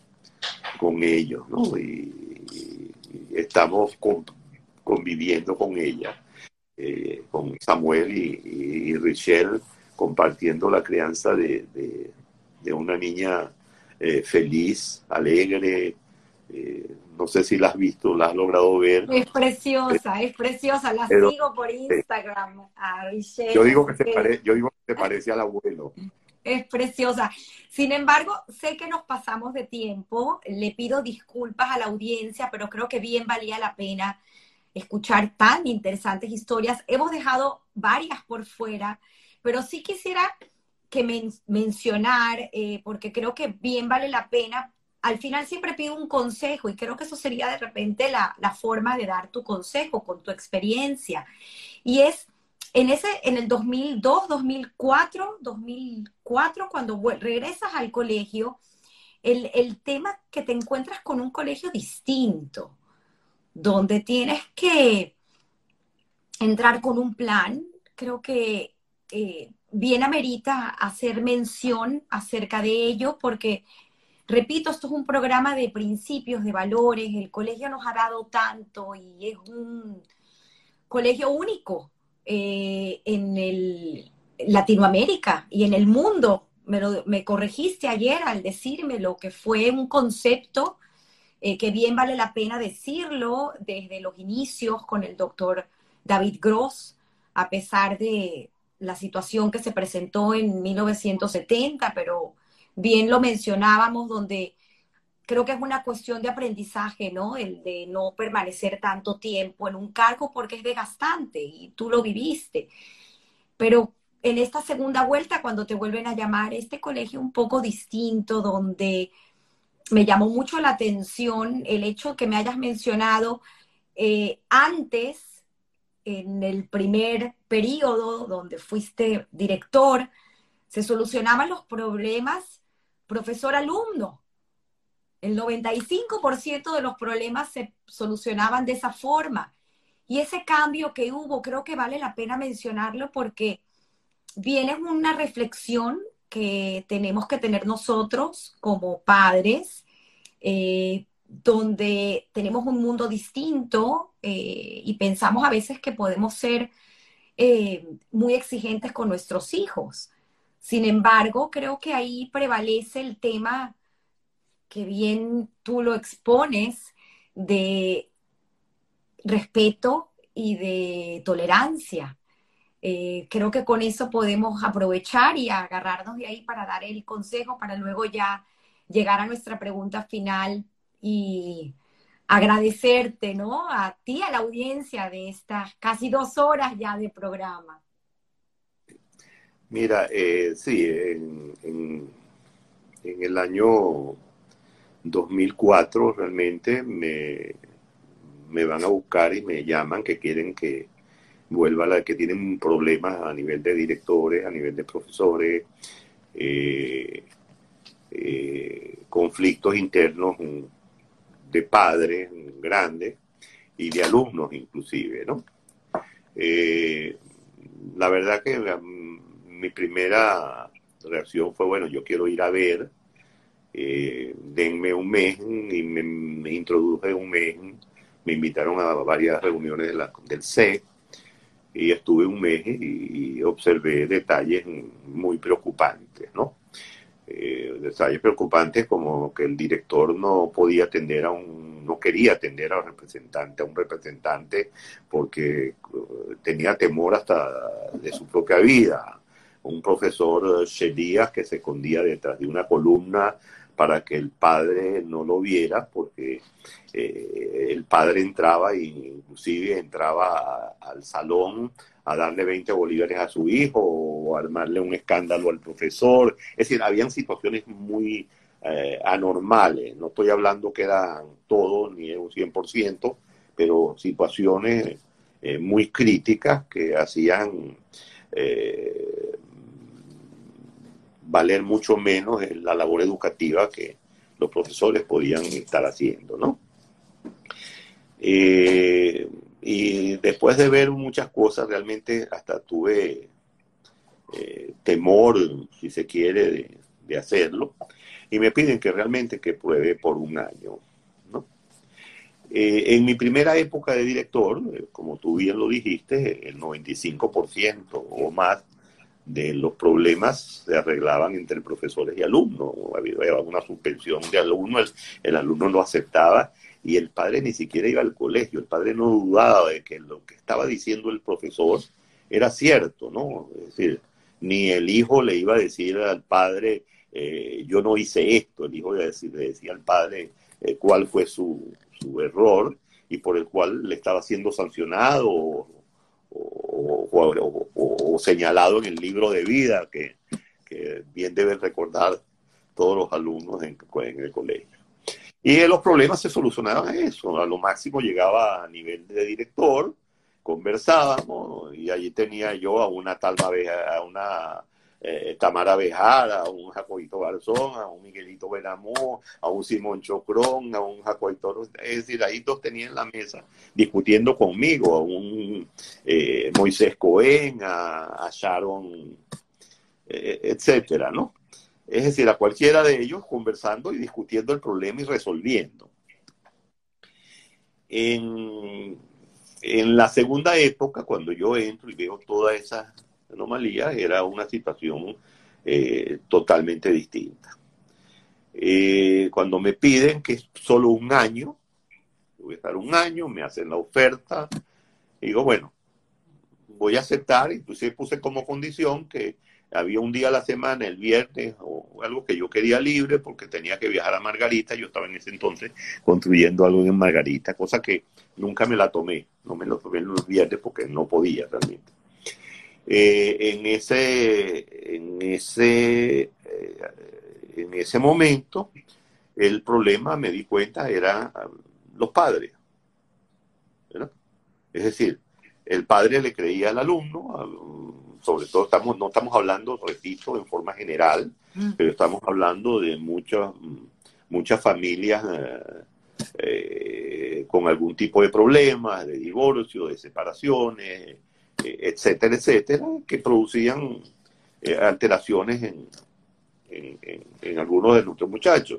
con ellos, ¿no? Y, y estamos con, conviviendo con ella, eh, con Samuel y, y, y Richelle, compartiendo la crianza de, de, de una niña eh, feliz, alegre. Eh, no sé si la has visto, la has logrado ver, Es preciosa, es preciosa. La pero sigo por eh, Instagram a yo Richelle, digo que así se que pare, yo digo que se parece al abuelo. es preciosa. Sin embargo, sé que nos pasamos de tiempo. Le pido disculpas a la audiencia, pero creo que bien valía la pena escuchar tan interesantes historias. Hemos dejado varias por fuera, pero sí quisiera que men mencionar, eh, porque creo que bien vale la pena. Al final siempre pido un consejo y creo que eso sería de repente la, la forma de dar tu consejo con tu experiencia. Y es en, ese, en el dos mil dos, dos mil cuatro, dos mil cuatro, cuando regresas al colegio, el, el tema que te encuentras con un colegio distinto, donde tienes que entrar con un plan. Creo que eh, bien amerita hacer mención acerca de ello, porque, repito, esto es un programa de principios, de valores. El colegio nos ha dado tanto y es un colegio único eh, en el Latinoamérica y en el mundo. Me, lo, me corregiste ayer al decirme lo que fue un concepto eh, que bien vale la pena decirlo desde los inicios con el doctor David Gross, a pesar de la situación que se presentó en mil novecientos setenta, pero bien lo mencionábamos, donde creo que es una cuestión de aprendizaje, ¿no? El de no permanecer tanto tiempo en un cargo porque es desgastante y tú lo viviste. Pero en esta segunda vuelta, cuando te vuelven a llamar, este colegio un poco distinto, donde me llamó mucho la atención el hecho que me hayas mencionado eh, antes, en el primer periodo donde fuiste director, se solucionaban los problemas profesor-alumno. El noventa y cinco por ciento de los problemas se solucionaban de esa forma. Y ese cambio que hubo, creo que vale la pena mencionarlo porque viene una reflexión que tenemos que tener nosotros como padres, eh, donde tenemos un mundo distinto eh, y pensamos a veces que podemos ser eh, muy exigentes con nuestros hijos. Sin embargo, creo que ahí prevalece el tema que bien tú lo expones, de respeto y de tolerancia. Eh, creo que con eso podemos aprovechar y agarrarnos de ahí para dar el consejo, para luego ya llegar a nuestra pregunta final y agradecerte, ¿no? A ti, a la audiencia de estas casi dos horas ya de programa. Mira, eh, sí, en, en, en el año dos mil cuatro realmente me, me van a buscar y me llaman que quieren que vuelva, la que tienen problemas a nivel de directores, a nivel de profesores, eh, eh, conflictos internos de padres grandes y de alumnos inclusive, ¿no? Eh, la verdad que um, mi primera reacción fue, bueno, yo quiero ir a ver, eh, denme un mes, y me, me introduje un mes, me invitaron a varias reuniones de la, del C E, y estuve un mes y, y observé detalles muy preocupantes, ¿no? Eh, detalles preocupantes como que el director no podía atender a un, no quería atender a un representante, a un representante porque uh, tenía temor hasta de su propia vida. Un profesor Shedías que se escondía detrás de una columna para que el padre no lo viera, porque eh, el padre entraba, e inclusive entraba a, al salón a darle veinte bolívares a su hijo o armarle un escándalo al profesor. Es decir, habían situaciones muy eh, anormales. No estoy hablando que eran todo ni un cien por ciento, pero situaciones eh, muy críticas que hacían eh, valer mucho menos la labor educativa que los profesores podían estar haciendo, ¿no? Eh, y después de ver muchas cosas, realmente hasta tuve eh, temor, si se quiere, de, de hacerlo. Y me piden que realmente que pruebe por un año, ¿no? Eh, en mi primera época de director, eh, como tú bien lo dijiste, el noventa y cinco por ciento o más de los problemas se arreglaban entre profesores y alumnos. Había una suspensión de alumnos, el, el alumno no aceptaba y el padre ni siquiera iba al colegio. El padre no dudaba de que lo que estaba diciendo el profesor era cierto, ¿no? Es decir, ni el hijo le iba a decir al padre, eh, yo no hice esto. El hijo le decía, le decía al padre eh, cuál fue su, su error y por el cual le estaba siendo sancionado o, o, o, o, o señalado en el libro de vida que, que bien deben recordar todos los alumnos en, en el colegio. Y los problemas se solucionaban a eso. A lo máximo llegaba a nivel de director, conversábamos y allí tenía yo a una Talma Beja, a una eh, Tamara Bejara, a un Jacobito Garzón, a un Miguelito Benamó, a un Simón Chocrón, a un Jacobito, es decir, ahí dos tenían en la mesa discutiendo conmigo, a un eh, Moisés Cohen, a, a Sharon, eh, etcétera, ¿no? Es decir, a cualquiera de ellos conversando y discutiendo el problema y resolviendo. En, en la segunda época, cuando yo entro y veo todas esas anomalías, era una situación eh, totalmente distinta. Eh, cuando me piden que es solo un año, voy a estar un año, me hacen la oferta, digo, bueno, voy a aceptar, inclusive puse como condición que había un día a la semana, el viernes, o algo que yo quería libre porque tenía que viajar a Margarita. Yo estaba en ese entonces construyendo algo en Margarita, cosa que nunca me la tomé. No me lo tomé los viernes porque no podía realmente. Eh, en ese, en ese, eh, en ese momento, el problema, me di cuenta, era los padres, ¿verdad? Es decir, el padre le creía al alumno, sobre todo estamos, no estamos hablando, repito, en forma general, mm. pero estamos hablando de muchas, muchas familias eh, eh, con algún tipo de problemas, de divorcio, de separaciones, eh, etcétera, etcétera, que producían eh, alteraciones en, en, en, en algunos de nuestros muchachos.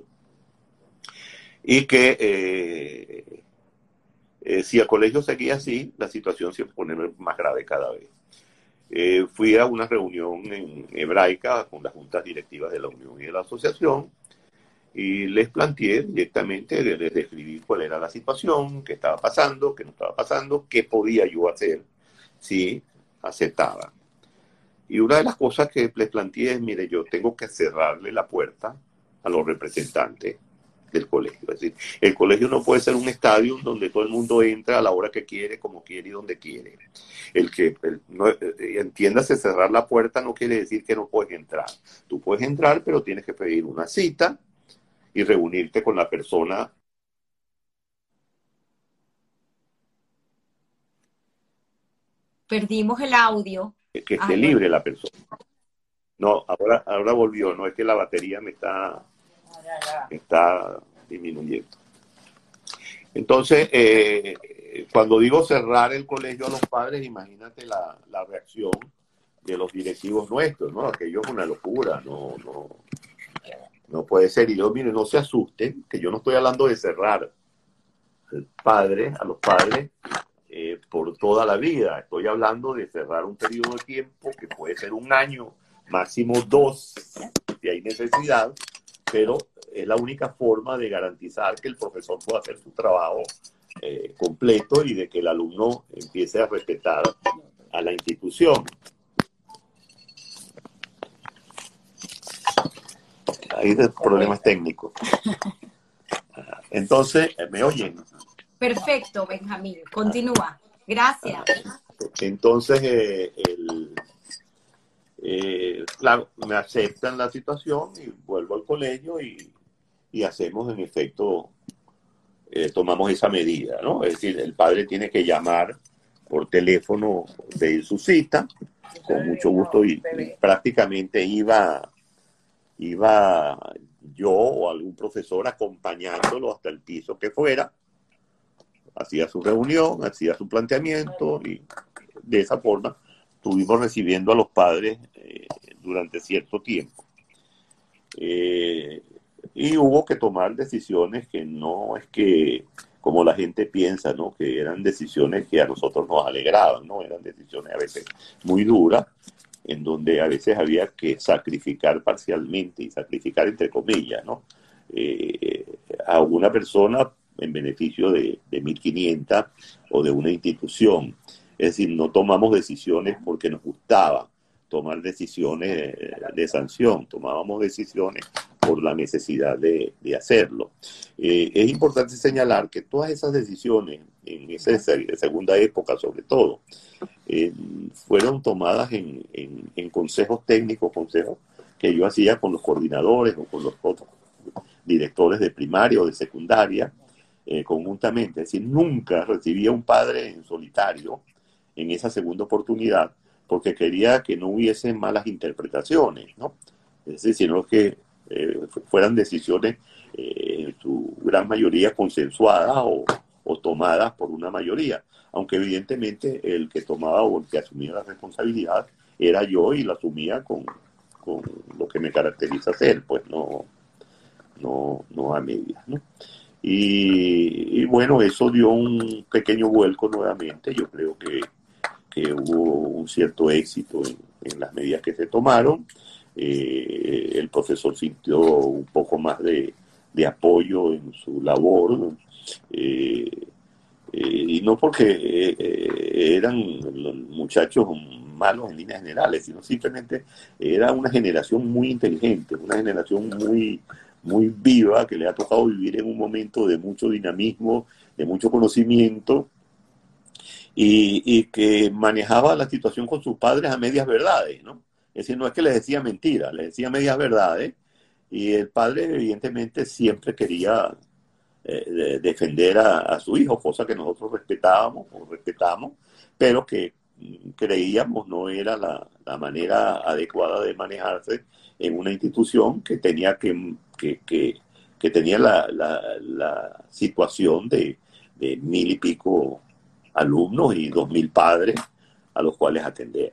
Y que eh, eh, si el colegio seguía así, la situación se pone más grave cada vez. Eh, fui a una reunión en hebraica con las juntas directivas de la Unión y de la Asociación y les planteé directamente, les describí cuál era la situación, qué estaba pasando, qué no estaba pasando, qué podía yo hacer si aceptaba. Y una de las cosas que les planteé es, mire, yo tengo que cerrarle la puerta a los representantes del colegio. Es decir, el colegio no puede ser un estadio donde todo el mundo entra a la hora que quiere, como quiere y donde quiere. El que, el, no, entiéndase, cerrar la puerta no quiere decir que no puedes entrar. Tú puedes entrar, pero tienes que pedir una cita y reunirte con la persona. Perdimos el audio. Que, que esté Ay, libre la persona. No, ahora, ahora volvió, no es que la batería me está, me está disminuyendo. Entonces, eh, cuando digo cerrar el colegio a los padres, imagínate la, la reacción de los directivos nuestros, ¿no? Aquello es una locura, no, no, no puede ser. Y yo, miren, no se asusten, que yo no estoy hablando de cerrar al padre, a los padres eh, por toda la vida. Estoy hablando de cerrar un periodo de tiempo que puede ser un año, máximo dos, si hay necesidad, pero es la única forma de garantizar que el profesor pueda hacer su trabajo eh, completo y de que el alumno empiece a respetar a la institución. Hay problemas técnicos. Entonces, ¿me oyen? Perfecto, Benjamín. Continúa. Gracias. Entonces, eh, el, eh, claro, me aceptan la situación y vuelvo al colegio y, y hacemos, en efecto, eh, tomamos esa medida, ¿no? Es decir, el padre tiene que llamar por teléfono, pedir su cita, con mucho gusto, y, y prácticamente iba, iba yo o algún profesor acompañándolo hasta el piso que fuera, hacía su reunión, hacía su planteamiento y de esa forma estuvimos recibiendo a los padres eh, durante cierto tiempo. Eh, y hubo que tomar decisiones que no es que, como la gente piensa, ¿no? Que eran decisiones que a nosotros nos alegraban, ¿no? Eran decisiones a veces muy duras, en donde a veces había que sacrificar parcialmente, y sacrificar entre comillas, ¿no? Eh, a una persona en beneficio de, de mil quinientas o de una institución. Es decir, no tomamos decisiones porque nos gustaba tomar decisiones de, de sanción, tomábamos decisiones por la necesidad de, de hacerlo. Eh, es importante señalar que todas esas decisiones, en esa segunda época sobre todo, eh, fueron tomadas en, en, en consejos técnicos, consejos que yo hacía con los coordinadores o con los otros directores de primaria o de secundaria, eh, conjuntamente. Es decir, nunca recibía un padre en solitario en esa segunda oportunidad, porque quería que no hubiese malas interpretaciones, ¿no? Es decir, sino que eh, fueran decisiones eh, en su gran mayoría consensuadas o, o tomadas por una mayoría, aunque evidentemente el que tomaba o el que asumía la responsabilidad era yo y la asumía con, con lo que me caracteriza ser, pues no, no, no a medias, ¿no? Y, y bueno, eso dio un pequeño vuelco nuevamente. Yo creo que que hubo un cierto éxito en, en las medidas que se tomaron. Eh, el profesor sintió un poco más de, de apoyo en su labor, eh, eh, y no porque eh, eran los muchachos malos en líneas generales, sino simplemente era una generación muy inteligente, una generación muy, muy viva, que le ha tocado vivir en un momento de mucho dinamismo, de mucho conocimiento, Y, y que manejaba la situación con sus padres a medias verdades, ¿no? Es decir, no es que les decía mentiras, les decía medias verdades, y el padre evidentemente siempre quería eh, de, defender a, a su hijo, cosa que nosotros respetábamos o respetamos, pero que creíamos no era la, la manera adecuada de manejarse en una institución que tenía que, que, que, que tenía la, la, la situación de, de mil y pico alumnos y dos mil padres a los cuales atender.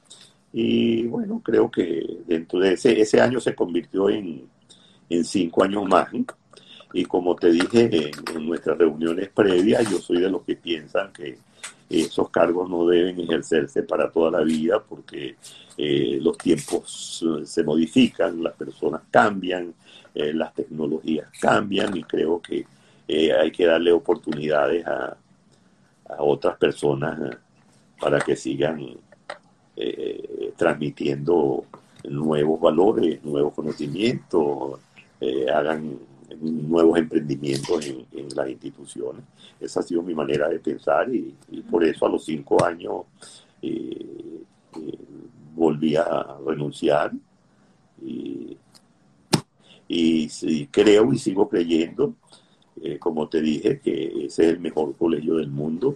Y bueno, creo que dentro de ese, ese año se convirtió en, en cinco años más. Y como te dije en, en nuestras reuniones previas, yo soy de los que piensan que esos cargos no deben ejercerse para toda la vida, porque eh, los tiempos se modifican, las personas cambian, eh, las tecnologías cambian y creo que eh, hay que darle oportunidades a, a otras personas eh, para que sigan eh, transmitiendo nuevos valores, nuevos conocimientos, eh, hagan nuevos emprendimientos en, en las instituciones. Esa ha sido mi manera de pensar y, y por eso a los cinco años eh, eh, volví a renunciar y, y, y creo y sigo creyendo, eh, como te dije, que ese es el mejor colegio del mundo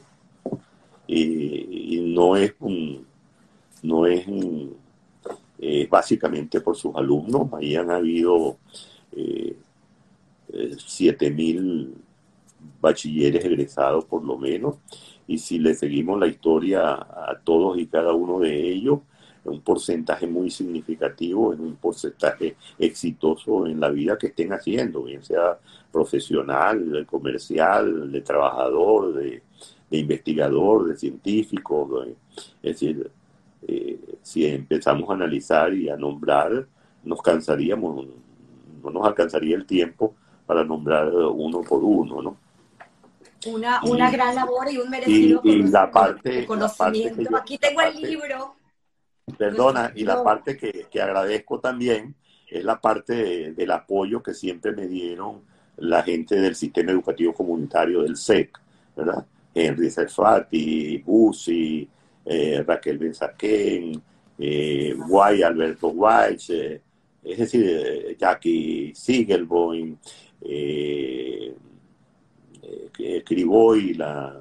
y, y no es un no es un, eh, básicamente por sus alumnos. Ahí han habido eh, siete mil bachilleres egresados por lo menos, y si le seguimos la historia a todos y cada uno de ellos, un porcentaje muy significativo, es un porcentaje exitoso en la vida que estén haciendo, bien sea profesional, comercial, de trabajador, de, de investigador, de científico. De, es decir, eh, si empezamos a analizar y a nombrar, nos cansaríamos, no nos alcanzaría el tiempo para nombrar uno por uno, ¿no? Una, Y, una gran labor y un merecido y, y la parte, la parte que reconocimiento. yo, Aquí la tengo el parte, libro, nuestro perdona, y la querido. parte que, que agradezco también es la parte de, del apoyo que siempre me dieron la gente del sistema educativo comunitario del S E C, ¿verdad? Henry Serfati, Busi, eh, Raquel Benzaquén, eh, Guay, Alberto Guay, eh, es decir, eh, Jackie Siegelboim, eh, eh, Criboy, la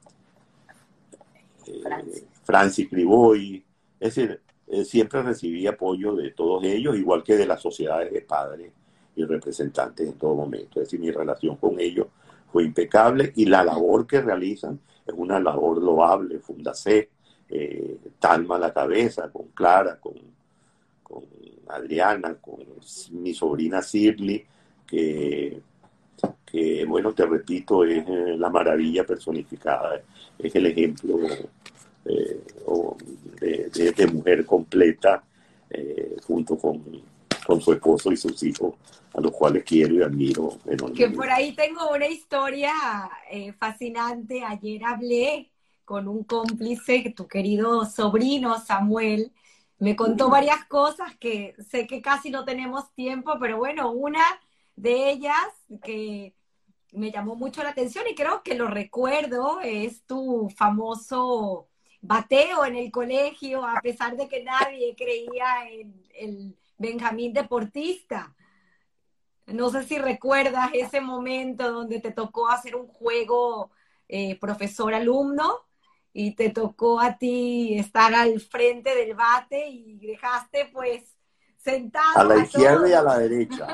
eh, Francis Criboy, es decir, eh, siempre recibí apoyo de todos ellos, igual que de las sociedades de padres y representantes en todo momento. Es decir, mi relación con ellos fue impecable y la labor que realizan es una labor loable. Fundacé, eh, Talma a la cabeza, con Clara, con, con Adriana, con mi sobrina Shirley, que, que, bueno, te repito, es eh, la maravilla personificada, es el ejemplo eh, de, de, de mujer completa, eh, junto con, con su esposo y sus hijos, a los cuales quiero y admiro Que enormemente. por ahí tengo una historia eh, fascinante. Ayer hablé con un cómplice, tu querido sobrino Samuel. Me contó varias cosas que sé que casi no tenemos tiempo, pero bueno, una de ellas que me llamó mucho la atención y creo que lo recuerdo es tu famoso bateo en el colegio, a pesar de que nadie creía en el Benjamín deportista. No sé si recuerdas ese momento donde te tocó hacer un juego eh, profesor-alumno y te tocó a ti estar al frente del bate y dejaste pues A sentados la a izquierda y a todos. la derecha.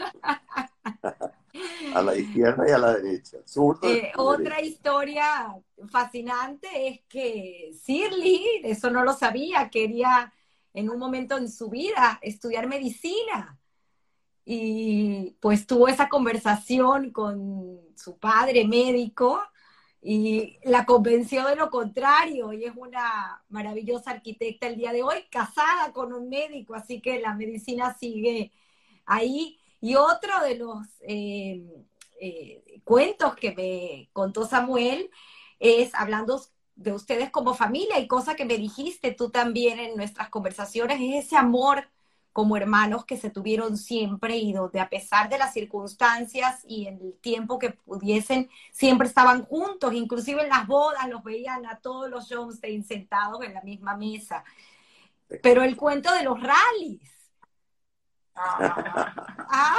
A la izquierda y a la derecha. Zurdo Eh, y otra derecha. historia fascinante es que Shirley, eso no lo sabía, quería en un momento en su vida estudiar medicina. Y pues tuvo esa conversación con su padre médico y la convenció de lo contrario y es una maravillosa arquitecta el día de hoy, casada con un médico, así que la medicina sigue ahí. Y otro de los eh, eh, cuentos que me contó Samuel es hablando de ustedes como familia y cosa que me dijiste tú también en nuestras conversaciones, es ese amor como hermanos que se tuvieron siempre y donde a pesar de las circunstancias y en el tiempo que pudiesen, siempre estaban juntos, inclusive en las bodas los veían a todos los Johnstein sentados en la misma mesa. Pero el cuento de los rallies. Ah,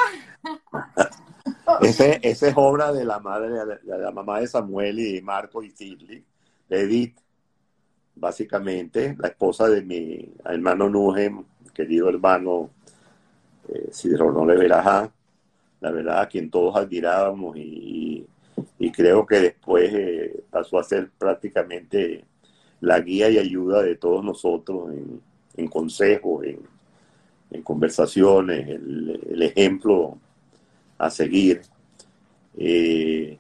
Ese, esa es obra de la madre, de la mamá de Samuel y Marco y Shirley, de Edith, básicamente, la esposa de mi hermano Nujem, querido hermano eh, Sidronole Verajá, la verdad, a quien todos admirábamos y, y creo que después eh, pasó a ser prácticamente la guía y ayuda de todos nosotros en, en consejos, en, en conversaciones, el, el ejemplo a seguir. Eh,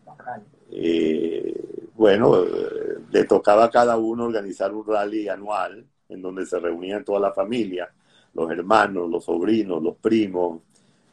eh, bueno, eh, le tocaba a cada uno organizar un rally anual en donde se reunían toda la familia, los hermanos, los sobrinos, los primos,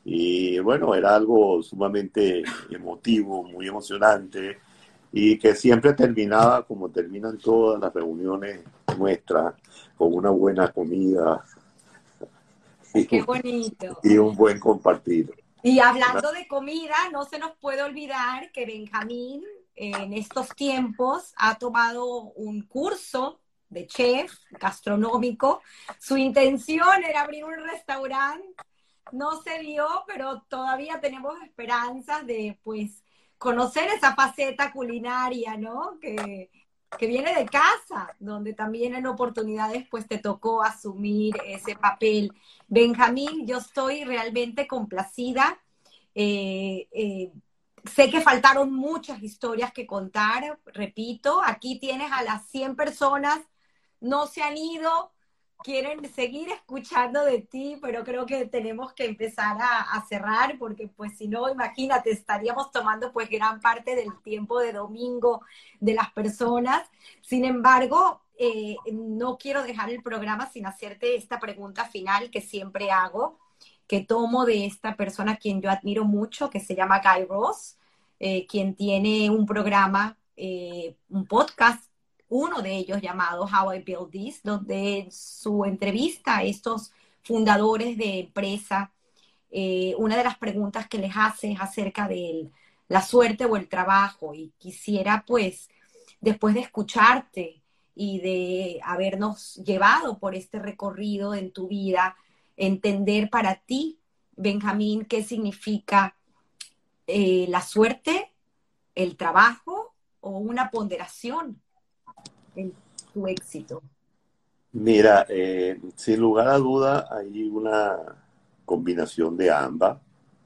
Y bueno, era algo sumamente emotivo, muy emocionante, y que siempre terminaba como terminan todas las reuniones nuestras, con una buena comida y Qué un, bonito. y un buen compartir. Y Una- hablando de comida, no se nos puede olvidar que Benjamín eh, en estos tiempos ha tomado un curso de chef gastronómico. Su intención era abrir un restaurante, no se dio, pero todavía tenemos esperanzas de pues conocer esa faceta culinaria, ¿no? Que, que viene de casa, donde también en oportunidades pues te tocó asumir ese papel. Benjamín, yo estoy realmente complacida. Eh, eh, sé que faltaron muchas historias que contar, repito, aquí tienes a las cien personas, no se han ido, quieren seguir escuchando de ti, pero creo que tenemos que empezar a, a cerrar, porque pues si no, imagínate, estaríamos tomando pues gran parte del tiempo de domingo de las personas. Sin embargo, eh, no quiero dejar el programa sin hacerte esta pregunta final que siempre hago, que tomo de esta persona a quien yo admiro mucho, que se llama Guy Raz, eh, quien tiene un programa, eh, un podcast, uno de ellos llamado How I Build This, donde en su entrevista a estos fundadores de empresa, eh, una de las preguntas que les hace es acerca de la suerte o el trabajo. Y quisiera, pues, después de escucharte y de habernos llevado por este recorrido en tu vida, entender para ti, Benjamín, qué significa eh, la suerte, el trabajo o una ponderación en tu éxito. Mira, eh, sin lugar a duda hay una combinación de ambas,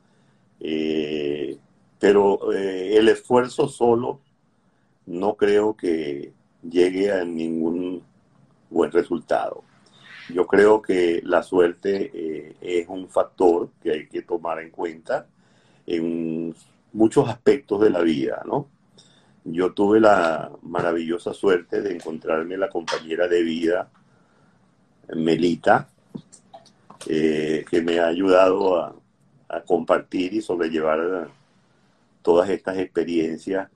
eh, pero eh, el esfuerzo solo no creo que llegue a ningún buen resultado. Yo creo que la suerte eh, es un factor que hay que tomar en cuenta en muchos aspectos de la vida, ¿no? Yo tuve la maravillosa suerte de encontrarme la compañera de vida, Melita, eh, que me ha ayudado a, a compartir y sobrellevar todas estas experiencias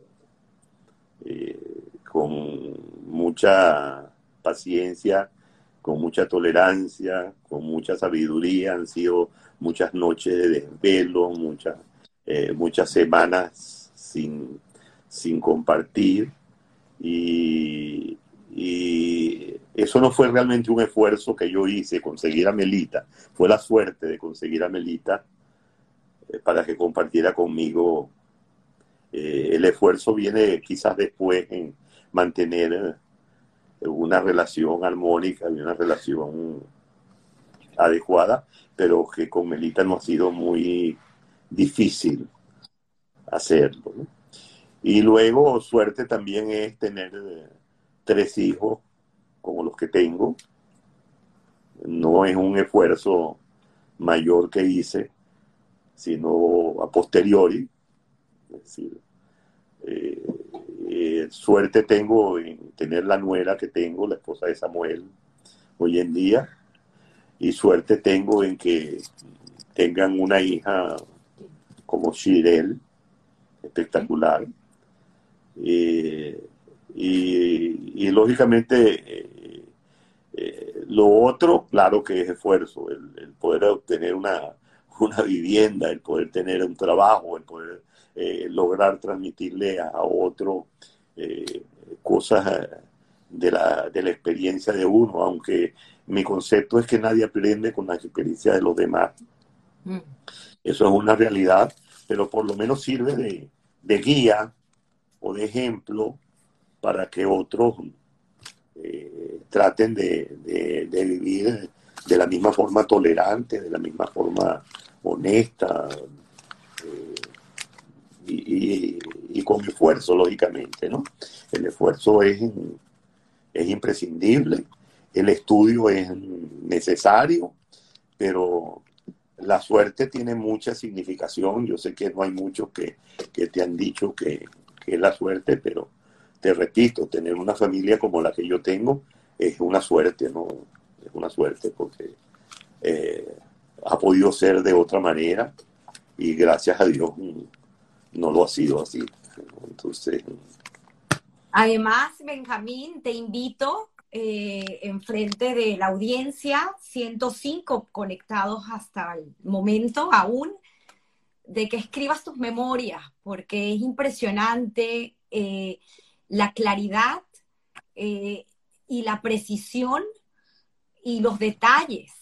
eh, con mucha paciencia, con mucha tolerancia, con mucha sabiduría. Han sido muchas noches de desvelo, muchas, eh, muchas semanas sin, sin compartir. Y, y eso no fue realmente un esfuerzo que yo hice, conseguir a Melita. Fue la suerte de conseguir a Melita eh, para que compartiera conmigo. Eh, el esfuerzo viene quizás después en mantener una relación armónica y una relación adecuada, pero que con Melita no ha sido muy difícil hacerlo, ¿no? Y luego suerte también es tener eh, tres hijos como los que tengo. No es un esfuerzo mayor que hice, sino a posteriori. Es decir, eh, eh, suerte tengo en tener la nuera que tengo, la esposa de Samuel, hoy en día, y suerte tengo en que tengan una hija como Shirel, espectacular. Eh, y, y lógicamente eh, eh, lo otro, claro que es esfuerzo, el, el poder obtener una, una vivienda, el poder tener un trabajo, el poder eh, lograr transmitirle a, a otro eh, cosas de la, de la experiencia de uno, aunque mi concepto es que nadie aprende con la experiencia de los demás. Mm. Eso es una realidad, pero por lo menos sirve de, de guía o de ejemplo para que otros eh, traten de, de, de vivir de la misma forma tolerante, de la misma forma honesta eh, y, y, y con esfuerzo, lógicamente, ¿no? El esfuerzo es, es imprescindible, el estudio es necesario, pero la suerte tiene mucha significación. Yo sé que no hay muchos que, que te han dicho que, que es la suerte, pero te repito, tener una familia como la que yo tengo es una suerte, ¿no? Es una suerte porque eh, ha podido ser de otra manera. y gracias a Dios no lo ha sido así. Entonces... Además, Benjamín, te invito eh, enfrente de la audiencia, ciento cinco conectados hasta el momento aún, de que escribas tus memorias, porque es impresionante eh, la claridad eh, y la precisión y los detalles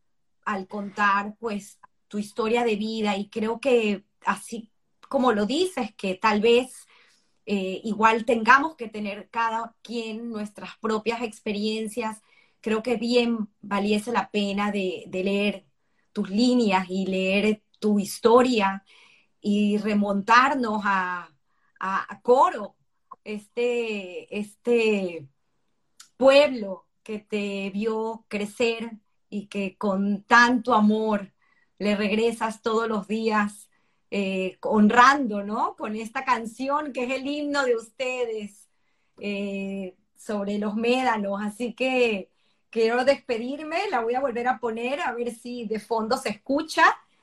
al contar pues tu historia de vida. Y creo que así como lo dices, que tal vez eh, igual tengamos que tener cada quien nuestras propias experiencias, creo que bien valiese la pena de, de leer tus líneas y leer tu historia y remontarnos a, a, a Coro, este, este pueblo que te vio crecer y que con tanto amor le regresas todos los días eh, honrando, ¿no? Con esta canción que es el himno de ustedes eh, sobre los médanos. Así que quiero despedirme, la voy a volver a poner a ver si de fondo se escucha.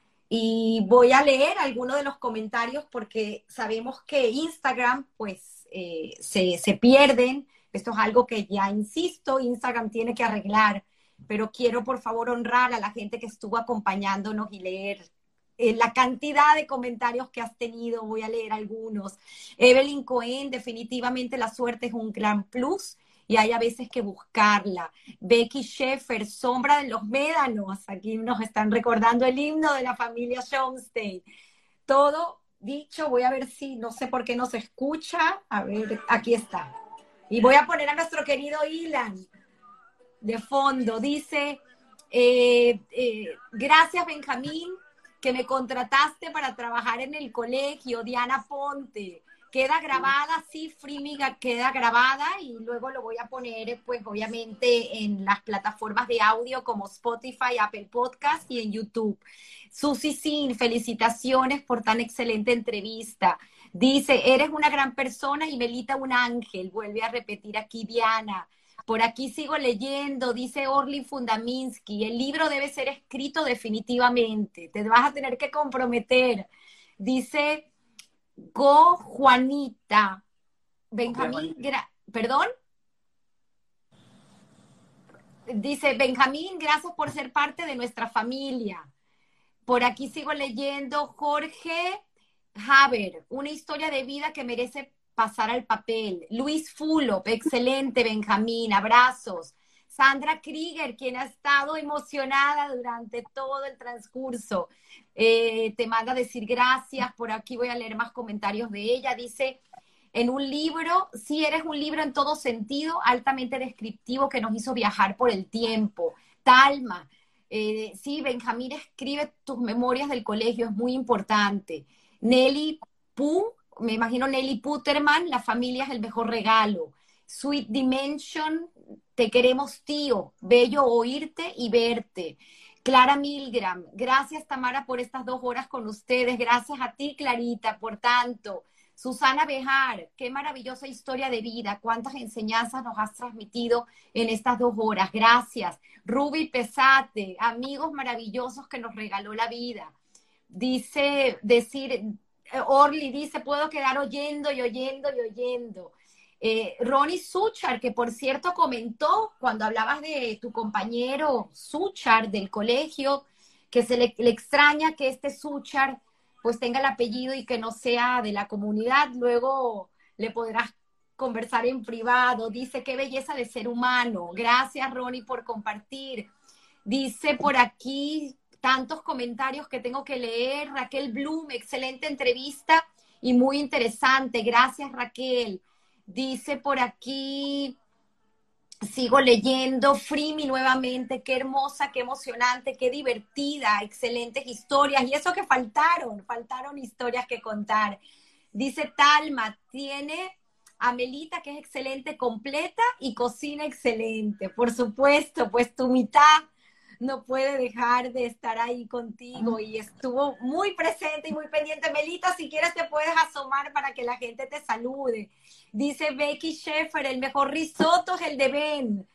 Y voy a leer algunos de los comentarios porque sabemos que Instagram, pues, eh, se, se pierden. Esto es algo que ya, insisto, Instagram tiene que arreglar. Pero quiero, por favor, honrar a la gente que estuvo acompañándonos y leer eh, la cantidad de comentarios que has tenido. Voy a leer algunos. Evelyn Cohen, definitivamente la suerte es un gran plus y hay a veces que buscarla. Becky Sheffer, Sombra de los Médanos, aquí nos están recordando el himno de la familia Schoenstein. Todo dicho, voy a ver si, no sé por qué no se escucha, a ver, aquí está. Y voy a poner a nuestro querido Ilan de fondo, dice, eh, eh, gracias Benjamín, que me contrataste para trabajar en el colegio, Diana Ponte. Queda grabada, sí, Frimiga queda grabada y luego lo voy a poner, pues obviamente, en las plataformas de audio como Spotify, Apple Podcast y en YouTube. Susi Sin, felicitaciones por tan excelente entrevista. Dice, eres una gran persona y Melita un ángel. Vuelve a repetir aquí Diana. Por aquí sigo leyendo, dice Orly Fundaminsky, el libro debe ser escrito definitivamente, te vas a tener que comprometer. Dice Go Juanita, Benjamín, gra perdón. Dice Benjamín, gracias por ser parte de nuestra familia. Por aquí sigo leyendo Jorge Haber, una historia de vida que merece pasar al papel. Luis Fulop, excelente, Benjamín, abrazos. Sandra Krieger, quien ha estado emocionada durante todo el transcurso, eh, te manda a decir gracias. Por aquí voy a leer más comentarios de ella. Dice, en un libro, sí eres un libro en todo sentido, altamente descriptivo que nos hizo viajar por el tiempo. Talma, eh, sí, Benjamín escribe tus memorias del colegio, es muy importante. Nelly Pooh, me imagino Nelly Puterman, la familia es el mejor regalo. Sweet Dimension, te queremos tío, bello oírte y verte. Clara Milgram, gracias Tamara por estas dos horas con ustedes, gracias a ti Clarita, por tanto. Susana Bejar, qué maravillosa historia de vida, cuántas enseñanzas nos has transmitido en estas dos horas, gracias. Ruby Pesate, amigos maravillosos que nos regaló la vida. Dice, decir, Orly dice, puedo quedar oyendo y oyendo y oyendo. Eh, Ronnie Suchar, que por cierto comentó cuando hablabas de tu compañero Suchar del colegio, que se le, le extraña que este Suchar pues tenga el apellido y que no sea de la comunidad. Luego le podrás conversar en privado. Dice, qué belleza de ser humano. Gracias, Ronnie, por compartir. Dice por aquí tantos comentarios que tengo que leer. Raquel Bloom, excelente entrevista y muy interesante. Gracias, Raquel. Dice por aquí, sigo leyendo, Frimi nuevamente, qué hermosa, qué emocionante, qué divertida, excelentes historias. Y eso que faltaron, faltaron historias que contar. Dice Talma, tiene a Melita, que es excelente, completa, y cocina excelente. Por supuesto, pues tu mitad no puede dejar de estar ahí contigo y estuvo muy presente y muy pendiente. Melita, si quieres te puedes asomar para que la gente te salude. Dice Becky Sheffer, el mejor risotto es el de Ben.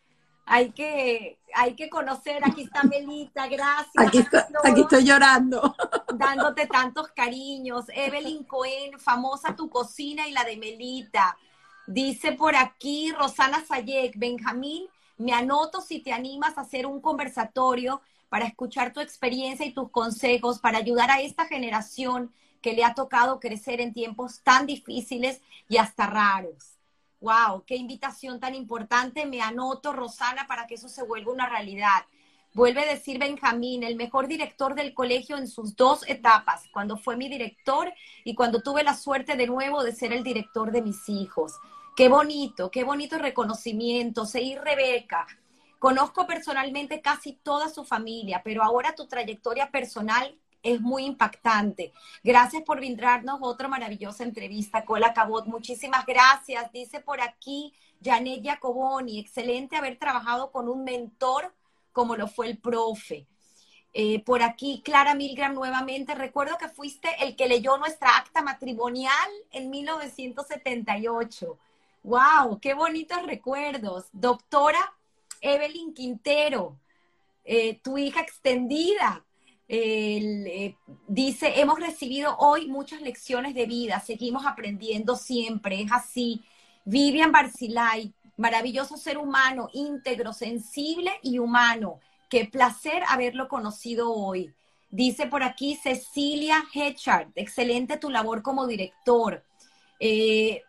hay que, hay que conocer. Aquí está Melita, gracias. Aquí, está, aquí estoy llorando. Dándote tantos cariños. Evelyn Cohen, famosa tu cocina y la de Melita. Dice por aquí Rosana Sayek, Benjamín, me anoto si te animas a hacer un conversatorio para escuchar tu experiencia y tus consejos para ayudar a esta generación que le ha tocado crecer en tiempos tan difíciles y hasta raros. ¡Wow! ¡Qué invitación tan importante! Me anoto, Rosana, para que eso se vuelva una realidad. Vuelve a decir Benjamín, el mejor director del colegio en sus dos etapas, cuando fue mi director y cuando tuve la suerte de nuevo de ser el director de mis hijos. ¡Qué bonito! ¡Qué bonito reconocimiento! Seguí Rebeca. Conozco personalmente casi toda su familia, pero ahora tu trayectoria personal es muy impactante. Gracias por brindarnos otra maravillosa entrevista, Cola Cabot. Muchísimas gracias. Dice por aquí Janet Jacoboni, excelente haber trabajado con un mentor como lo fue el profe. Eh, por aquí Clara Milgram nuevamente. Recuerdo que fuiste el que leyó nuestra acta matrimonial en mil novecientos setenta y ocho. ¡Wow! ¡Qué bonitos recuerdos! Doctora Evelyn Quintero, eh, tu hija extendida. Eh, eh, dice, hemos recibido hoy muchas lecciones de vida, seguimos aprendiendo siempre, es así. Vivian Barcilay, maravilloso ser humano, íntegro, sensible y humano. Qué placer haberlo conocido hoy. Dice por aquí Cecilia Hechard, excelente tu labor como director. Eh,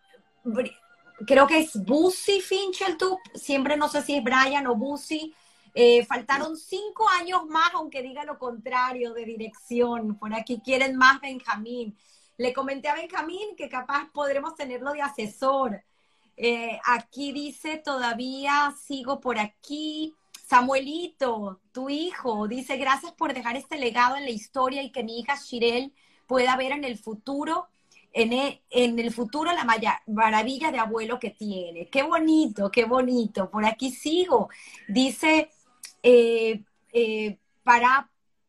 creo que es Busy Finchel, tú, siempre no sé si es Brian o Busy. Eh, faltaron cinco años más, aunque diga lo contrario, de dirección. Por aquí quieren más Benjamín. Le comenté a Benjamín que capaz podremos tenerlo de asesor. Eh, aquí dice, todavía sigo por aquí. Samuelito, tu hijo, dice, gracias por dejar este legado en la historia y que mi hija Shirel pueda ver en el futuro, en el, en el futuro la maravilla de abuelo que tiene. Qué bonito, qué bonito. Por aquí sigo. Dice... Eh, eh, para,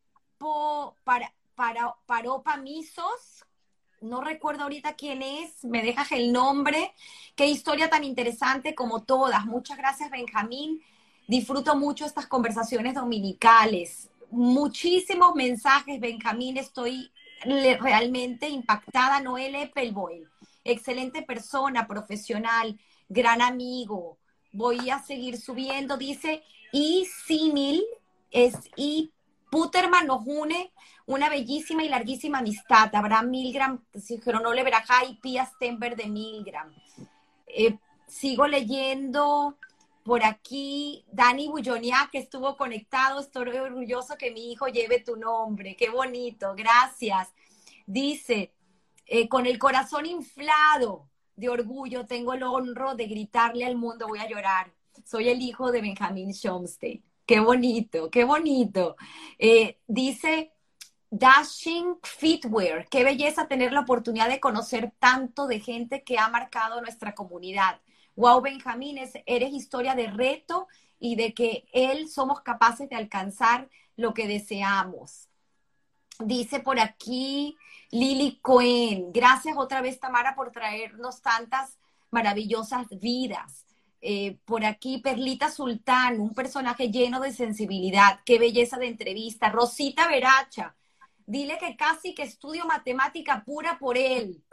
po, para, para, Paropa Misos, no recuerdo ahorita quién es, me dejas el nombre. Qué historia tan interesante como todas. Muchas gracias, Benjamín. Disfruto mucho estas conversaciones dominicales. Muchísimos mensajes, Benjamín. Estoy realmente impactada. Noel Eppelboy, excelente persona, profesional, gran amigo. Voy a seguir subiendo, dice... Y símil es y Puterman nos une una bellísima y larguísima amistad. Abraham Milgram, Geronole Berajá y Pia Stenberg de Milgram. Eh, sigo leyendo por aquí Dani Bulloniak, que estuvo conectado. Estoy orgulloso que mi hijo lleve tu nombre. Qué bonito, gracias. Dice, eh, con el corazón inflado de orgullo, tengo el honor de gritarle al mundo, voy a llorar. Soy el hijo de Benjamín Schomstein. Qué bonito, qué bonito. Eh, dice Dashing Fitwear. Qué belleza tener la oportunidad de conocer tanto de gente que ha marcado nuestra comunidad. Wow, Benjamín, es, eres historia de reto y de que él somos capaces de alcanzar lo que deseamos. Dice por aquí Lili Cohen. Gracias otra vez, Tamara, por traernos tantas maravillosas vidas. Eh, por aquí Perlita Sultán, un personaje lleno de sensibilidad. Qué belleza de entrevista. Rosita Veracha, dile que casi que estudio matemática pura por él.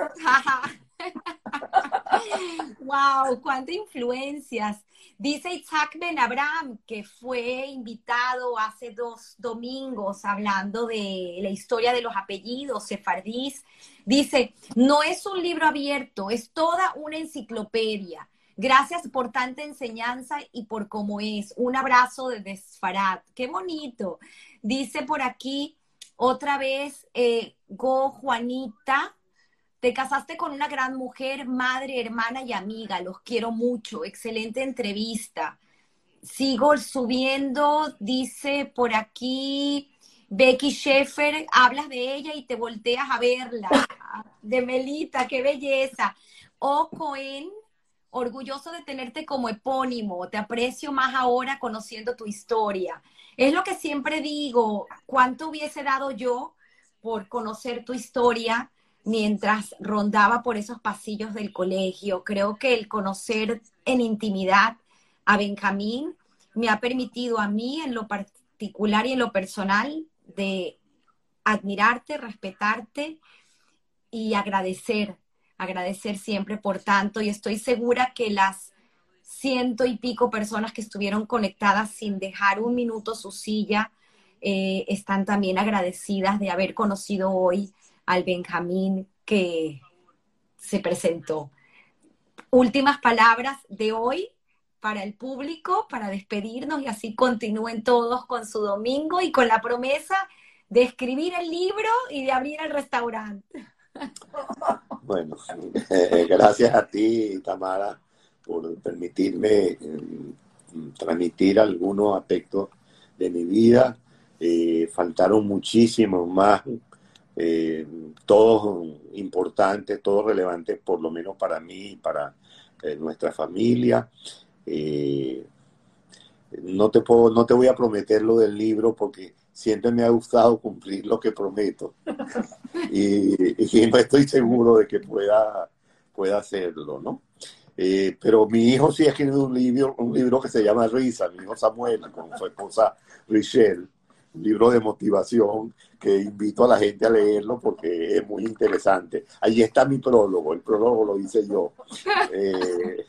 Wow, cuántas influencias. Dice Isaac Ben Abraham, que fue invitado hace dos domingos hablando de la historia de los apellidos sefardíes. Dice, no es un libro abierto, es toda una enciclopedia. Gracias por tanta enseñanza y por cómo es. Un abrazo desde Sfarad. ¡Qué bonito! Dice por aquí otra vez eh, Go Juanita. Te casaste con una gran mujer, madre, hermana y amiga. Los quiero mucho. Excelente entrevista. Sigo subiendo. Dice por aquí Becky Sheffer. Hablas de ella y te volteas a verla. De Melita, qué belleza. O Cohen. Orgulloso de tenerte como epónimo, te aprecio más ahora conociendo tu historia. Es lo que siempre digo, ¿cuánto hubiese dado yo por conocer tu historia mientras rondaba por esos pasillos del colegio? Creo que el conocer en intimidad a Benjamín me ha permitido a mí en lo particular y en lo personal de admirarte, respetarte y agradecer, agradecer siempre por tanto, y estoy segura que las ciento y pico personas que estuvieron conectadas sin dejar un minuto su silla, eh, están también agradecidas de haber conocido hoy al Benjamín que se presentó. Últimas palabras de hoy para el público, para despedirnos y así continúen todos con su domingo y con la promesa de escribir el libro y de abrir el restaurante. Bueno, eh, gracias a ti, Tamara, por permitirme eh, transmitir algunos aspectos de mi vida. Eh, faltaron muchísimos más, eh, todos importantes, todos relevantes, por lo menos para mí y para eh, nuestra familia. Eh, no te puedo, no te voy a prometer lo del libro porque siempre me ha gustado cumplir lo que prometo y, y no estoy seguro de que pueda, pueda hacerlo, ¿no? Eh, pero mi hijo sí ha escrito un libro, un libro que se llama Risa, mi hijo Samuel, con su esposa Richelle, un libro de motivación que invito a la gente a leerlo porque es muy interesante. Allí está mi prólogo, el prólogo lo hice yo. Eh,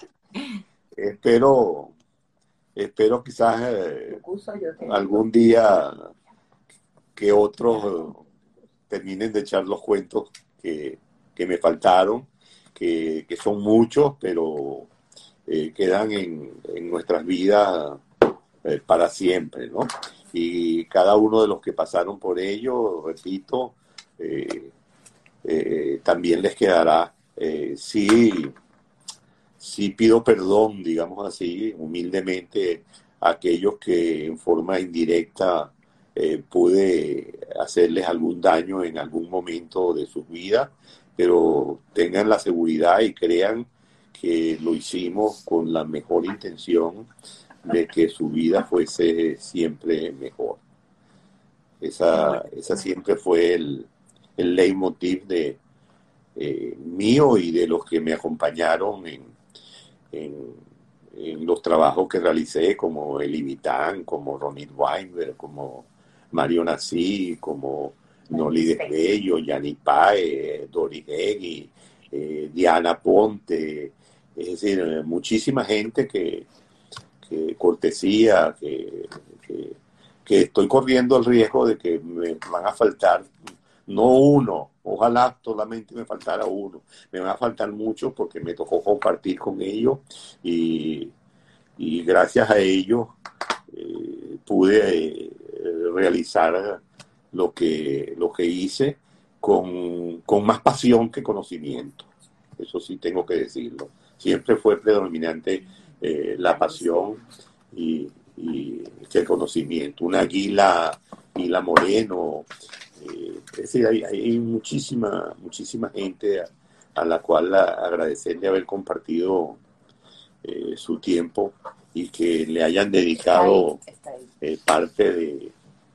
espero, espero quizás eh, algún día que otros eh, terminen de echar los cuentos que, que me faltaron, que, que son muchos, pero eh, quedan en, en nuestras vidas eh, para siempre, ¿no? Y cada uno de los que pasaron por ello, repito, eh, eh, también les quedará. Eh, sí, sí pido perdón, digamos así, humildemente, a aquellos que en forma indirecta eh, pude hacerles algún daño en algún momento de sus vidas, pero tengan la seguridad y crean que lo hicimos con la mejor intención de que su vida fuese siempre mejor. Esa, esa siempre fue el, el leitmotiv de eh, mío y de los que me acompañaron en, en, en los trabajos que realicé, como Eli Vitán, como Ronit Weinberg, como Mario Nassi, como Noli Desbello, Yanni Pae, Dori Hegui, eh, Diana Ponte, es decir, muchísima gente que, que cortesía, que, que, que estoy corriendo el riesgo de que me van a faltar, no uno, ojalá solamente me faltara uno, me van a faltar muchos porque me tocó compartir con ellos y, y gracias a ellos eh, pude eh, realizar lo que, lo que hice con, con más pasión que conocimiento. Eso sí tengo que decirlo. Siempre fue predominante eh, la pasión y, y el conocimiento. Una Águila, Águila Moreno. Eh, es decir, hay, hay muchísima, muchísima gente a, a la cual a, agradecerle haber compartido eh, su tiempo y que le hayan dedicado está ahí, está ahí. Eh, parte de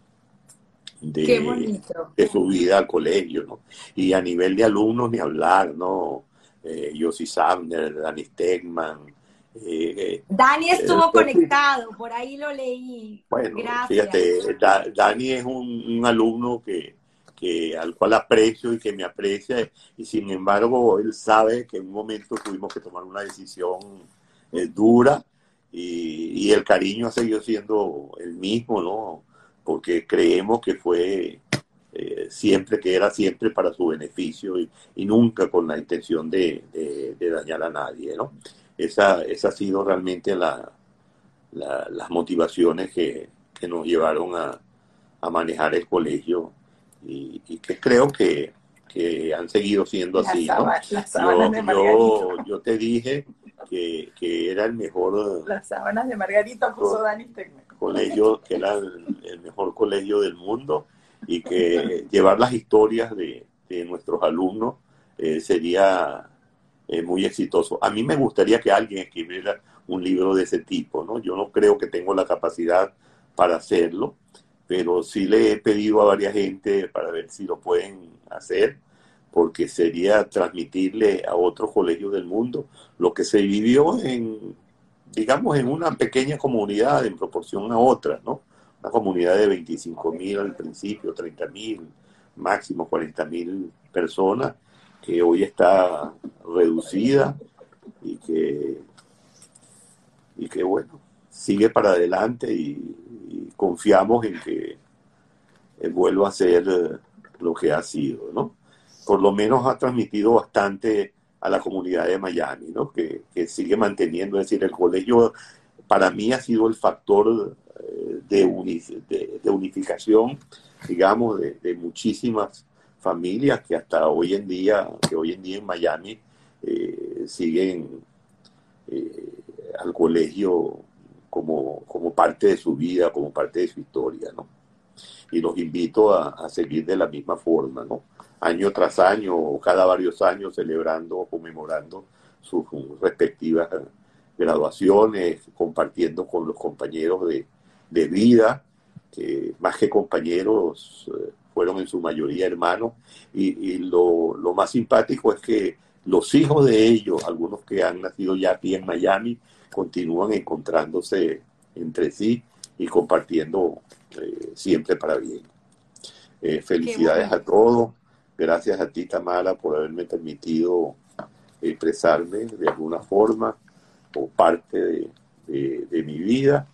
De, de su vida al colegio, ¿no? Y a nivel de alumnos ni hablar, ¿no? Eh, Yossi Sander, Dani Stegman. Eh, Dani estuvo eh, conectado, por ahí lo leí. Bueno, gracias. Fíjate, da, Dani es un, un alumno que, que, al cual aprecio y que me aprecia, y sin embargo él sabe que en un momento tuvimos que tomar una decisión eh, dura y, y el cariño ha seguido siendo el mismo, ¿no? Porque creemos que fue eh, siempre, que era siempre para su beneficio y, y nunca con la intención de, de, de dañar a nadie, ¿no? Esa, esa ha sido realmente la, la, las motivaciones que, que nos llevaron a, a manejar el colegio y, y que creo que, que han seguido siendo así, ¿no? Las sábanas de Margarito. Yo, yo te dije que, que era el mejor... Las sábanas de Margarito puso Dani Stegman. Colegio, que era el, el mejor colegio del mundo y que llevar las historias de, de nuestros alumnos eh, sería eh, muy exitoso. A mí me gustaría que alguien escribiera un libro de ese tipo, ¿no? Yo no creo que tengo la capacidad para hacerlo, pero sí le he pedido a varias gente para ver si lo pueden hacer, porque sería transmitirle a otros colegios del mundo lo que se vivió en digamos, en una pequeña comunidad en proporción a otras, ¿no? Una comunidad de veinticinco mil al principio, treinta mil, máximo cuarenta mil personas, que hoy está reducida y que, y que bueno, sigue para adelante y, y confiamos en que eh, vuelva a ser eh, lo que ha sido, ¿no? Por lo menos ha transmitido bastante a la comunidad de Miami, ¿no? Que, que sigue manteniendo, es decir, el colegio para mí ha sido el factor eh, de, uni, de, de unificación, digamos, de, de muchísimas familias que hasta hoy en día, que hoy en día en Miami eh, siguen eh, al colegio como, como parte de su vida, como parte de su historia, ¿no? Y los invito a, a seguir de la misma forma, ¿no? Año tras año, o cada varios años, celebrando o conmemorando sus respectivas graduaciones, compartiendo con los compañeros de, de vida, que más que compañeros eh, fueron en su mayoría hermanos, y, y lo, lo más simpático es que los hijos de ellos, algunos que han nacido ya aquí en Miami, continúan encontrándose entre sí y compartiendo eh, siempre para bien. Eh, felicidades a todos. Gracias a ti, Tamara, por haberme permitido expresarme de alguna forma o parte de, de, de mi vida.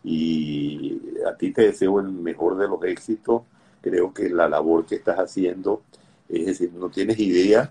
Y a ti te deseo el mejor de los éxitos. Creo que la labor que estás haciendo, es decir, no tienes idea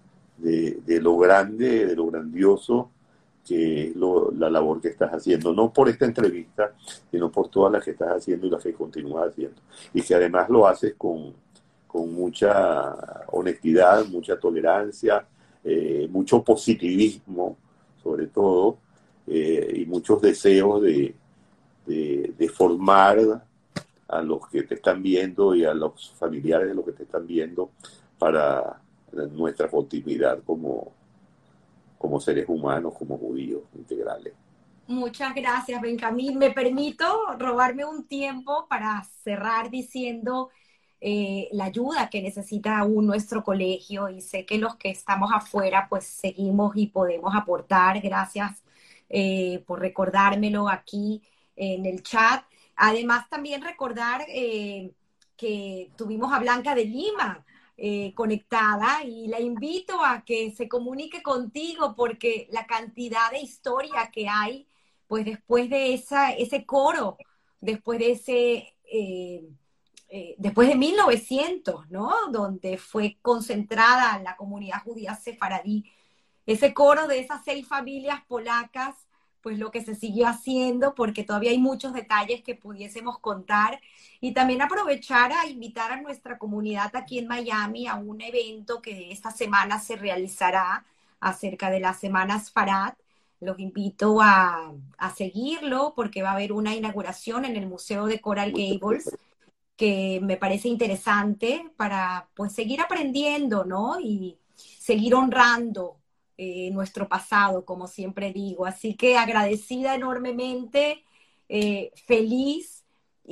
de, de lo grande, de lo grandioso que es lo, la labor que estás haciendo, no por esta entrevista, sino por todas las que estás haciendo y las que continúas haciendo. Y que además lo haces con, con mucha honestidad, mucha tolerancia, eh, mucho positivismo, sobre todo, eh, y muchos deseos de, de, de formar a los que te están viendo y a los familiares de los que te están viendo para nuestra continuidad como, como seres humanos, como judíos integrales. Muchas gracias, Benjamín. Me permito robarme un tiempo para cerrar diciendo eh, la ayuda que necesita aún nuestro colegio, y sé que los que estamos afuera pues seguimos y podemos aportar. Gracias eh, por recordármelo aquí en el chat. Además, también recordar eh, que tuvimos a Blanca de Lima eh, conectada, y la invito a que se comunique contigo, porque la cantidad de historia que hay, pues después de esa, ese coro, después de ese, eh, eh, después de mil novecientos, ¿no? Donde fue concentrada la comunidad judía sefaradí, ese coro de esas seis familias polacas, pues lo que se siguió haciendo, porque todavía hay muchos detalles que pudiésemos contar, y también aprovechar a invitar a nuestra comunidad aquí en Miami a un evento que esta semana se realizará acerca de las semanas Farad. Los invito a, a seguirlo, porque va a haber una inauguración en el Museo de Coral Gables que me parece interesante para pues seguir aprendiendo, ¿no? Y seguir honrando eh, nuestro pasado, como siempre digo. Así que agradecida enormemente, eh, feliz,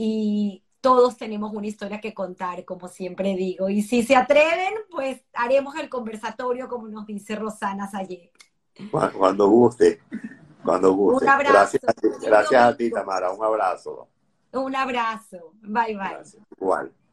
y todos tenemos una historia que contar, como siempre digo. Y si se atreven, pues haremos el conversatorio, como nos dice Rosana Sayek. Cuando guste, cuando guste. Un abrazo. Gracias, gracias a ti, Tamara. Un abrazo. Un abrazo. Bye, bye. Gracias. Igual.